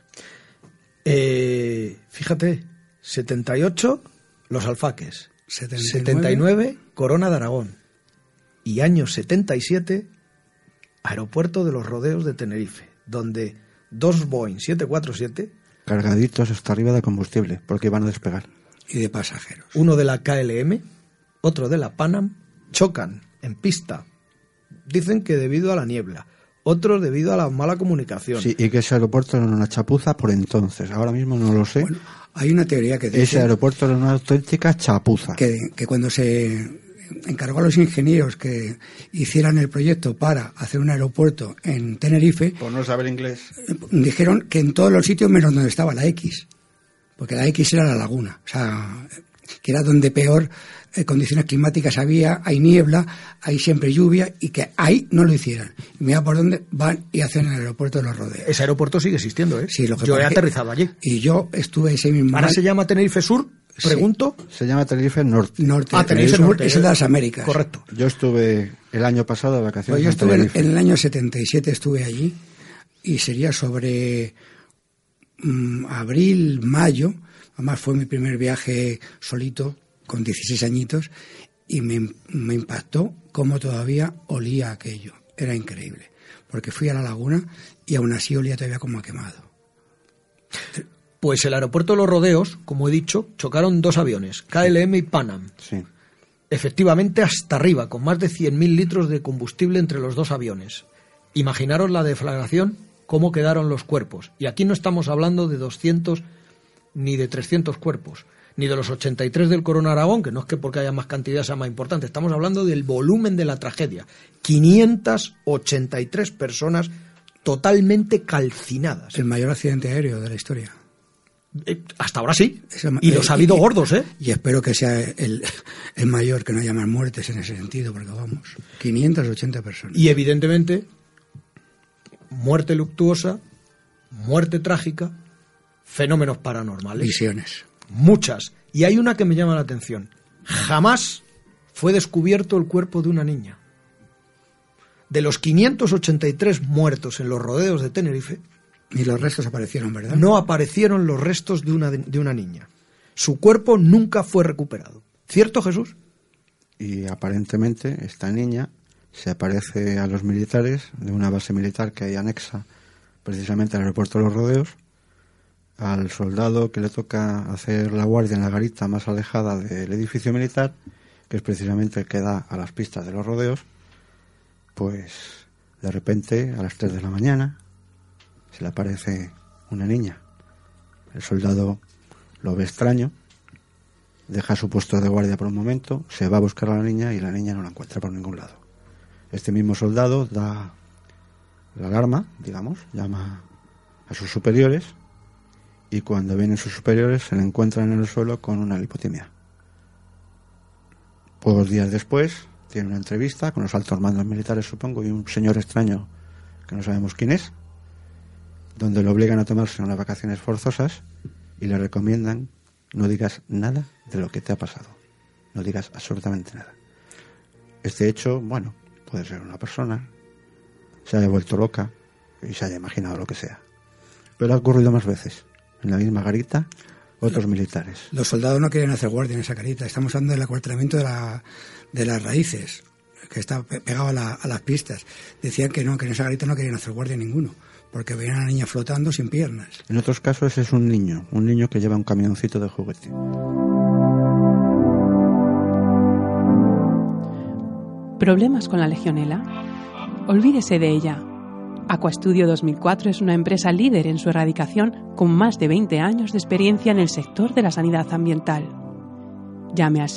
S1: Fíjate, 78 los Alfaques, 79 Corona de Aragón y año 77 Aeropuerto de los Rodeos de Tenerife, donde dos Boeing 747
S9: cargaditos hasta arriba de combustible porque iban a despegar
S10: y de pasajeros,
S1: uno de la KLM, otro de la Panam, chocan en pista, dicen que debido a la niebla, otros debido a la mala comunicación.
S9: Sí, y que ese aeropuerto era una chapuza por entonces. Ahora mismo no lo sé.
S10: Bueno, hay una teoría que dice...
S9: Ese aeropuerto era una auténtica chapuza.
S10: Que cuando se encargó a los ingenieros que hicieran el proyecto para hacer un aeropuerto en Tenerife...
S9: Por no saber inglés.
S10: Dijeron que en todos los sitios menos donde estaba la X. Porque la X era la laguna. O sea, que era donde peor... condiciones climáticas había, hay niebla, hay siempre lluvia, y que ahí no lo hicieran. Y mira por dónde van y hacen el aeropuerto de los Rodeos.
S1: Ese aeropuerto sigue existiendo, ¿eh?
S10: Sí,
S1: yo he aterrizado allí.
S10: Y yo estuve ese mismo...
S1: ¿Ahora se llama Tenerife Sur? Pregunto.
S9: Sí, se llama Tenerife Norte.
S10: Tenerife Norte es el de las Américas.
S1: Correcto.
S9: Yo estuve el año pasado de vacaciones.
S10: Pues yo estuve en el año 77, estuve allí, y sería sobre abril, mayo. Además fue mi primer viaje solito, con 16 añitos, y me impactó cómo todavía olía aquello. Era increíble, porque fui a la laguna y aún así olía todavía como a quemado.
S1: Pues el aeropuerto de los Rodeos, como he dicho, chocaron dos aviones, KLM y Panam.
S9: Sí.
S1: Efectivamente hasta arriba, con más de 100.000 litros de combustible entre los dos aviones. Imaginaros la deflagración, cómo quedaron los cuerpos. Y aquí no estamos hablando de 200 ni de 300 cuerpos, ni de los 83 del Corona Aragón, que no es que porque haya más cantidad sea más importante, estamos hablando del volumen de la tragedia. 583 personas totalmente calcinadas.
S10: El mayor accidente aéreo de la historia.
S1: Hasta ahora sí, y los ha habido gordos, ¿eh?
S10: Y espero que sea el mayor, que no haya más muertes en ese sentido, porque vamos, 580 personas.
S1: Y evidentemente, muerte luctuosa, muerte trágica, fenómenos paranormales.
S10: Visiones.
S1: Muchas. Y hay una que me llama la atención. Jamás fue descubierto el cuerpo de una niña. De los 583 muertos en los rodeos de Tenerife...
S10: Ni los restos aparecieron, ¿verdad?
S1: No aparecieron los restos de una niña. Su cuerpo nunca fue recuperado. ¿Cierto, Jesús?
S9: Y aparentemente esta niña se aparece a los militares de una base militar que hay anexa precisamente al aeropuerto de los Rodeos, al soldado que le toca hacer la guardia en la garita más alejada del edificio militar, que es precisamente el que da a las pistas de los Rodeos, pues de repente a las 3 de la mañana se le aparece una niña El soldado lo ve extraño, deja su puesto de guardia por un momento, se va a buscar a la niña y la niña no la encuentra por ningún lado. Este mismo soldado da la alarma, digamos, llama a sus superiores y cuando vienen sus superiores se le encuentran en el suelo con una lipotimia. Pocos días después tiene una entrevista con los altos mandos militares, supongo, y un señor extraño que no sabemos quién es, donde lo obligan a tomarse unas vacaciones forzosas y le recomiendan: no digas nada de lo que te ha pasado, no digas absolutamente nada. Este hecho, bueno, puede ser una persona se haya vuelto loca y se haya imaginado lo que sea, pero ha ocurrido más veces en la misma garita. Otros militares.
S10: Los soldados no quieren hacer guardia en esa garita. Estamos hablando del acuartelamiento de las raíces, que está pegado a las pistas. Decían que no, que en esa garita no querían hacer guardia ninguno, porque veían a la niña flotando sin piernas.
S9: En otros casos es un niño que lleva un camioncito de juguete.
S11: ¿Problemas con la legionela? Olvídese de ella. Aquastudio 2004 es una empresa líder en su erradicación con más de 20 años de experiencia en el sector de la sanidad ambiental. Llame al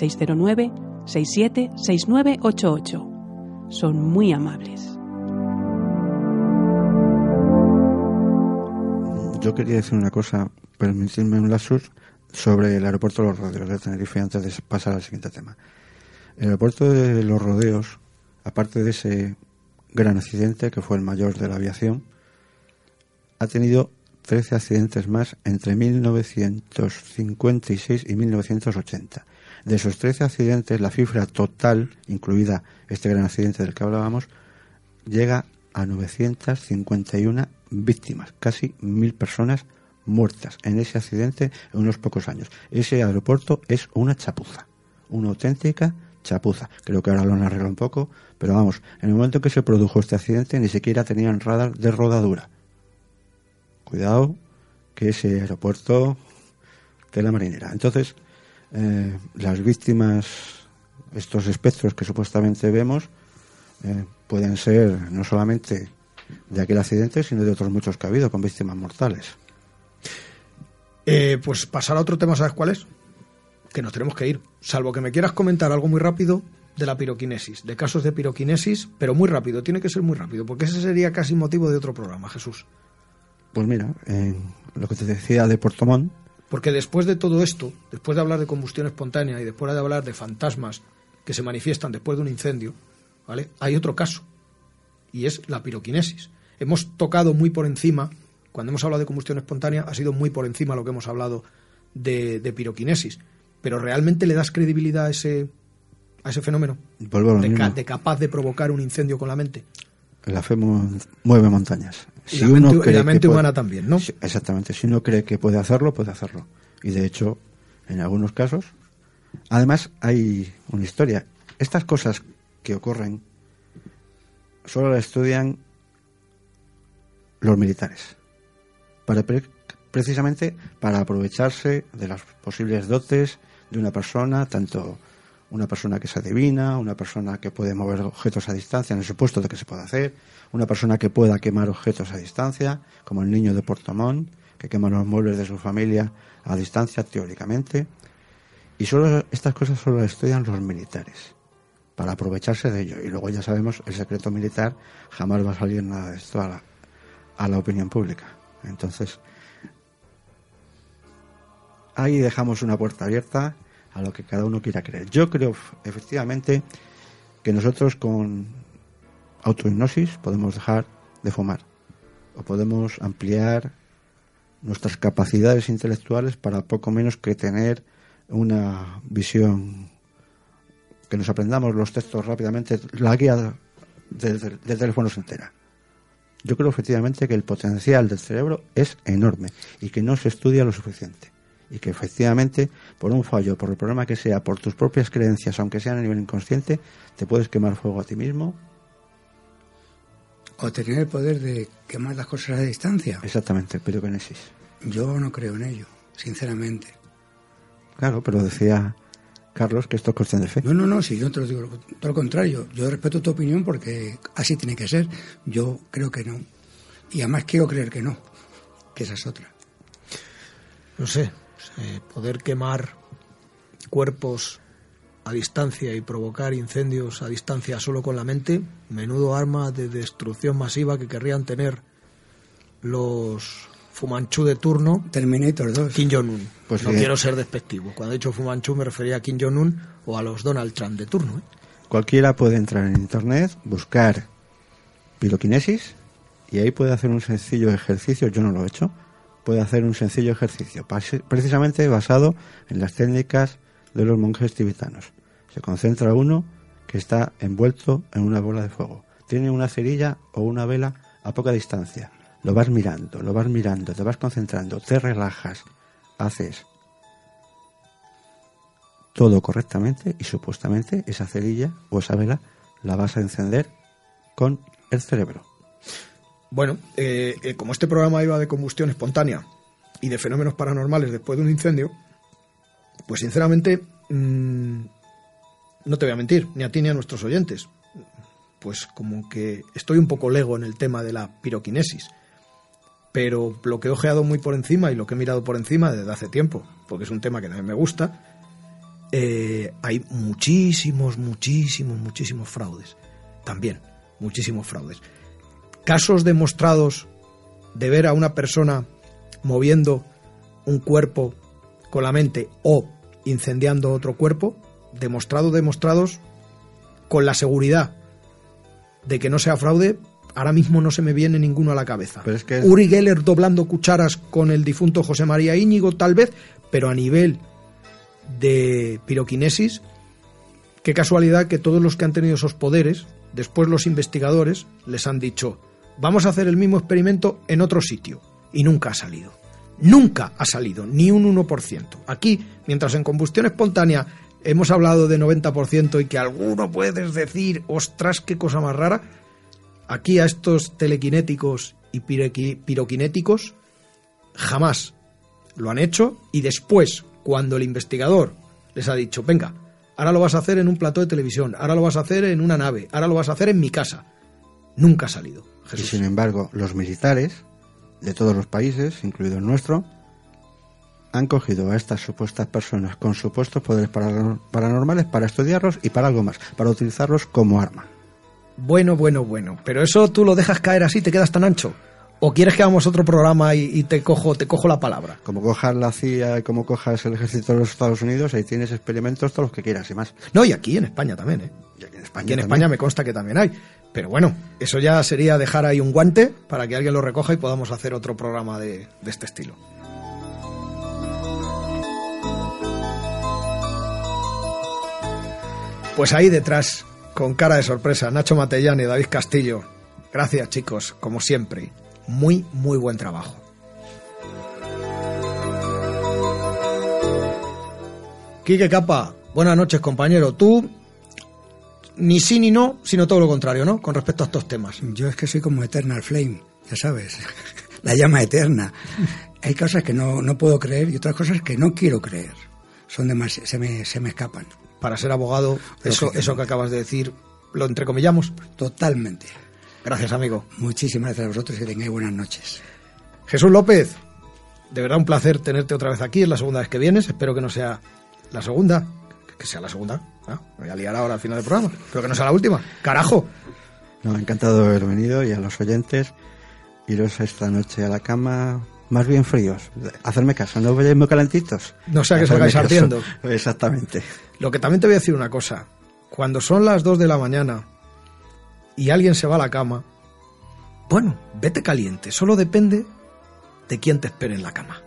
S11: 609-676988. Son muy amables.
S9: Yo quería decir una cosa, permitirme un lapsus, sobre el aeropuerto de Los Rodeos de Tenerife antes de pasar al siguiente tema. El aeropuerto de Los Rodeos, aparte de ese gran accidente, que fue el mayor de la aviación, ha tenido 13 accidentes más entre 1956 y 1980. De esos 13 accidentes, la cifra total, incluida este gran accidente del que hablábamos, llega a 951 víctimas, casi 1.000 personas muertas en ese accidente en unos pocos años. Ese aeropuerto es una chapuza, una auténtica chapuza. Creo que ahora lo han arreglado un poco, pero vamos, en el momento en que se produjo este accidente ni siquiera tenían radar de rodadura. Cuidado, que ese aeropuerto tela marinera. Entonces, las víctimas, estos espectros que supuestamente vemos, pueden ser no solamente de aquel accidente, sino de otros muchos que ha habido con víctimas mortales.
S1: Pues pasar a otro tema, ¿sabes cuál es? Que nos tenemos que ir, salvo que me quieras comentar algo muy rápido de la piroquinesis, de casos de piroquinesis, pero muy rápido, tiene que ser muy rápido, porque ese sería casi motivo de otro programa, Jesús.
S9: Pues mira, lo que te decía de Puerto Montt.
S1: Porque después de todo esto, después de hablar de combustión espontánea y después de hablar de fantasmas que se manifiestan después de un incendio, ¿vale? Hay otro caso, y es la piroquinesis. Hemos tocado muy por encima, cuando hemos hablado de combustión espontánea, ha sido muy por encima lo que hemos hablado de piroquinesis. Pero ¿realmente le das credibilidad a ese fenómeno? De capaz de provocar un incendio con la mente.
S9: La fe mueve montañas.
S1: Y la mente humana también, ¿no?
S9: Exactamente. Si uno cree que puede hacerlo, puede hacerlo. Y de hecho, en algunos casos, además hay una historia. Estas cosas que ocurren solo las estudian los militares. Precisamente para aprovecharse de las posibles dotes de una persona, tanto una persona que se adivina, una persona que puede mover objetos a distancia, en el supuesto de que se pueda hacer, una persona que pueda quemar objetos a distancia, como el niño de Puerto Montt, que quema los muebles de su familia a distancia, teóricamente. Y estas cosas solo las estudian los militares, para aprovecharse de ello. Y luego ya sabemos, el secreto militar jamás va a salir nada de esto a la opinión pública. Entonces, ahí dejamos una puerta abierta a lo que cada uno quiera creer. Yo creo, efectivamente, que nosotros con autohipnosis podemos dejar de fumar o podemos ampliar nuestras capacidades intelectuales para poco menos que tener una visión, que nos aprendamos los textos rápidamente, la guía del teléfono se entera. Yo creo efectivamente que el potencial del cerebro es enorme y que no se estudia lo suficiente. Y que efectivamente, por un fallo, por el problema que sea, por tus propias creencias, aunque sean a nivel inconsciente, te puedes quemar fuego a ti mismo.
S10: O tener el poder de quemar las cosas a distancia.
S9: Exactamente, piroquinesis.
S10: Yo no creo en ello, sinceramente.
S9: Claro, pero decía Carlos que esto es cuestión de fe.
S10: No, si yo te lo digo, todo lo contrario. Yo respeto tu opinión porque así tiene que ser. Yo creo que no. Y además quiero creer que no, que esa es otra.
S1: no sé, poder quemar cuerpos a distancia y provocar incendios a distancia solo con la mente, menudo arma de destrucción masiva que querrían tener los Fumanchu de turno.
S10: Terminator 2.
S1: Kim Jong-un.
S9: Pues
S1: no
S9: bien.
S1: quiero ser despectivo. Cuando he dicho Fumanchu me refería a Kim Jong-un o a los Donald Trump de turno.
S9: Cualquiera puede entrar en internet, buscar piroquinesis y ahí puede hacer un sencillo ejercicio. Yo no lo he hecho. Puede hacer un sencillo ejercicio precisamente basado en las técnicas de los monjes tibetanos. Se concentra uno que está envuelto en una bola de fuego. Tiene una cerilla o una vela a poca distancia. Lo vas mirando, te vas concentrando, te relajas, haces todo correctamente y supuestamente esa cerilla o esa vela la vas a encender con el cerebro.
S1: Bueno, como este programa iba de combustión espontánea y de fenómenos paranormales después de un incendio, pues sinceramente no te voy a mentir, ni a ti ni a nuestros oyentes. Pues como que estoy un poco lego en el tema de la piroquinesis. Pero lo que he ojeado muy por encima y lo que he mirado por encima desde hace tiempo, porque es un tema que también me gusta, hay muchísimos fraudes. También, muchísimos fraudes. Casos demostrados de ver a una persona moviendo un cuerpo con la mente o incendiando otro cuerpo, demostrados con la seguridad de que no sea fraude. Ahora mismo no se me viene ninguno a la cabeza.
S9: Pero es que
S1: Uri Geller doblando cucharas con el difunto José María Íñigo, tal vez, pero a nivel de piroquinesis, qué casualidad que todos los que han tenido esos poderes, después los investigadores les han dicho, vamos a hacer el mismo experimento en otro sitio, y nunca ha salido. Nunca ha salido, ni un 1%. Aquí, mientras en combustión espontánea hemos hablado de 90% y que alguno puedes decir, ostras, qué cosa más rara, aquí a estos telequinéticos y piroquinéticos jamás lo han hecho, y después, cuando el investigador les ha dicho, venga, ahora lo vas a hacer en un plató de televisión, ahora lo vas a hacer en una nave, ahora lo vas a hacer en mi casa, nunca ha salido. Jesús.
S9: Y sin embargo, los militares de todos los países, incluido el nuestro, han cogido a estas supuestas personas con supuestos poderes paranormales para estudiarlos y para algo más, para utilizarlos como arma.
S1: Bueno, pero eso tú lo dejas caer así, te quedas tan ancho. ¿O quieres que hagamos otro programa y te cojo la palabra?
S9: Como cojas la CIA y como cojas el ejército de los Estados Unidos, ahí tienes experimentos todos los que quieras y más.
S1: No, y aquí en España también, ¿eh?
S9: Y aquí
S1: aquí en España me consta que también hay. Pero bueno, eso ya sería dejar ahí un guante para que alguien lo recoja y podamos hacer otro programa de este estilo. Pues ahí detrás, con cara de sorpresa, Nacho Matellán y David Castillo. Gracias, chicos, como siempre. Muy buen trabajo. Quique Capa, buenas noches, compañero. Tú, ni sí ni no, sino todo lo contrario, ¿no? Con respecto a estos temas.
S10: Yo es que soy como Eternal Flame, ya sabes, la llama eterna. Hay cosas que no puedo creer y otras cosas que no quiero creer. Son demasiado, se me escapan.
S1: Para ser abogado, eso que acabas de decir, ¿lo entrecomillamos?
S10: Totalmente.
S1: Gracias, amigo.
S10: Muchísimas gracias a vosotros y que tengáis buenas noches.
S1: Jesús López, de verdad un placer tenerte otra vez aquí. Es la segunda vez que vienes. Espero que no sea la segunda. Que sea la segunda. Me voy a liar ahora al final del programa. Pero que no sea la última. ¡Carajo!
S9: No, encantado de haber venido, y a los oyentes, iros esta noche a la cama más bien fríos. Hacerme caso, no vayáis muy calentitos.
S1: No sea que salgáis ardiendo.
S9: Exactamente.
S1: Lo que también te voy a decir una cosa. Cuando son las 2 de la mañana y alguien se va a la cama, bueno, vete caliente. Solo depende de quién te espere en la cama.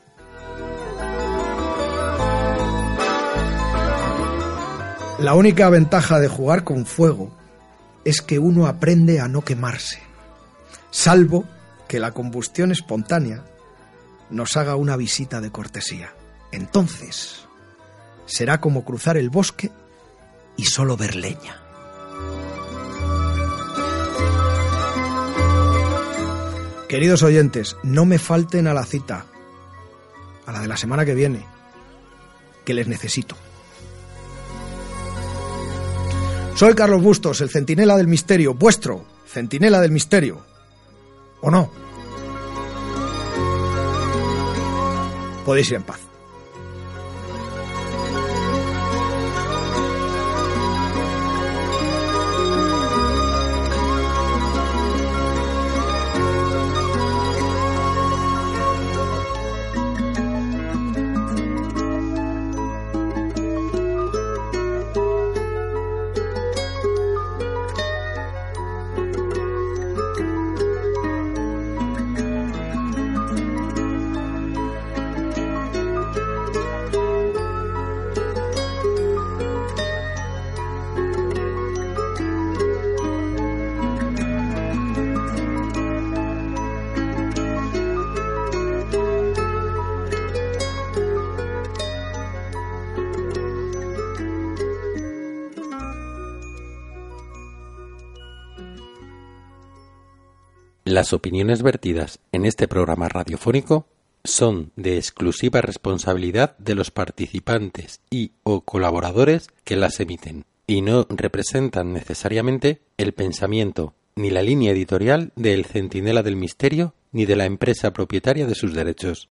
S1: La única ventaja de jugar con fuego es que uno aprende a no quemarse, salvo que la combustión espontánea nos haga una visita de cortesía. Entonces, será como cruzar el bosque y solo ver leña. Queridos oyentes, no me falten a la cita, a la de la semana que viene, que les necesito. Soy Carlos Bustos, el centinela del misterio, vuestro centinela del misterio. ¿O no? podéis ir en paz.
S12: Las opiniones vertidas en este programa radiofónico son de exclusiva responsabilidad de los participantes y o colaboradores que las emiten y no representan necesariamente el pensamiento ni la línea editorial de El Centinela del Misterio ni de la empresa propietaria de sus derechos.